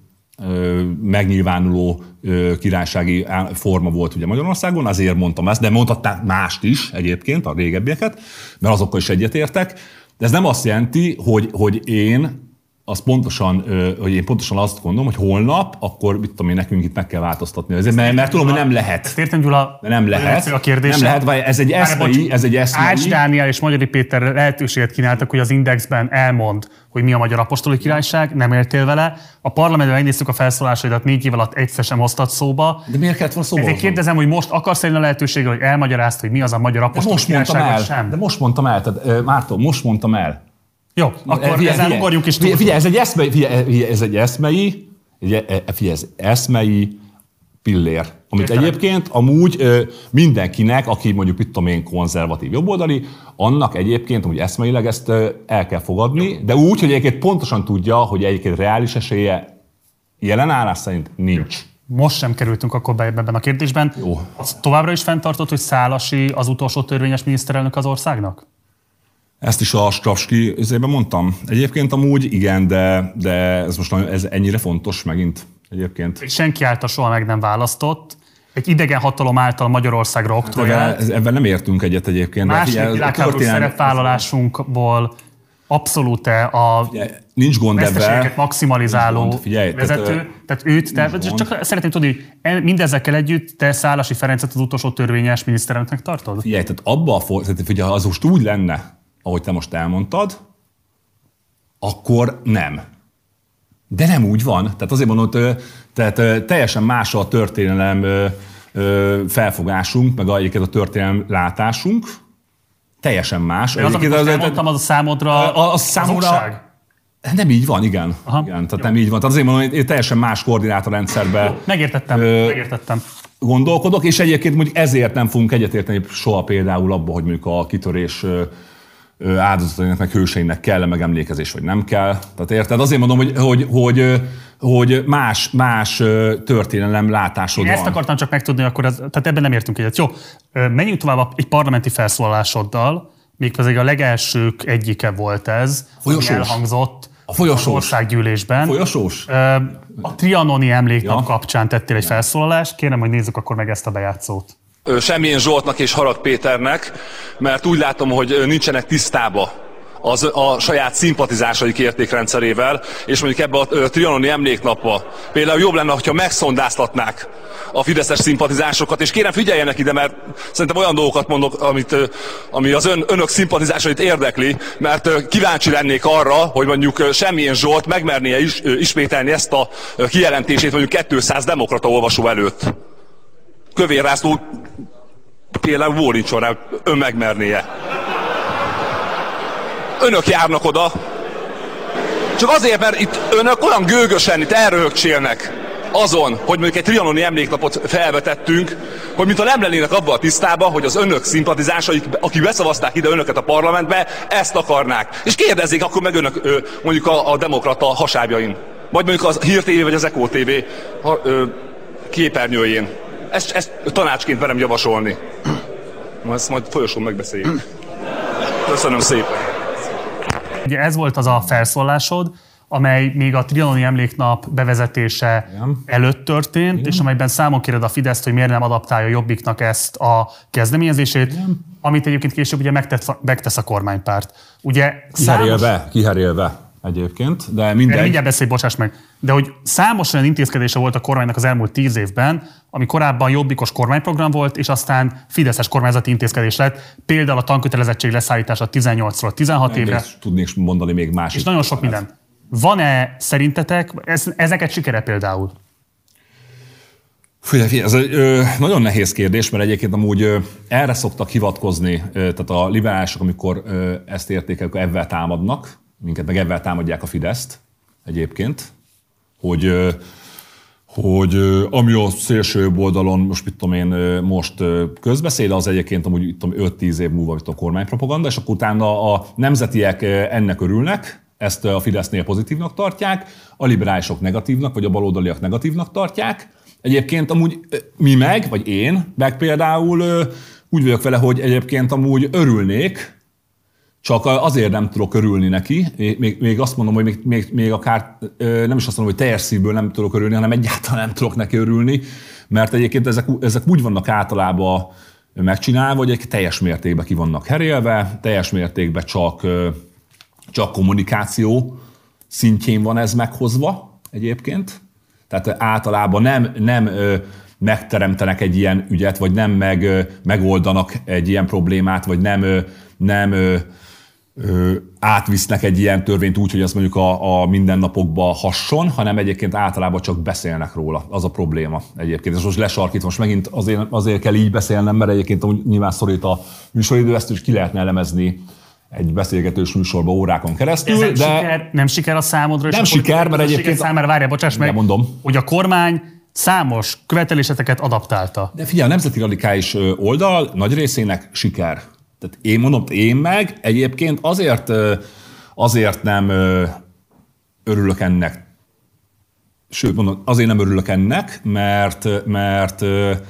megnyilvánuló királysági forma volt ugye Magyarországon, azért mondtam ezt, de mondhatnák mást is egyébként, a régebbieket, mert azokkal is egyetértek. De ez nem azt jelenti, hogy, hogy én az pontosan, hogy én pontosan azt gondolom, hogy holnap, akkor mit tudom én, nekünk itt meg kell változtatni. Ezért, mert, mert tudom, hogy nem lehet. Értem, Gyula, nem lehet. A kérdése. Nem lehet, vagy ez egy eszmei, ez egy eszmei. Ács Dániel és Magyari Péter lehetőséget kínáltak, hogy az Indexben elmond, hogy mi a Magyar Apostoli Királyság, nem értél vele. A parlamentben megnéztük a felszólásaidat, négy év alatt egyszer sem hoztad szóba. De miért kellett volna szóba? Ezért kérdezem, hogy most akarsz elni a lehetőséggel, hogy elmagyarázd, hogy mi az a Magyar Apostoli Királyság, vagy sem? De most mondtam el, tehát Márton, most mondtam el. Jó, akkor figyelj, ezen ugorjunk is túl. Figyelj, ez egy eszmei, figyelj, ez egy eszmei, figyelj, ez eszmei pillér, amit Értelek. Egyébként amúgy mindenkinek, aki mondjuk itt tudom én konzervatív jobboldali, annak egyébként amúgy eszmeileg ezt el kell fogadni, Jó. de úgy, hogy egyébként pontosan tudja, hogy egyébként reális esélye jelen állás szerint nincs. Most sem kerültünk akkor be ebben a kérdésben. Jó. Az továbbra is fenntartott, hogy Szálasi az utolsó törvényes miniszterelnök az országnak? Ezt is a Stravski üzében mondtam. Egyébként amúgy igen, de, de ez most ez ennyire fontos megint egyébként. Senki által soha meg nem választott, egy idegen hatalom által Magyarországra oktroyált. Hát ebben nem értünk egyet egyébként. Második világháború szerepvállalásunkból abszolút a figyelj, nincs gond veszteségeket maximalizáló gond, figyelj, vezető. Tehát, tehát őt, te, csak szeretném tudni, hogy mindezekkel együtt te Szálasi Ferencet az utolsó törvényes miniszterelnöknek tartod? Figyelj, tehát abba a for... tehát, figyelj, ha az most úgy lenne, ahogy te most elmondtad, akkor nem. De nem úgy van. Tehát azért mondom, hogy tehát teljesen más a történelem felfogásunk, meg egyébként a történelem látásunk. Teljesen más. De az, amit most elmondtam, az a számodra a, a számomra nem így van, igen. igen tehát nem így van. Tehát azért mondom, hogy én teljesen más koordinátorrendszerben megértettem, ö, megértettem. gondolkodok, és egyébként mondjuk ezért nem fogunk egyetérteni soha például abban, hogy mondjuk a kitörés áldozatainak, meg hőseinek kell-e megemlékezés, vagy nem kell. Tehát érted? Azért mondom, hogy, hogy, hogy, hogy más, más történelem látásod Én van. Ezt akartam csak megtudni, akkor ez, tehát ebben nem értünk egyet. Jó, menjünk tovább egy parlamenti felszólalásoddal, mégpedig a legelsők egyike volt ez, Folyosós. ami elhangzott A folyosós. az országgyűlésben. Folyosós? A trianoni emléknap Ja. kapcsán tettél egy felszólalást. Kérem, hogy nézzük akkor meg ezt a bejátszót. Semmilyen Zsoltnak és Harag Péternek, mert úgy látom, hogy nincsenek tisztába az a saját szimpatizásaik értékrendszerével, és mondjuk ebbe a trianoni emléknapba például jobb lenne, ha megszondáztatnák a fideszes szimpatizásokat, és kérem figyeljenek ide, mert szerintem olyan dolgokat mondok, amit, ami az ön, önök szimpatizásait érdekli, mert kíváncsi lennék arra, hogy mondjuk Semmilyen Zsolt megmernie is, ismételni ezt a kijelentését mondjuk kétszáz demokrata olvasó előtt. Kövér László például bólincson rá, ön megmernie. Önök járnak oda, csak azért, mert itt önök olyan gőgösen itt elröhögcsélnek azon, hogy mondjuk egy trianoni emléknapot felvetettünk, hogy mintha nem lennének abban a tisztában, hogy az önök szimpatizásaik, akik beszavazták ide önöket a parlamentbe, ezt akarnák. És kérdezzék akkor meg önök mondjuk a, a demokrata hasábjain, vagy mondjuk az Hír té vé vagy az Eko té vé képernyőjén. Ezt, ezt tanácsként merem javasolni. Ezt majd folyosón megbeszéljük. Köszönöm szépen. Ugye ez volt az a felszólásod, amely még a trianoni emléknap bevezetése Igen. előtt történt, Igen. és amelyben számon kéred a Fideszt, hogy miért nem adaptálja Jobbiknak ezt a kezdeményezését, Igen. amit egyébként később ugye megtesz, megtesz a kormánypárt. Ugye Kiherélve, számos... kiherélve egyébként, de Erre mindegy. mindjárt beszélj, bocsáss meg. De hogy számos olyan intézkedése volt a kormánynak az elmúlt tíz évben, ami korábban jobbikos kormányprogram volt, és aztán fideszes kormányzati intézkedés lett. Például a tankötelezettség leszállítása tizennyolcról tizenhat évre. És tudnék mondani még más. És nagyon sok minden. Van-e szerintetek, ez, ezeket sikere például? Figyelj, ez egy ö, nagyon nehéz kérdés, mert egyébként amúgy ö, erre szoktak hivatkozni, ö, tehát a liberálisok, amikor ö, ezt értékelik, akkor ebben támadnak, minket meg ebben támadják a Fideszt egyébként, hogy, ö, hogy ö, ami a szélső oldalon, most mit tudom én, ö, most ö, közbeszél, az egyébként amúgy itt tudom, öt-tíz év múlva itt a kormánypropaganda, és akkor utána a nemzetiek ennek örülnek, ezt a Fidesznél pozitívnak tartják, a liberálisok negatívnak, vagy a baloldaliak negatívnak tartják. Egyébként amúgy mi meg, vagy én, meg például úgy vagyok vele, hogy egyébként amúgy örülnék, csak azért nem tudok örülni neki, még, még azt mondom, hogy még, még, még akár nem is azt mondom, hogy teljes szívből nem tudok örülni, hanem egyáltalán nem tudok neki örülni, mert egyébként ezek, ezek úgy vannak általában megcsinálva, hogy egy teljes mértékben ki vannak herélve, teljes mértékben csak, csak kommunikáció szintjén van ez meghozva egyébként. Tehát általában nem, nem ö, megteremtenek egy ilyen ügyet, vagy nem meg, ö, megoldanak egy ilyen problémát, vagy nem, ö, nem ö, ö, átvisznek egy ilyen törvényt úgy, hogy az mondjuk a, a mindennapokban hasson, hanem egyébként általában csak beszélnek róla. Az a probléma egyébként. És most lesarkít, most megint azért, azért kell így beszélnem, mert egyébként nyilván szorít a műsoridő, ezt is ki lehetne elemezni egy beszélgetős műsorba órákon keresztül. De, de siker, nem siker a számodra? Nem siker, mert egyébként... Számára, várjál, bocsáss meg, mondom. hogy a kormány számos követeléseteket adaptálta. De figyelj, a nemzeti radikális oldal nagy részének siker. Tehát én mondom, én meg egyébként azért, azért nem örülök ennek. Sőt, mondom, azért nem örülök ennek, mert, mert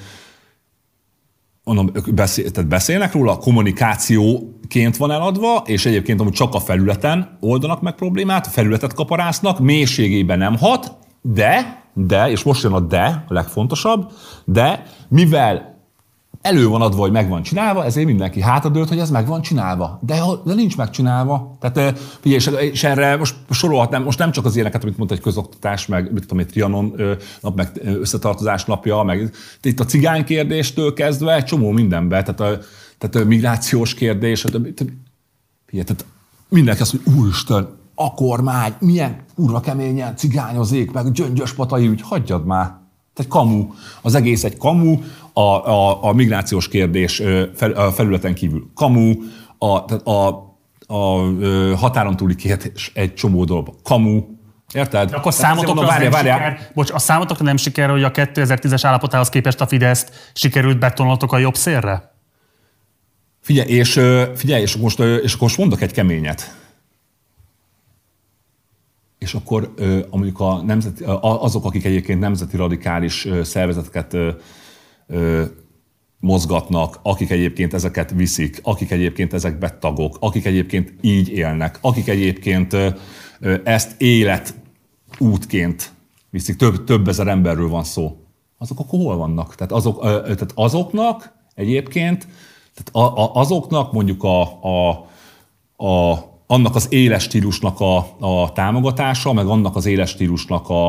mondom, beszél, tehát beszélnek róla, kommunikációként van eladva, és egyébként amúgy csak a felületen oldanak meg problémát, a felületet kaparásznak, mélységében nem hat, de, de, és most jön a de, a legfontosabb, de mivel elő van adva, hogy meg van csinálva, ezért mindenki hátradőlt, hogy ez meg van csinálva. De, de nincs megcsinálva. Tehát figyelj, és erre most sorolhatnám, most nem csak az ilyeneket, amit mondta, egy közoktatás, meg mit tudom, egy Trianon nap, meg összetartozás napja, meg itt a cigány kérdéstől kezdve egy csomó mindenbe, tehát a, tehát a migrációs kérdés, tehát, figyelj, tehát mindenki azt mondja, úristen, a kormány, milyen kurva keményen cigányozik, meg gyöngyös patai ügy, hagyjad már. Egy kamu. Az egész egy kamu, a, a, a migrációs kérdés fel, a felületen kívül kamu, a, a, a, a határon túli kérdés egy csomó dolog kamu. Érted? De akkor számotokra mondom, várja, nem várja. siker, bocs, a számotokra nem siker, hogy a kétezer-tízes állapotához képest a Fideszt sikerült betonoltok a jobb szélre? Figyelj, és, figyelj, és, most, és akkor most mondok egy keményet. És akkor mondjuk a nemzeti, azok, akik egyébként nemzeti radikális szervezeteket mozgatnak, akik egyébként ezeket viszik, akik egyébként ezekbe tagok, akik egyébként így élnek, akik egyébként ezt életútként viszik, több, több ezer emberről van szó. Azok akkor hol vannak? Tehát, azok, tehát azoknak egyébként, tehát azoknak mondjuk a, a, a, annak az éles stílusnak a, a támogatása, meg annak az éles stílusnak a,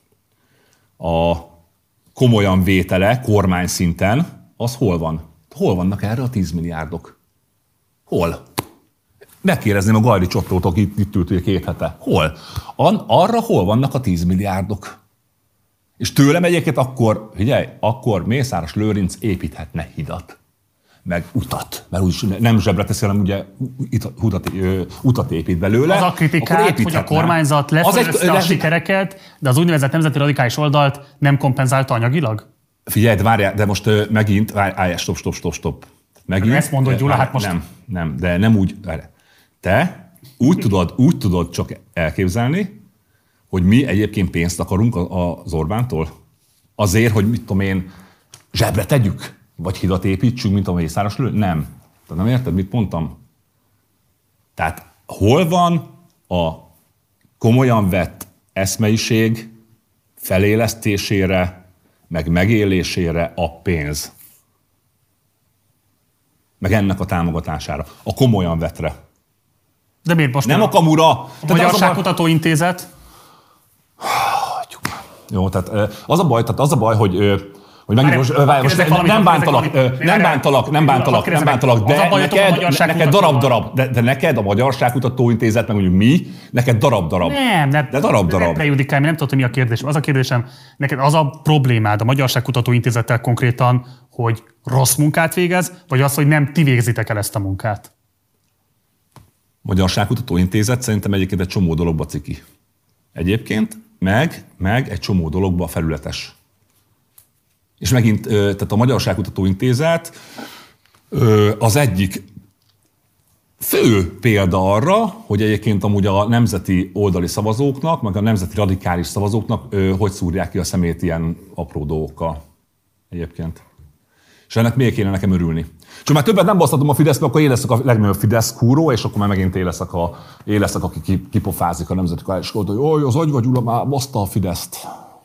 a komolyan vétele kormány szinten, az hol van? Hol vannak erre a tíz milliárdok? Hol? Megkérdezném a Gajdi Csottót, aki itt, itt ült két hete. Hol? An, arra hol vannak a tíz milliárdok? És tőlem egyébként akkor, figyelj, akkor Mészáros Lőrinc építhetne hidat. Meg utat. Mert úgyis nem zsebre teszi, hanem ugye utat, utat épít belőle. Az a kritikát, hogy a kormányzat lefölözte a sikereket, de az úgynevezett nemzeti radikális oldalt nem kompenzálta anyagilag? Figyelj, de várjál, de most uh, megint, várjál, stop, stop, stop, stop. Megint. Ezt mondod, Gyula, hát most... Nem, nem, de nem úgy, várjál. Te úgy tudod, úgy tudod csak elképzelni, hogy mi egyébként pénzt akarunk az Orbántól? Azért, hogy mit tudom én, zsebre tegyük? Vagy hidat építsünk, mint a Mészáros Lőrinc? Nem. Tehát nem érted, mit mondtam? Tehát hol van a komolyan vett eszmeiség felélesztésére, meg megélésére a pénz? Meg ennek a támogatására. A komolyan vettre. De miért most? Nem a kamura. A Magyarságkutató Intézet? Jó, tehát az a baj, tehát az a baj, hogy hogy megint most, várj, most nem, nem bántalak, nem bántalak, nem bántalak, nem bántalak, de neked, neked darab-darab, de, de neked a Magyarságkutató Intézet, meg mondjuk mi, neked darab-darab. Nem, nem. De darab-darab. Prejudikálj, nem tudom, mi a kérdés. Az a kérdésem, neked az a problémád a Magyarságkutató Intézettel konkrétan, hogy rossz munkát végez, vagy az, hogy nem ti végzitek el ezt a munkát? Magyarságkutató Intézet szerintem egyébként egy csomó dologba ciki. Egyébként, meg, meg egy csomó dologba felületes. És megint, tehát a Magyarságkutató Intézet az egyik fő példa arra, hogy egyébként amúgy a nemzeti oldali szavazóknak, meg a nemzeti radikális szavazóknak hogy szúrják ki a szemét ilyen apró dolgokkal egyébként. És ennek miért kéne nekem örülni? Csak már többet nem basztatom a Fideszt, mert akkor én leszek a legnagyobb Fidesz kúró, és akkor már megint én leszek, a, én leszek aki kipofázik a nemzeti radikális oldalon, hogy az Agyva Gyula már baszta a Fideszt.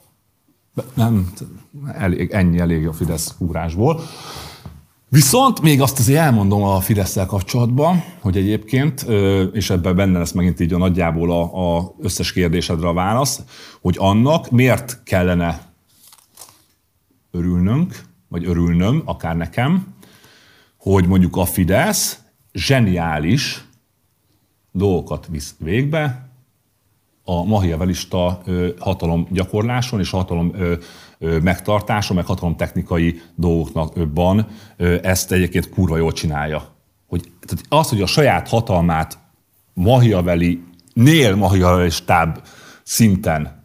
Nem, elég, ennyi elég a Fidesz kúrásból. Viszont még azt azért elmondom a Fidesszel kapcsolatban, hogy egyébként, és ebben benne lesz megint így a nagyjából a, a összes kérdésedre a válasz, hogy annak miért kellene örülnünk, vagy örülnöm, akár nekem, hogy mondjuk a Fidesz zseniális dolgokat visz végbe, a machiavellista hatalomgyakorláson és a hatalom ö, ö, megtartáson, meg hatalomtechnikai dolgokban ezt egyébként kurva jól csinálja. Hogy, tehát az, hogy a saját hatalmát Machiavelli-nél machiavellistább szinten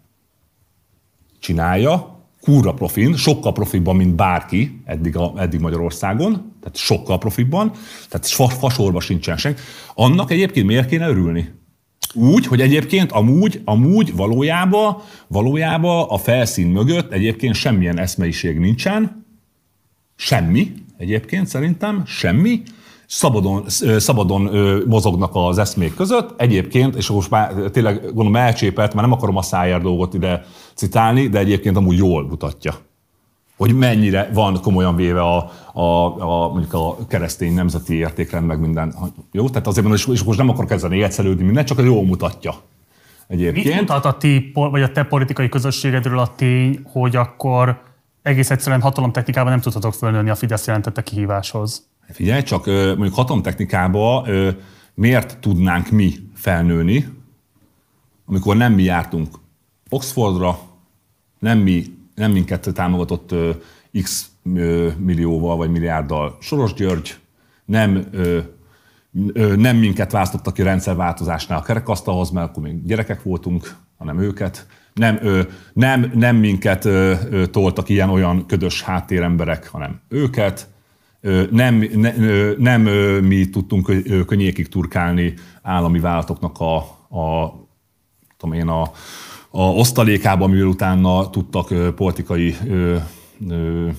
csinálja, kurva profin, sokkal profibban, mint bárki eddig, a, eddig Magyarországon, tehát sokkal profibban, tehát fasorba sincsen senki. Annak egyébként miért kéne örülni? Úgy, hogy egyébként amúgy, amúgy valójában, valójában a felszín mögött egyébként semmilyen eszmeiség nincsen, semmi egyébként szerintem, semmi, szabadon, szabadon mozognak az eszmék között, egyébként, és most már tényleg gondolom elcsépelt, már nem akarom a Szájer dolgot ide citálni, de egyébként amúgy jól mutatja, hogy mennyire van komolyan véve a, a, a, mondjuk a keresztény nemzeti értékrend, meg minden. Jó? Tehát azért mondom, és most nem akarok ezzel élcelődni minden, csak jól mutatja. Egyébként. Mit mutat a ti, vagy a te politikai közösségedről a tény, hogy akkor egész egyszerűen hatalomtechnikában nem tudhatok fölnőni a Fidesz jelentette kihíváshoz? Figyelj, csak mondjuk hatalomtechnikában miért tudnánk mi felnőni, amikor nem mi jártunk Oxfordra, nem mi nem minket támogatott ö, x ö, millióval vagy milliárddal Soros György, nem, ö, ö, nem minket választottak ki a rendszerváltozásnál a kerekasztalhoz, mert akkor még gyerekek voltunk, hanem őket. Nem, ö, nem, nem minket ö, ö, toltak ilyen-olyan ködös háttéremberek, hanem őket. Ö, nem ne, ö, nem ö, mi tudtunk ö, könnyékig turkálni állami vállalatoknak a, a, tudom én, a a osztalékában, mivel utána tudtak ö, politikai ö, ö,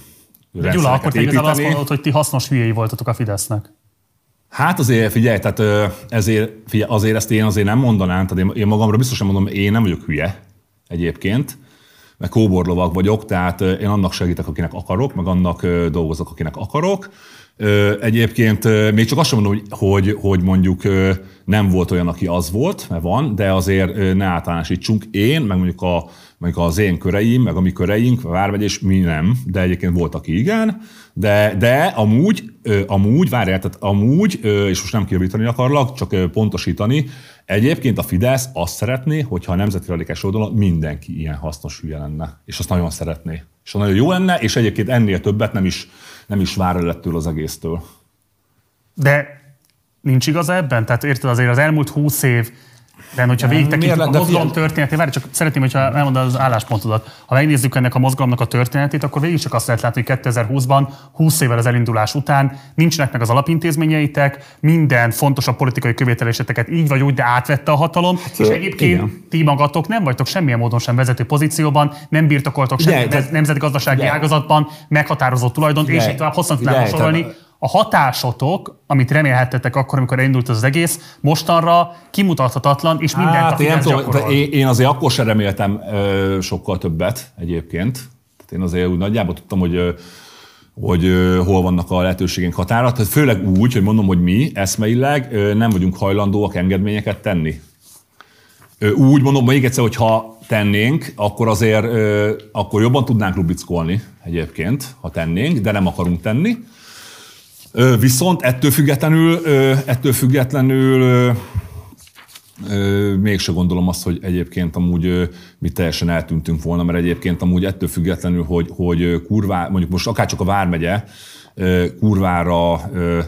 De Gyula, akkor te igazából azt mondod, hogy ti hasznos hülyei voltatok a Fidesznek. Hát azért figyelj, tehát ezért, figyelj, azért ezt én azért nem mondanám, tehát én, én magamra biztos nem mondom, én nem vagyok hülye egyébként, meg kóborlovag vagyok, tehát én annak segítek, akinek akarok, meg annak dolgozok, akinek akarok. Egyébként még csak azt sem mondom, hogy, hogy mondjuk nem volt olyan, aki az volt, mert van, de azért ne általánosítsunk. Én, meg mondjuk, a, mondjuk az én köreim, meg a mi köreink, a Vármegyés, mi nem, de egyébként volt, aki igen, de, de amúgy, amúgy, várjál, tehát amúgy, és most nem kijavítani akarlak, csak pontosítani, egyébként a Fidesz azt szeretné, hogyha a nemzeti radikális oldalon mindenki ilyen hasznos hülye lenne, és azt nagyon szeretné. És nagyon jó lenne, és egyébként ennél többet nem is, nem is vár el ettől az egésztől. De nincs igaz ebben? Tehát érted, azért az elmúlt húsz év, de hogyha végigtekintjük a mozgalom történetét, várj, csak szeretném, hogyha elmondod az álláspontodat. Ha megnézzük ennek a mozgalomnak a történetét, akkor végig csak azt lehet látni, hogy kétezer-húszban, húsz évvel az elindulás után nincsenek meg az alapintézményeitek, minden fontosabb politikai követeléseteket így vagy úgy, de átvette a hatalom, hát, és egyébként igen. Ti magatok nem vagytok semmilyen módon sem vezető pozícióban, nem birtokoltok semmilyen nemzeti gazdasági ágazatban meghatározott tulajdont, és így tovább hosszan tudnám sorolni. A hatásotok, amit remélhettetek akkor, amikor elindult az egész, mostanra kimutathatatlan, és mindent hát, a Fidesz gyakorol. Én, én azért akkor sem reméltem ö, sokkal többet egyébként. Tehát én azért úgy nagyjából tudtam, hogy, ö, hogy ö, hol vannak a lehetőségeink határa. Tehát főleg úgy, hogy mondom, hogy mi eszmeileg ö, nem vagyunk hajlandóak engedményeket tenni. Ö, úgy mondom, még egyszer, hogy ha tennénk, akkor azért ö, akkor jobban tudnánk lubickolni egyébként, ha tennénk, de nem akarunk tenni. Viszont ettől függetlenül, ettől függetlenül mégse gondolom azt, hogy egyébként amúgy mi teljesen eltűntünk volna, mert egyébként amúgy ettől függetlenül, hogy, hogy kurvá, mondjuk most akárcsak a Vármegye kurvára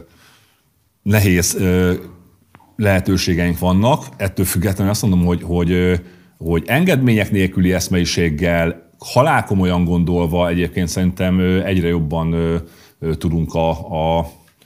nehéz lehetőségeink vannak, ettől függetlenül azt mondom, hogy, hogy, hogy engedmények nélküli eszmeiséggel, halálkomolyan gondolva egyébként szerintem egyre jobban tudunk a, a,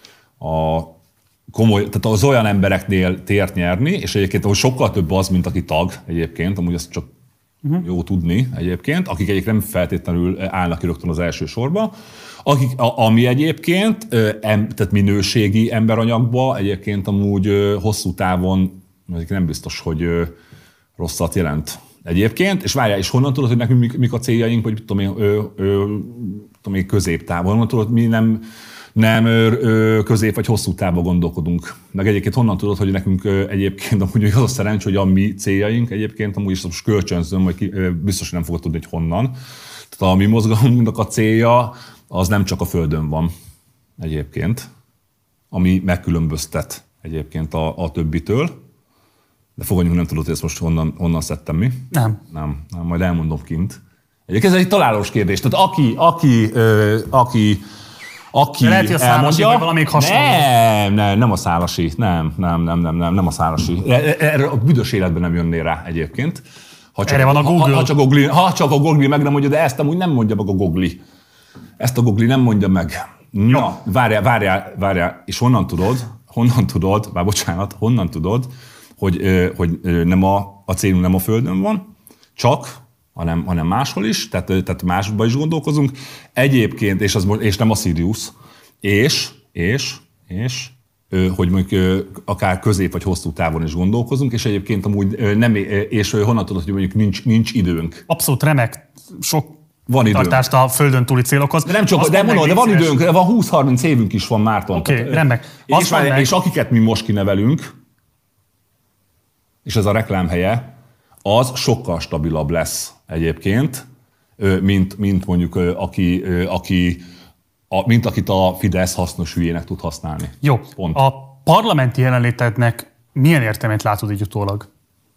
a komoly, tehát az olyan embereknél tért nyerni, és egyébként hogy sokkal több az, mint aki tag egyébként, amúgy ezt csak uh-huh. jó tudni egyébként, akik egyébként nem feltétlenül állnak ki rögtön az első sorba, akik, a, ami egyébként em, tehát minőségi emberanyagba egyébként amúgy hosszú távon nem biztos, hogy rosszat jelent. Egyébként, és várjál, és honnan tudod, hogy nekünk mik, mik a céljaink, vagy tudom én, ö, ö, tudom én középtávon, honnan tudod, mi nem, nem ö, közép vagy hosszú távon gondolkodunk. Meg egyébként honnan tudod, hogy nekünk ö, egyébként amúgy az a szerencs, hogy a mi céljaink egyébként, amúgy is most kölcsönzöm, hogy ki, ö, biztos, hogy nem fogod tudni, hogy honnan. Tehát a mi mozgalmunknak a célja, az nem csak a Földön van egyébként, ami megkülönböztet egyébként a, a többitől. De fogadjunk, nem tudod, hogy ezt most honnan, honnan szedtem mi? Nem. Nem, nem, majd elmondom kint. Egyébként ez egy találós kérdés. Tehát aki, aki, ö, aki, aki de lehet, hogy a Szálasi vagy valamelyik hasonló. Nem, nem, nem a Szálasi, nem, nem, nem, nem, nem, nem a Szálasi. Erre a büdös életben nem jönnél rá egyébként. Ha csak, erre van a Google. Ha, ha, csak a Google. Ha csak a Google meg nem mondja, de ezt amúgy nem mondja meg a Google. Ezt a Google nem mondja meg. Na, várjál, várjál, várjál. És honnan tudod, honnan tudod, bár bocsánat, honnan tudod, hogy, hogy nem a, a célunk nem a Földön van, csak, hanem, hanem máshol is, tehát, tehát másban is gondolkozunk. Egyébként, és, az, és nem a Sirius, és, és, és, hogy mondjuk akár közép vagy hosszú távon is gondolkozunk, és egyébként amúgy nem, és honnan tudod, hogy mondjuk nincs, nincs időnk. Abszolút remek, sok van időnk. Tartást a földön túli célokhoz. De nem csak, de mondom, de van időnk, van húsz-harminc évünk is van Márton. Oké, okay, remek. És, és akiket mi most kinevelünk, és ez a reklámhelye, az sokkal stabilabb lesz egyébként, mint, mint mondjuk aki, aki, a, mint akit a Fidesz hasznos hülyének tud használni. Jó. Pont. A parlamenti jelenlétednek milyen értelmét látod így utólag?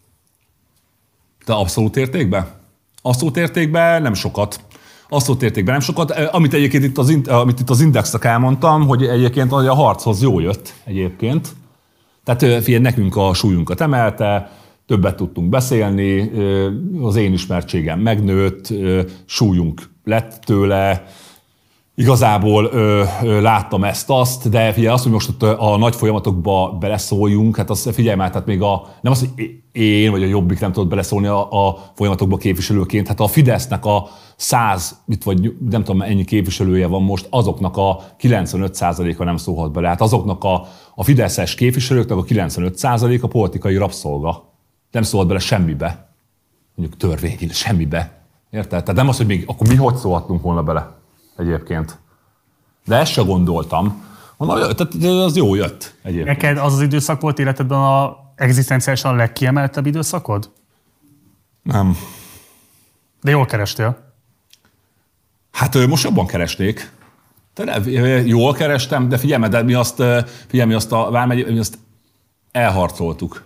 De abszolút értékben? Abszolút értékben nem sokat. Abszolút értékben nem sokat. Amit egyébként itt az, amit itt az Indexnek elmondtam, hogy egyébként a harchoz jó jött egyébként. Tehát figyelj, nekünk a súlyunkat emelte, többet tudtunk beszélni, az én ismertségem megnőtt, súlyunk lett tőle. igazából ö, ö, láttam ezt-azt, de figyelj, azt, hogy most ott a nagy folyamatokba beleszóljunk, hát azt figyelj már, tehát még a, nem az, hogy én vagy a Jobbik nem tudott beleszólni a, a folyamatokba képviselőként, hát a Fidesznek a száz, mit vagy nem tudom ennyi képviselője van most, azoknak a kilencvenöt százaléka nem szólhat bele. Hát azoknak a, a fideszes képviselőknek a kilencvenöt százaléka politikai rabszolga. Nem szólhat bele semmibe. Mondjuk törvényileg semmibe. Érted? Tehát nem az, hogy még akkor mi hogy szólhatunk volna bele egyébként. De ezt se gondoltam. Mondom, tehát az jó jött egyébként. Neked az az időszak volt életedben a egzisztenciálisan legkiemeltebb időszakod? Nem. De jól kerestél. Hát most jobban keresték. De jól kerestem, de figyelj, de mi azt, figyelj, mi azt a Vármegy, mi azt elharcoltuk.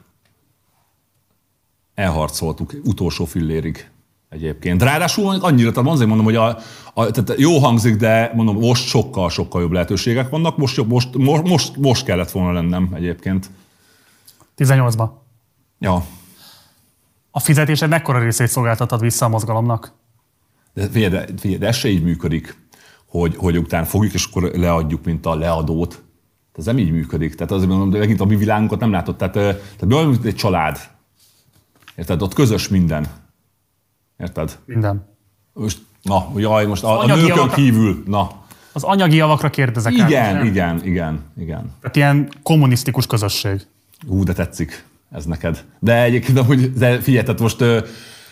Elharcoltuk utolsó fillérig egyébként. Ráadásul annyira, tehát azért mondom, hogy a, a, tehát jó hangzik, de mondom, most sokkal-sokkal jobb lehetőségek vannak, most, most, most, most, most kellett volna lennem egyébként. tizennyolcban. Ja. A fizetésed mekkora részét szolgáltatod vissza a mozgalomnak? De figyelj, de, figyelj, de ez se így működik, hogy, hogy utána fogjuk, és akkor leadjuk, mint a leadót. Ez nem így működik. Tehát azért mondom, de megint a mi világunkat nem látod. Tehát, tehát olyan, mint egy család. Érted? Ott közös minden. Érted? Minden. Most, na, jaj, most a, a nőkön javakra, kívül, na. Az anyagi javakra kérdezek. Igen, át, igen, igen, igen. Tehát ilyen kommunisztikus közösség. Ú, de tetszik ez neked. De egyébként, amúgy, de figyelj, tehát most ö,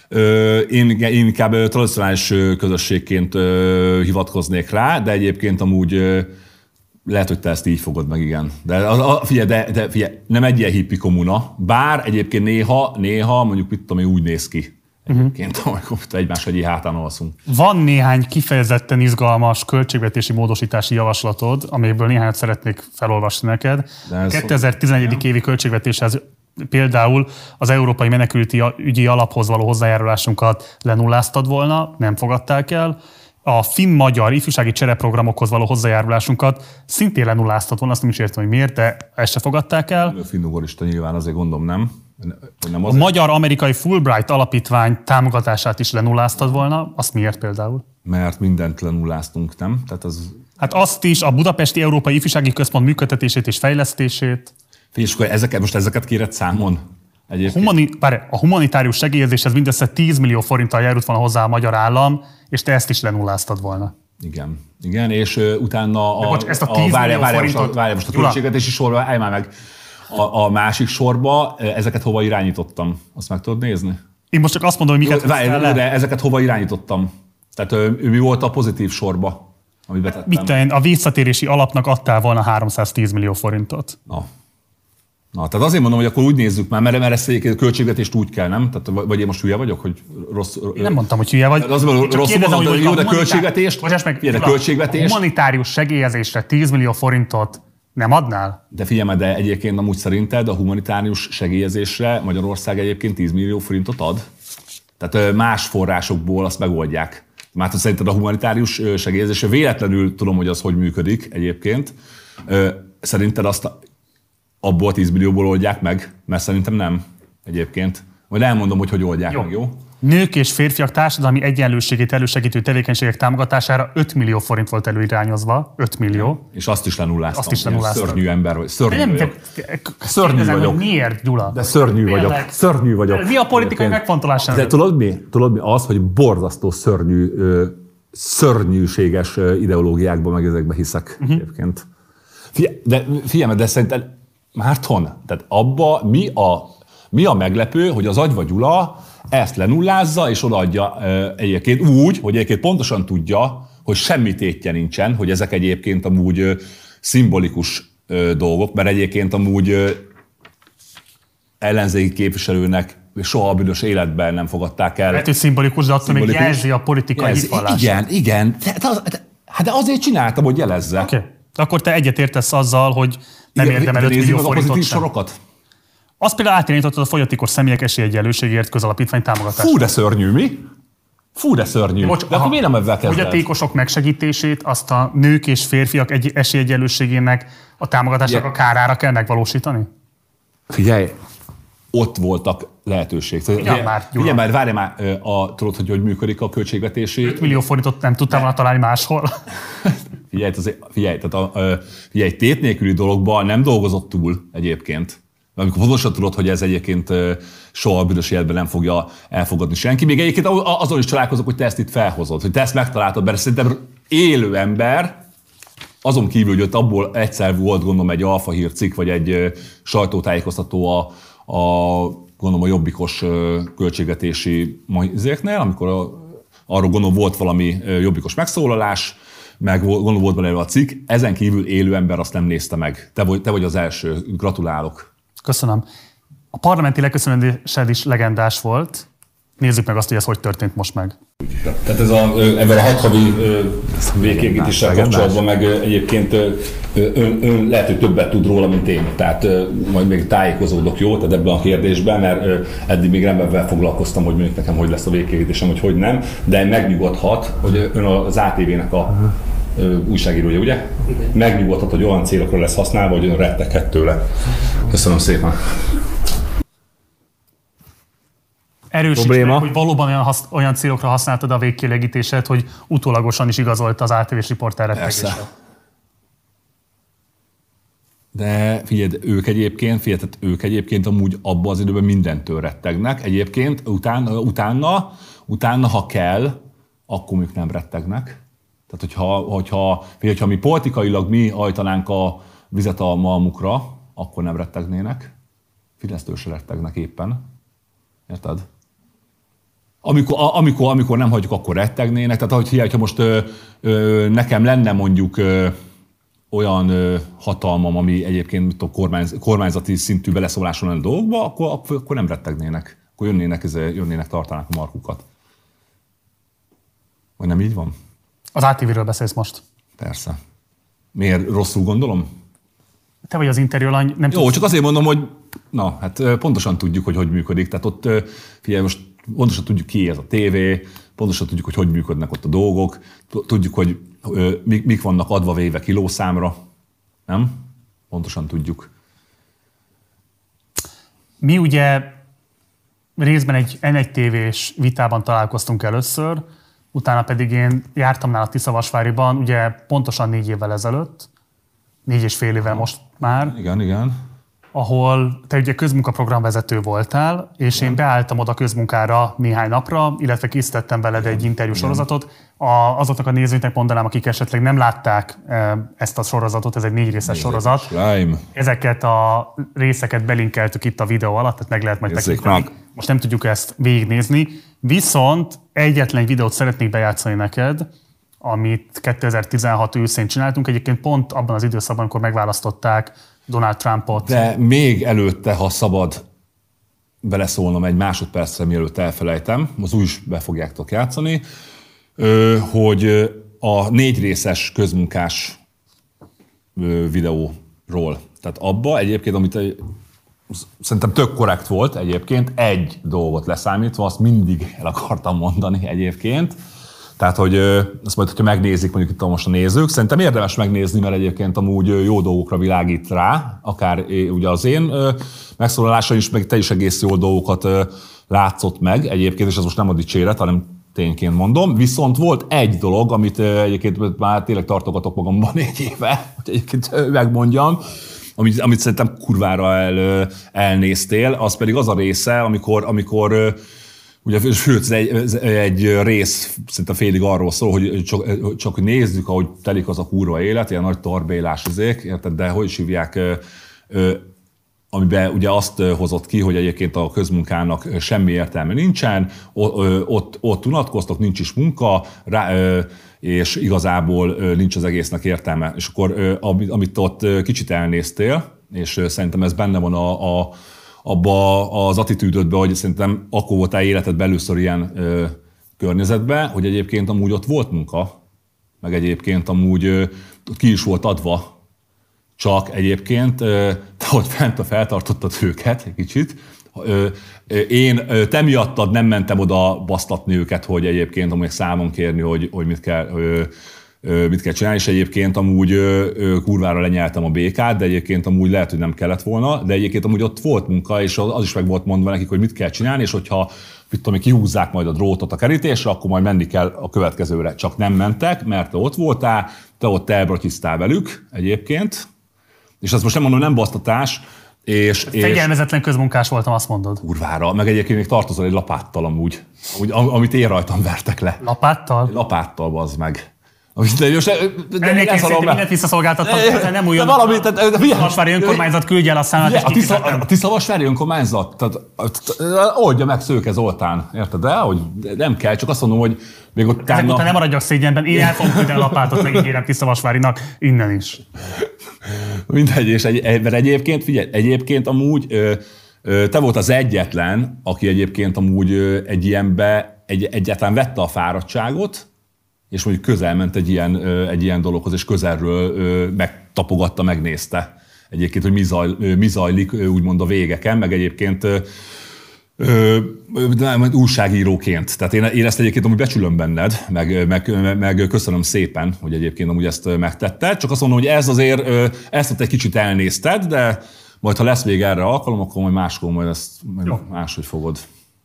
ö, én, én inkább tradicionális közösségként ö, hivatkoznék rá, de egyébként amúgy ö, lehet, hogy te ezt így fogod meg, igen. De, a, a, figyelj, de, de figyelj, nem egy ilyen hippi kommuna, bár egyébként néha, néha mondjuk mit tudom én, úgy néz ki. Egyébként, uh-huh. amikor egymás egy hátán alszunk. Van néhány kifejezetten izgalmas költségvetési módosítási javaslatod, amiből néhányat szeretnék felolvasni neked. kétezer-tizenegy. évi költségvetéshez például az Európai Menekülti Ügyi Alaphoz való hozzájárulásunkat lenulláztad volna, nem fogadták el. A finn-magyar ifjúsági csereprogramokhoz való hozzájárulásunkat szintén lenulláztad volna, azt nem is értem, hogy miért, de ezt se fogadták el. A finn-ugorista nyilván azért gondolom, nem? nem a magyar-amerikai Fulbright alapítvány támogatását is lenulláztad volna, azt miért például? Mert mindent lenulláztunk, nem? Tehát az... Hát azt is, a Budapesti Európai Ifjúsági Központ működtetését és fejlesztését. És akkor ezeket, most ezeket kéred számon? A, humani, bár, a humanitárius segélyezéshez mindössze tíz millió forinttal járult volna hozzá a magyar állam, és te ezt is lenulláztad volna. Igen, igen, és uh, utána a, bocs, ezt a tíz a, millió várj, forintot... Várj, most a költségvetési sorba, állj már meg, a, a másik sorba, ezeket hova irányítottam? Azt meg tudod nézni? Én most csak azt mondom, hogy miket... Várj, de ezeket hova irányítottam? Tehát ő, mi volt a pozitív sorba, amit betettem? Mit te, a visszatérési alapnak adtál volna háromszáztíz millió forintot. Na. Na, tehát azért mondom, hogy akkor úgy nézzük már, mert, mert ezt a költségvetést úgy kell, nem? Tehát, vagy én most hülye vagyok, hogy rossz... Én nem mondtam, hogy hülye vagy. Az rossz mondom, hogy jó, de költségvetést... Most meg, figyelj, de költségvetést... A humanitárius segélyezésre tíz millió forintot nem adnál? De figyelj, de egyébként amúgy szerinted a humanitárius segélyezésre Magyarország egyébként tíz millió forintot ad? Tehát más forrásokból azt megoldják. Már szerinted a humanitárius segélyezésre véletlenül tudom, hogy az hogy működik egyébként. Szerinted azt abból tíz millióból oldják meg? Mert szerintem nem egyébként. Majd elmondom, hogy hogy oldják jó. meg, jó? Nők és férfiak társadalmi egyenlőségét elősegítő tevékenységek támogatására öt millió forint volt előirányozva. öt millió. És azt is lenulláztam. Azt is lenulláztam. Szörnyű ember vagy. Szörnyű nem, vagyok. Szörnyű kérdezem, vagyok. Miért, Gyula? De szörnyű Tényleg. vagyok. Szörnyű vagyok. Mi a politikai megfontolás? De tudod mi? Tudod mi? Az, hogy borzasztó szörnyű, szörnyűséges ideológiákban meg ezekbe hiszek uh-huh. egyébként. Figyelj, de, figyelj, de szerintem Márton, tehát abba mi a, mi a meglepő, hogy az Agyva Gyula ezt lenullázza, és odaadja egyébként úgy, hogy egyébként pontosan tudja, hogy semmi tétje nincsen, hogy ezek egyébként amúgy szimbolikus dolgok, mert egyébként amúgy ellenzéki képviselőnek soha a büdös életben nem fogadták el. Lehet, hogy szimbolikus, de attól még jelzi a politikai hitvallást. Igen, igen. De, de, de, de azért csináltam, hogy jelezze. Oké. Okay. Akkor te egyetértesz azzal, hogy nem igen, érdemel öt millió forintot sem. Sorokat? Azt például átirányítottad a fogyatékos személyek esélyegyenlőségért közalapítvány támogatást. Fú, de szörnyű, mi? Fú, de szörnyű. Bocs, de akkor miért nem ebben kezdett? Fogyatékosok megsegítését, azt a nők és férfiak egy esélyegyenlőségének a támogatásnak a kárára kell megvalósítani? Figyelj, ott voltak lehetőség. Ugyan már, Ugye már, várj már, a, tudod, hogy hogy működik a költségvetési... öt millió forintot nem tudtam volna találni máshol. Figyelj, az, figyelj, tehát a, a, figyelj, tét nélküli dologban nem dolgozott túl egyébként. Amikor pontosan tudod, hogy ez egyébként soha a büdös életben nem fogja elfogadni senki. Még egyébként azon is találkozok, hogy te ezt itt felhozod, hogy te ezt megtaláltad, mert szerintem élő ember, azon kívül, hogy ott abból egyszer volt gondolom egy Alfa Hír cikk, vagy egy sajtótájékoztató a, a gondolom a jobbikos költségvetési izéknél, amikor a, arról gondolom volt valami jobbikos megszólalás, meg gondolom volt benne a cikk, ezen kívül élő ember azt nem nézte meg. Te vagy, te vagy az első, gratulálok. Köszönöm. A parlamenti leköszönésed is legendás volt. Nézzük meg azt, hogy ez hogy történt most meg. Tehát ez a, ebben a hat havi végkiegítéssel kapcsolatban meg egyébként ön, ön lehet, hogy többet tud róla, mint én. Tehát majd még tájékozódok, jó? Tehát ebben a kérdésben, mert eddig még nem ebben foglalkoztam, hogy mondjuk nekem hogy lesz a végkiegítésem, hogy hogy nem. De megnyugodhat, hogy ön az á té vének a újságírója, ugye? Igen. Megnyugodhat, hogy olyan célokra lesz használva, hogy ön retteghet tőle. Köszönöm szépen. Erősíts meg, hogy valóban olyan, hasz, olyan célokra használtad a végkielégítésed, hogy utólagosan is igazolt az á té vés riporter rettegése. De figyelj, ők egyébként, figyelj, tehát ők egyébként amúgy abban az időben mindentől rettegnek. Egyébként utána, utána, utána ha kell, akkor ők nem rettegnek. Tehát hogyha, hogyha, figyelj, hogyha mi politikailag mi ajtanánk a vizet a malmukra, akkor nem rettegnének. Fidesztől se rettegnek éppen. Érted? Amikor, amikor, amikor nem hagyjuk, akkor rettegnének. Tehát ahogy hiány, ha most ö, ö, nekem lenne mondjuk ö, olyan ö, hatalmam, ami egyébként mit tudom, kormányz, kormányzati szintű beleszóláson lenne dolgokba, akkor, akkor nem rettegnének. Akkor jönnének, jönnének tartanák a markukat. Vagy nem így van? Az á té véről beszélsz most. Persze. Miért rosszul gondolom? Te vagy az interjú alany. Nem Jó, tudsz... csak azért mondom, hogy na, hát pontosan tudjuk, hogy hogy működik. Tehát ott, figyelj, most pontosan tudjuk, ki ez a tévé, pontosan tudjuk, hogy hogy működnek ott a dolgok, tudjuk, hogy mik, mik vannak adva véve kilószámra. Nem? Pontosan tudjuk. Mi ugye részben egy en egy tévés vitában találkoztunk először, utána pedig én jártam nála Tiszavasváriban, ugye pontosan négy évvel ezelőtt, négy és fél éve most már. Igen, igen. Ahol te ugye közmunkaprogramvezető voltál, és igen. Én beálltam oda közmunkára néhány napra, illetve készítettem veled egy interjú sorozatot. A, azoknak a nézőknek mondanám, akik esetleg nem látták ezt a sorozatot, ez egy négy részes sorozat. Slime. Ezeket a részeket belinkeltük itt a videó alatt, tehát meg lehet majd tekinteni. Most nem tudjuk ezt végignézni, viszont egyetlen videót szeretnék bejátszani neked, amit kétezer-tizenhat őszén csináltunk. Egyébként pont abban az időszakban, amikor megválasztották Donald Trumpot. De még előtte, ha szabad beleszólnom egy másodpercre, mielőtt elfelejtem, az úgy is be fogjátok játszani, hogy a négy részes közmunkás videóról. Tehát abba egyébként, amit szerintem tök korrekt volt egyébként, egy dolgot leszámítva, azt mindig el akartam mondani egyébként. Tehát, hogy ezt majd, hogyha megnézik mondjuk itt most a nézők, szerintem érdemes megnézni, mert egyébként amúgy jó dolgokra világít rá, akár ugye az én megszólalása is, meg te is egész jó dolgokat látszott meg egyébként, és ez most nem a dicséret, hanem tényként mondom. Viszont volt egy dolog, amit egyébként már tényleg tartogatok magamban négy éve, hogy egyébként megmondjam, amit, amit szerintem kurvára el, elnéztél, az pedig az a része, amikor, amikor ugye, sőt, egy, egy rész szerintem félig arról szól, hogy csak, csak nézzük, ahogy telik az a kurva élet, ilyen nagy tarbélás azék, érted, de hogy is hívják, amiben ugye azt hozott ki, hogy egyébként a közmunkának semmi értelme nincsen, ott, ott unatkoztok, nincs is munka, rá, és igazából nincs az egésznek értelme. És akkor amit ott kicsit elnéztél, és szerintem ez benne van a, a abba az attitűdödbe, hogy szerintem akkor voltál életedben először ilyen ö, környezetben, hogy egyébként amúgy ott volt munka, meg egyébként amúgy ö, ki is volt adva, csak egyébként ö, te ott fent a feltartottad őket egy kicsit. Ö, ö, én ö, te miattad nem mentem oda basztatni őket, hogy egyébként amúgy számon kérni, hogy, hogy mit kell, ö, mit kell csinálni, és egyébként amúgy kurvára lenyeltem a békát, de egyébként amúgy lehet, hogy nem kellett volna, de egyébként amúgy ott volt munka, és az is meg volt mondva nekik, hogy mit kell csinálni, és hogyha mit tudom, kihúzzák majd a drótot a kerítésre, akkor majd menni kell a következőre. Csak nem mentek, mert te ott voltál, te ott elbratyiztál velük egyébként, és azt most nem mondom, nem basztatás, és... Fegyelmezetlen és... közmunkás voltam, azt mondod. Kurvára, meg egyébként még tartozol egy lapáttal amúgy, amúgy amit én rajtam vertek le. Lapáttal? Lapáttal, bazd meg. Ennél készíteni mindent visszaszolgáltattam, nem újon. De valami, tehát... A Tiszavasvári önkormányzat küldje el a számát, és a Tiszavasvári önkormányzat, tehát oldja meg Szőke Zoltán, érted? De hogy nem kell, csak azt mondom, hogy még ott... Ezek után nem maradjak szégyenben, én el fogom küldeni a lapátot, megígérem Tiszavasvárinak innen is. Mindegy, és egy, mert egyébként, figyelj, egyébként amúgy te volt az egyetlen, aki egyébként amúgy egy ilyenbe egy, egyáltalán vette a fáradtságot, és mondjuk közel ment egy ilyen, egy ilyen dologhoz, és közelről megtapogatta, megnézte egyébként, hogy mi, zaj, mi zajlik úgymond a végeken, meg egyébként újságíróként. Tehát én, én ezt egyébként amúgy becsülöm benned, meg, meg, meg köszönöm szépen, hogy egyébként amúgy ezt megtetted. Csak azt mondom, hogy ez azért, ezt ott egy kicsit elnézted, de majd ha lesz még erre alkalom, akkor majd máskor majd ezt majd máshogy fogod.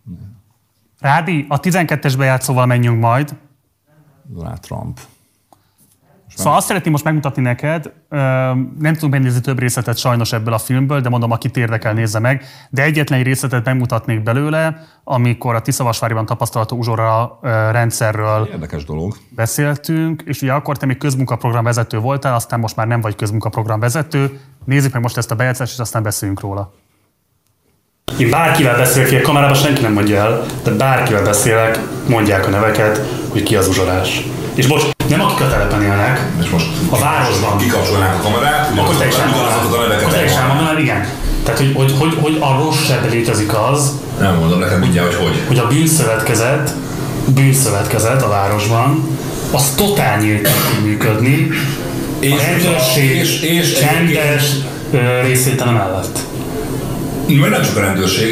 Rádi, a tizenkettes bejátszóval menjünk majd. Donald Trump. Most szóval azt szeretném most megmutatni neked, nem tudom megnézni több részletet sajnos ebből a filmből, de mondom, akit érdekel, nézze meg, de egyetlen egy részletet megmutatnék belőle, amikor a Tiszavasváriban tapasztalható uzsora rendszerről érdekes dolog. beszéltünk, és ugye akkor te még közmunkaprogram vezető voltál, aztán most már nem vagy közmunkaprogram vezető. Nézzük meg most ezt a bejátszást, és aztán beszéljünk róla. Én bárkivel beszélek, a kamerában senki nem mondja el, de bárkivel beszélek, mondják a neveket, hogy ki az uzsorás. És bocs, nem akik a telepen élnek, és most a városban. Kikapcsolnánk a kamerát, akkor te is elmondanád, igen. Tehát, hogy, hogy, hogy, hogy a rosszabb létezik az, nem mondom neked mindjárt, hogy hogy. Hogy a bűnszövetkezet, bűnszövetkezet a városban, az totál nyílt működni, és a rendőrség és, és csendes részvétele mellett. Mert nem csak a rendőrség,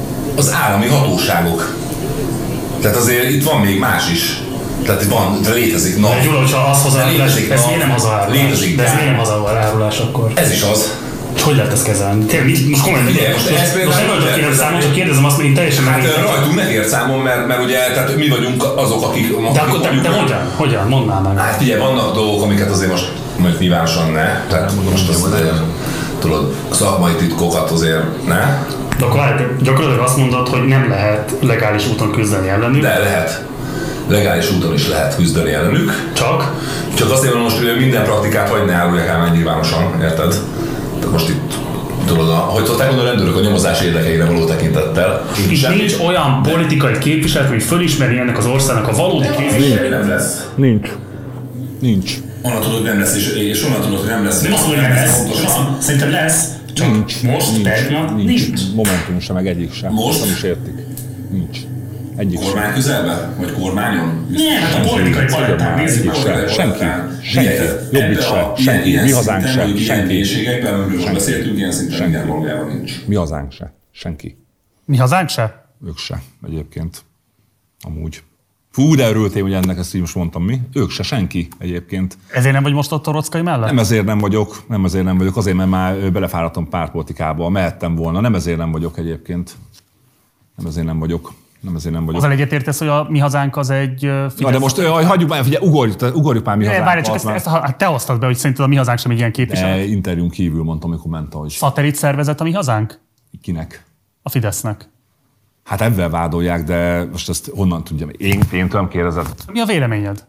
az állami hatóságok. Tehát azért itt van még más is. Tehát van, de létezik nap. De Gyula, hogyha azt hozzáárulás, ez miért nem hazaárulás? De ez miért nem hazaárulás akkor? Ez is az. És hogy lehet ezt kezelni? Most komolyan, most, most, most nem rajta kérem számon, csak kérdezem azt, mert én teljesen hát megértem. Rajtunk megért számon, mert, mert ugye tehát mi vagyunk azok, akik... De akik akkor te, te hogyan? Hogyan? Mondd meg. Hát figyelj, vannak dolgok, amiket azért most mondjuk nyilvánosan ne. Tehát most azt azért, tudod, szakmai titkokat azért ne. De akkor gyakorlatilag azt mondod, hogy nem lehet legális úton küzdeni ellenük? De lehet. Legális úton is lehet küzdeni ellenük. Csak? Csak azt mondom, most hogy minden praktikát vagy ne árulják el meg nyilvánosan, érted? Tehát most itt tudod, hogy szokták mondani a rendőrök a nyomozás érdekeire való tekintettel. Itt nincs olyan politikai képviselet, hogy fölismeri ennek az országnak a valódi képviselőt. Nem lesz. Nincs. Nincs. Onnan tudod, hogy nem lesz, és, és onnan tudod, hogy nem lesz. Nem azt mondom, hogy nem lesz. Szerintem lesz. Csak nincs. Most, tegnap nincs. nincs. Momentum sem, meg egyik sem. Most? Nem is értik. Nincs. Egyik kormány sem. Közelben? Vagy kormányon? Nem, hát a politikai palettán nézzük meg. Senki. Senki. Jobbik se. Senki. Mi hazánk se. Senki. Ilyen mélységekben, amiről beszéltünk, ilyen szinten minden valójában nincs. Mi hazánk se. Senki. Mi hazánk se? Ők se, egyébként. Amúgy. Fú, de örültél, hogy ennek ezt így most mondtam, mi? Ők se, senki egyébként. Ezért nem vagy most ott a Torockai mellett? Nem ezért nem vagyok, nem ezért nem vagyok, azért, mert már belefáradtam pártpolitikába, mehettem volna, nem ezért nem vagyok egyébként. Nem ezért nem vagyok. Nem ezért nem vagyok. Azzal egyetértesz, hogy a Mi Hazánk az egy Fidesz... Na de most hagyjuk már, figyelj, ugorjuk, ugorjuk már Mi Hazánk. Várj, csak ezt, ezt, ezt, te hoztad be, hogy szerinted a Mi Hazánk sem egy ilyen képviselet. De interjún kívül mondtam, amikor ment, hogy... Szatellit szervezet a Mi Hazánk? Kinek? A Fidesznek. Hát ebben vádolják, de most ezt honnan tudjam? Én, én tudom kérdezed. Mi a véleményed?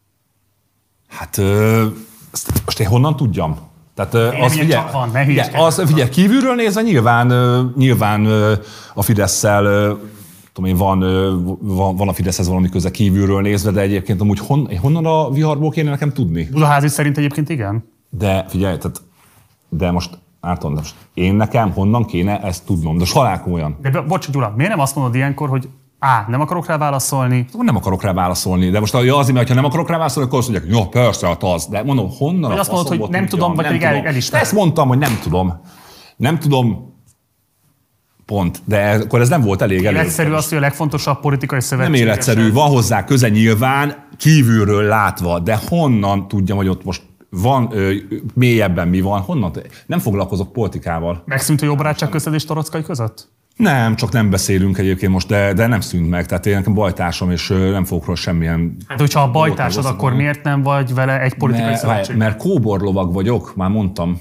Hát ezt most én honnan tudjam? Tehát az, figyelj, van, ne figyelj, az, figyelj, kívülről nézve nyilván, nyilván a Fidesszel, tudom én, van, van, van a Fideszhez valami köze kívülről nézve, de egyébként amúgy hon, honnan a viharból kéne nekem tudni? Budaházi szerint egyébként igen. De figyelj, tehát, de most ártom, de most én nekem honnan kéne ezt tudnom, de halál komolyan. De bocs, Gyula, miért nem azt mondod ilyenkor, hogy á, nem akarok rá válaszolni? Nem akarok rá válaszolni, de most ja, azért, mert ha nem akarok rá válaszolni, akkor azt mondják, jó, persze, hát az. De mondom, honnan vagy azt mondod, hogy nem tudom, vagy pedig el, elismer. Ezt mondtam, hogy nem tudom. Nem tudom, pont. De akkor ez nem volt elég elég. Életszerű az, hogy a legfontosabb politikai szövetség. Nem életszerű, van hozzá köze nyilván, kívülről látva, de honnan tudjam, hogy ott most van, ö, mélyebben mi van, honnan? Nem foglalkozok politikával. Megszűnt a jó barátság között Torockai között? Nem, csak nem beszélünk egyébként most, de, de nem szűnt meg. Tehát én nekem bajtársam, és nem fogok róla semmilyen... Hát, hogyha a bajtársad, akkor miért nem vagy vele egy politikai szövetség? Mert kóborlovag vagyok, már mondtam.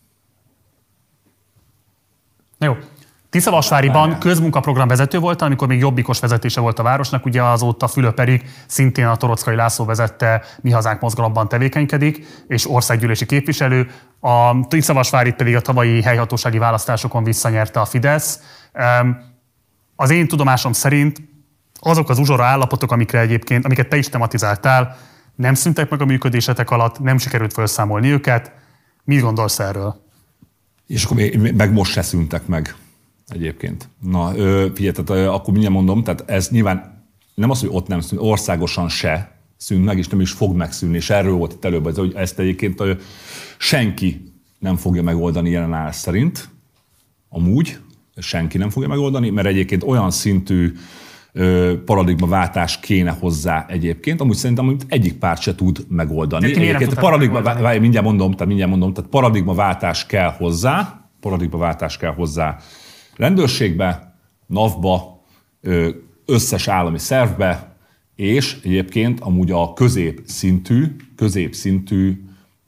Na jó. Tiszavasváriban közmunkaprogram vezető volt, amikor még jobbikos vezetése volt a városnak, ugye azóta Fülöperig szintén a Torockai László vezette Mi Hazánk mozgalomban tevékenykedik, és országgyűlési képviselő. A Tiszavasvárit pedig a tavalyi helyhatósági választásokon visszanyerte a Fidesz. Az én tudomásom szerint azok az uzsora állapotok, amikre egyébként, amiket te is tematizáltál, nem szűntek meg a működésetek alatt, nem sikerült felszámolni őket. Mit gondolsz erről? És akkor meg most se szűntek meg egyébként. Na, figyelj, tehát akkor mindjárt mondom, tehát ez nyilván nem az, hogy ott nem szűnt, országosan se szűnt meg, és nem is fog megszűnni, és erről volt itt előbb, hogy ezt egyébként senki nem fogja megoldani jelen áll szerint, amúgy senki nem fogja megoldani, mert egyébként olyan szintű paradigmaváltás kéne hozzá egyébként, amúgy szerintem amit egyik párt se tud megoldani. Egyébként a paradigma, várj, mindjárt mondom, tehát mindjárt mondom, tehát paradigmaváltás kell hozzá, paradigmaváltás kell hozzá rendőrségbe, NAV-ba, összes állami szervbe, és egyébként amúgy a középszintű, középszintű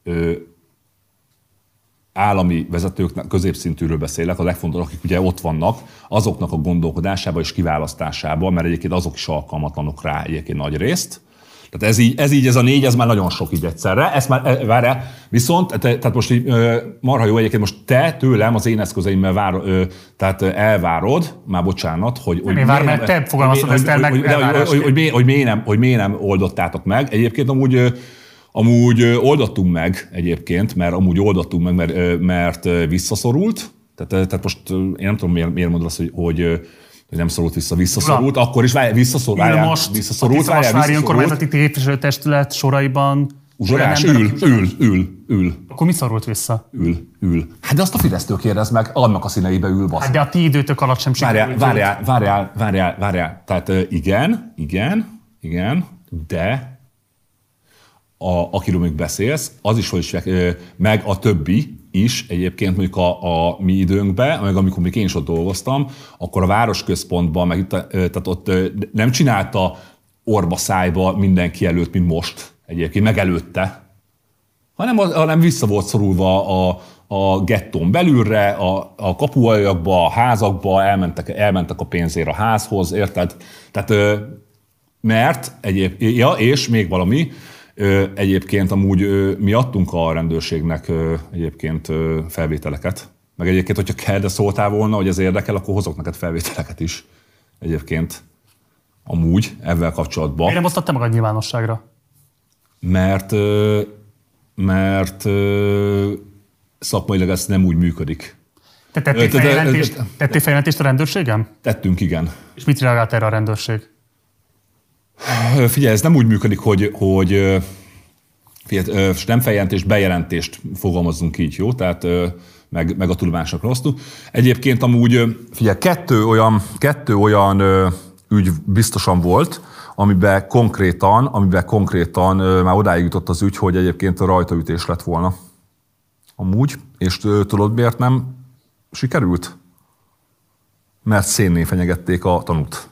állami vezetőknek, középszintűről beszélek, a legfontosabb, akik ugye ott vannak, azoknak a gondolkodásába és kiválasztásába, mert egyébként azok is alkalmatlanok rá egyébként nagy részt. Tehát ez így, ez így, ez a négy, ez már nagyon sok így egyszerre. Ezt már, várjál, viszont, te, tehát most így, marha jó egyébként, most te tőlem az én eszközeimmel vár, tehát elvárod, már bocsánat, hogy... hogy én vár, mert te fogalmaztad ezt el, meg elvárásként. Hogy, hogy, miért nem, hogy miért nem oldottátok meg. Egyébként amúgy, amúgy oldottunk meg egyébként, mert amúgy oldottunk meg, mert, mert visszaszorult. Tehát, tehát most én nem tudom, miért, miért mondod azt, hogy, hogy hogy nem szorult vissza, visszaszorult, akkor is várjál, visszaszorult, várjál, most visszaszorult, a Tiszavasvári önkormányzati képviselőtestület soraiban... Uzsorás, ül, ül, ül, ül. Akkor mi szorult vissza? Ül, ül. Hát de azt a Fidesztől kérdezd meg, annak a színeibe ül, basz. Hát de a ti időtök alatt sem sikerült. Várjál, várjál, várjál, várjál, várjál. Tehát igen, igen, igen, de a, akiről még beszélsz, az is, hogy meg a többi is egyébként mondjuk a, a mi időnkben, meg amikor még én is ott dolgoztam, akkor a városközpontban, meg itt, tehát ott nem csinálta orba szájba mindenki előtt, mint most egyébként, meg előtte, hanem, hanem vissza volt szorulva a, a gettón belülre, a, a kapuajakba, a házakba, elmentek, elmentek a pénzért a házhoz, érted? Tehát, mert egyébként, ja, és még valami, egyébként amúgy mi adtunk a rendőrségnek egyébként felvételeket. Meg egyébként, hogyha kell, de szóltál volna, hogy ez érdekel, akkor hozok neked felvételeket is. Egyébként amúgy ezzel kapcsolatban. Miért nem hoztad te magad nyilvánosságra? Mert, mert szakmailag ez nem úgy működik. Te tettél feljelentést, tettél feljelentést a rendőrségem? Tettünk, igen. És mit reagált erre a rendőrség? Figyelj, ez nem úgy működik, hogy, hogy figyelj, nem feljelentést, bejelentést fogalmazzunk így, jó? Tehát meg, meg a tudomásokra hoztuk. Egyébként amúgy, figyelj, kettő olyan, kettő olyan ügy biztosan volt, amiben konkrétan, amiben konkrétan már odáig jutott az ügy, hogy egyébként a rajtaütés lett volna. Amúgy. És tudod, miért nem sikerült? Mert szénné fenyegették a tanút.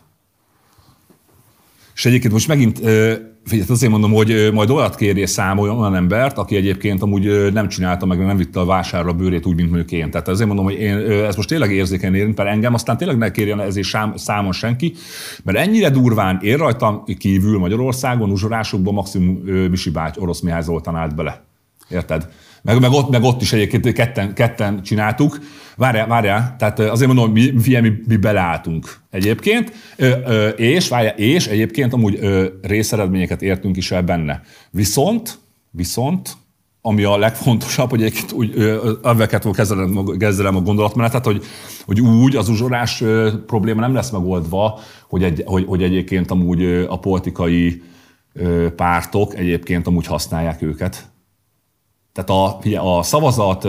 És egyébként most megint, figyelj, azért mondom, hogy majd olyat kérjél számoljon olyan embert, aki egyébként amúgy nem csinálta meg, nem vitte a vásárra a bőrét úgy, mint mondjuk én. Tehát azért mondom, hogy én ezt most tényleg érzékeny érint, mert engem aztán tényleg ne kérjen ezért számon senki, mert ennyire durván én rajtam kívül Magyarországon, uzsorásokban maximum Misi báty, Orosz Mihály Zoltán állt bele. Érted? Meg, meg, ott, meg ott is egyébként ketten, ketten csináltuk. Várjál, várjál, tehát azért mondom, mi, figyelj, mi, mi beleálltunk egyébként, és, várjál, és egyébként amúgy részeredményeket értünk is el benne. Viszont, viszont, ami a legfontosabb, hogy egyébként úgy, eveket kezdelem, kezdelem a gondolatmenetet, hogy, hogy úgy az uzsorás probléma nem lesz megoldva, hogy, egy, hogy, hogy egyébként amúgy a politikai pártok egyébként amúgy használják őket. Tehát a, a szavazat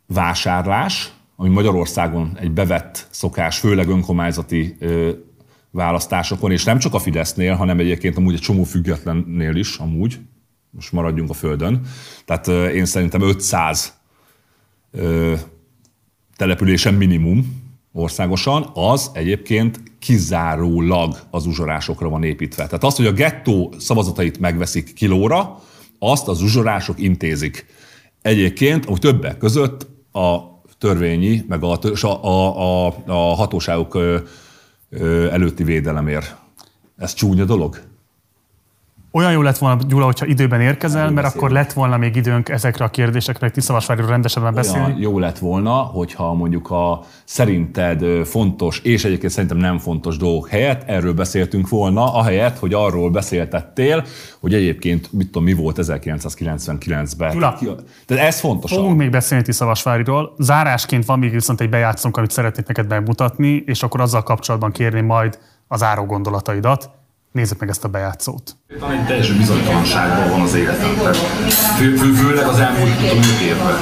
vásárlás, ami Magyarországon egy bevett szokás, főleg önkormányzati választásokon, és nem csak a Fidesznél, hanem egyébként amúgy egy csomó függetlennél is, amúgy, most maradjunk a földön. Tehát én szerintem ötszáz ö, településen minimum országosan, az egyébként kizárólag az uzsorásokra van építve. Tehát azt, hogy a gettó szavazatait megveszik kilóra, azt az uzsorások intézik. Egyébként, ahogy többek között a törvényi, meg a, a, a, a hatóságok előtti védelemért. Ez csúnya dolog? Olyan jó lett volna, Gyula, hogyha időben érkezel, mert akkor lett volna még időnk ezekre a kérdésekre, hogy Tiszavasvárról rendesen beszélni. Olyan jó lett volna, hogyha mondjuk a szerinted fontos, és egyébként szerintem nem fontos dolgok helyett erről beszéltünk volna, ahelyett, hogy arról beszéltettél, hogy egyébként mit tudom, mi volt ezerkilencszázkilencvenkilencben. Gyula, tehát ez fontos. Fogunk még beszélni Tiszavasváriról. Zárásként van még viszont egy bejátszónk, amit szeretnék neked megmutatni, és akkor azzal kapcsolatban kérném majd a záró gondolataidat. Nézzük meg ezt a bejátszót. Egy teljes bizonytalanságban van az életem. Fő, fő, főleg az elmúlt tudom, öt évben.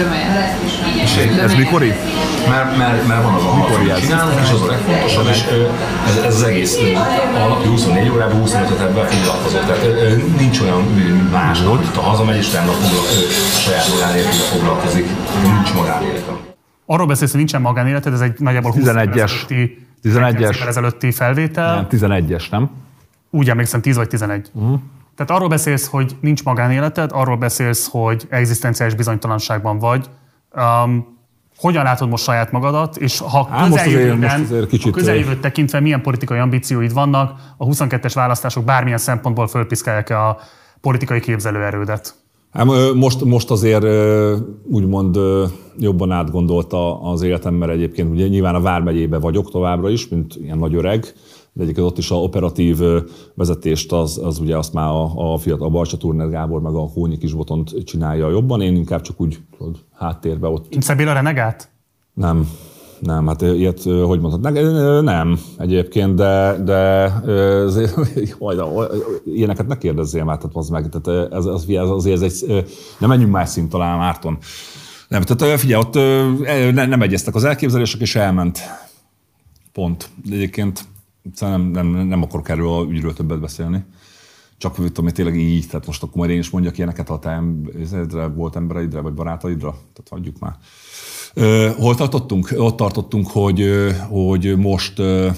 Ez mikori? Mert, mert, mert van az a harc, amit csinálunk, és az a legfontosabb, és ez, ez az egész a napi huszonnégy órában huszonötöt ebben foglalkozott. Tehát nincs olyan más, hogy itt a hazamegy, és nem a saját magánéletével foglalkozik. Nincs magánéletem. Arról beszélsz, hogy nincsen magánéleted, ez egy nagyjából húsz évvel ezelőtti felvétel. Nem, tizenegyes, nem? Úgy emlékszem, tíz vagy tizenegy. Uh-huh. Tehát arról beszélsz, hogy nincs magánéleted, arról beszélsz, hogy egzisztenciális bizonytalanságban vagy. Um, hogyan látod most saját magadat, és ha közeljövőben, kicsit... közeljövőt tekintve milyen politikai ambícióid vannak, a huszonkettes választások bármilyen szempontból fölpiszkálják a politikai képzelőerődet? Hát most, most azért úgymond jobban átgondolta az életem, mert egyébként ugye nyilván a Vármegyében vagyok továbbra is, mint ilyen nagy öreg, de egyébként ott is a operatív vezetést az, az ugye azt már a, a fiatal Balcsa Turner Gábor meg a Hónyi Kisbotont csinálja jobban, én inkább csak úgy tudod, háttérbe ott. Ince Béla renegát? Nem. Nem, hát ilyet, hogy mondhatnak, nem egyébként, de, de azért, ilyeneket ne kérdezzél már, tehát az meg, tehát ez, ez, ez, azért ez egy, nem menjünk más szint talán, Márton. Nem, tehát figyelj, ott nem egyeztek az elképzelések, és elment. Pont. De egyébként nem, nem, nem akarok erről a ügyről többet beszélni. Csak tudom, hogy tényleg így, tehát most akkor majd én is mondjak ilyeneket, ha te volt embereidre, vagy barátaidra, tehát hagyjuk már. Uh, hol tartottunk? Ott tartottunk, hogy, hogy most... Uh,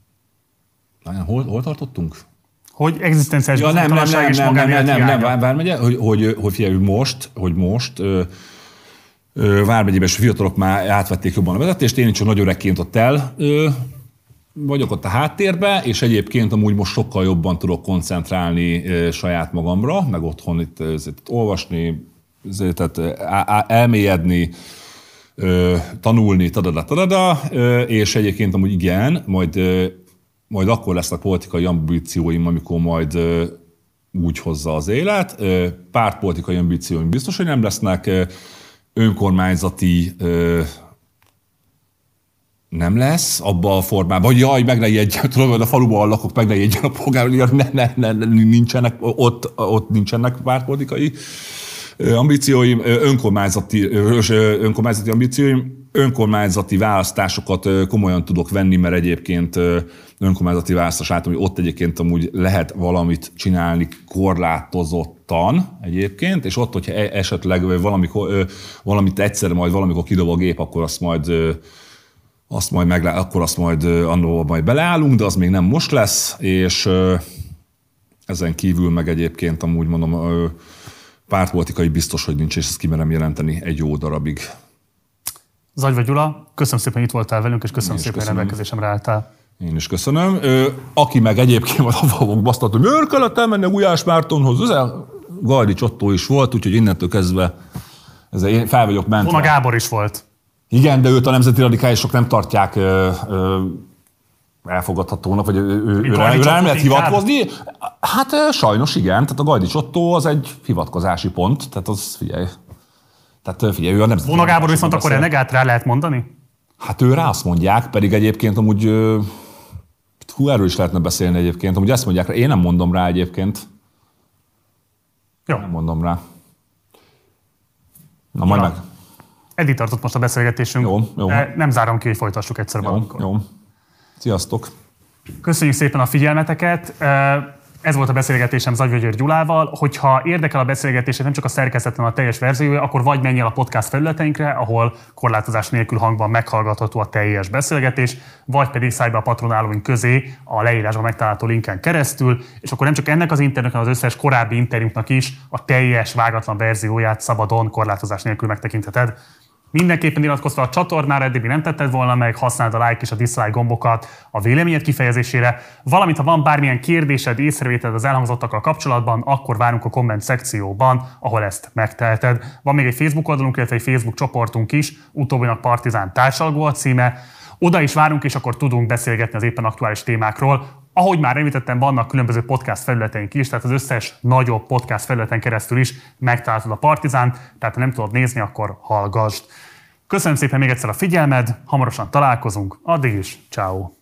hol, hol tartottunk? Hogy egzisztenciális ja, nem, nem, nem, és nem, nem, nem, nem, nem, nem, Vármegye, hogy, hogy, hogy figyelj, most, hogy most uh, uh, Vármegyében és a fiatalok már átvették jobban a vezetést, én csak nagy öregként ott el uh, vagyok ott a háttérbe, és egyébként amúgy most sokkal jobban tudok koncentrálni uh, saját magamra, meg otthon itt, uh, itt olvasni, tehát uh, elmélyedni, Ö, tanulni, tadada, tadada, ö, és egyébként amúgy igen, majd, ö, majd akkor lesznek politikai ambícióim, amikor majd ö, úgy hozza az élet. Ö, pártpolitikai ambícióim biztos, hogy nem lesznek. Ö, önkormányzati ö, nem lesz abban a formában, hogy jaj, meg ne jegyen, tudom, hogy a faluban lakok, meg ne jegyen a polgár, ne, ne, ne, ne, nincsenek, ott, ott nincsenek pártpolitikai ambícióim, önkormányzati, önkormányzati ambícióim, önkormányzati választásokat komolyan tudok venni, mert egyébként önkormányzati választás látom, hogy ott egyébként amúgy lehet valamit csinálni korlátozottan egyébként, és ott, hogyha esetleg valamikor, valamit egyszer majd valamikor kidob a gép, akkor azt majd, azt majd, meglá, akkor azt majd annól majd beleállunk, de az még nem most lesz, és ezen kívül meg egyébként amúgy mondom, pártpolitikai biztos, hogy nincs, és ezt kimerem jelenteni egy jó darabig. Zagyva Gyula, köszönöm szépen, hogy itt voltál velünk, és köszönöm szépen, hogy rendelkezésemre álltál. Én is köszönöm. Aki meg egyébként a fogok basztatni, hogy miért kellett elmenni a Gulyás Mártonhoz, ez Gajdics Ottó is volt, úgyhogy innentől kezdve ezzel én fel vagyok mentve. Vona Gábor is volt. Igen, de őt a nemzeti radikálisok nem tartják ö, ö, elfogadhatónak, vagy ő, ő, ő rá nem lehet hivatkozni. Hát sajnos igen, tehát a Gajdics Ottó az egy hivatkozási pont, tehát az figyelj. Tehát figyelj, ő a nemzeti... Vona Gábor viszont akkor renegát rá lehet mondani? Hát ő rá azt mondják, pedig egyébként amúgy... Hú, erről is lehetne beszélni egyébként, amúgy ezt mondják rá, én nem mondom rá egyébként. Jó. Nem mondom rá. Na majd meg. Eddig tartott most a beszélgetésünk. Jó, jó. Nem zárom ki, hogy folytassuk egyszer jó, valamikor. Jó. Sziasztok! Köszönjük szépen a figyelmeteket. Ez volt a beszélgetésem Zagyva György Gyulával. Hogyha érdekel a beszélgetés, nem csak a szerkezet, hanem a teljes verziója, akkor vagy menj el a podcast felületeinkre, ahol korlátozás nélkül hangban meghallgatható a teljes beszélgetés, vagy pedig szállj be a patronálóink közé a leírásban megtalálható linken keresztül, és akkor nem csak ennek az interjúnak, hanem az összes korábbi interjúknak is a teljes vágatlan verzióját szabadon korlátozás nélkül megtekintheted. Mindenképpen iratkozz fel a csatornára, eddig nem tetted volna meg, használd a like és a dislike gombokat a véleményed kifejezésére, valamint ha van bármilyen kérdésed, észrevételed az elhangzottakkal kapcsolatban, akkor várunk a komment szekcióban, ahol ezt megteheted. Van még egy Facebook oldalunk, illetve egy Facebook csoportunk is, utóbbinak Partizán társalgó a címe. Oda is várunk, és akkor tudunk beszélgetni az éppen aktuális témákról. Ahogy már említettem, vannak különböző podcast felületeink is, tehát az összes nagyobb podcast felületen keresztül is megtalálod a Partizánt, tehát ha nem tudod nézni, akkor hallgassd. Köszönöm szépen még egyszer a figyelmed, hamarosan találkozunk, addig is, ciao.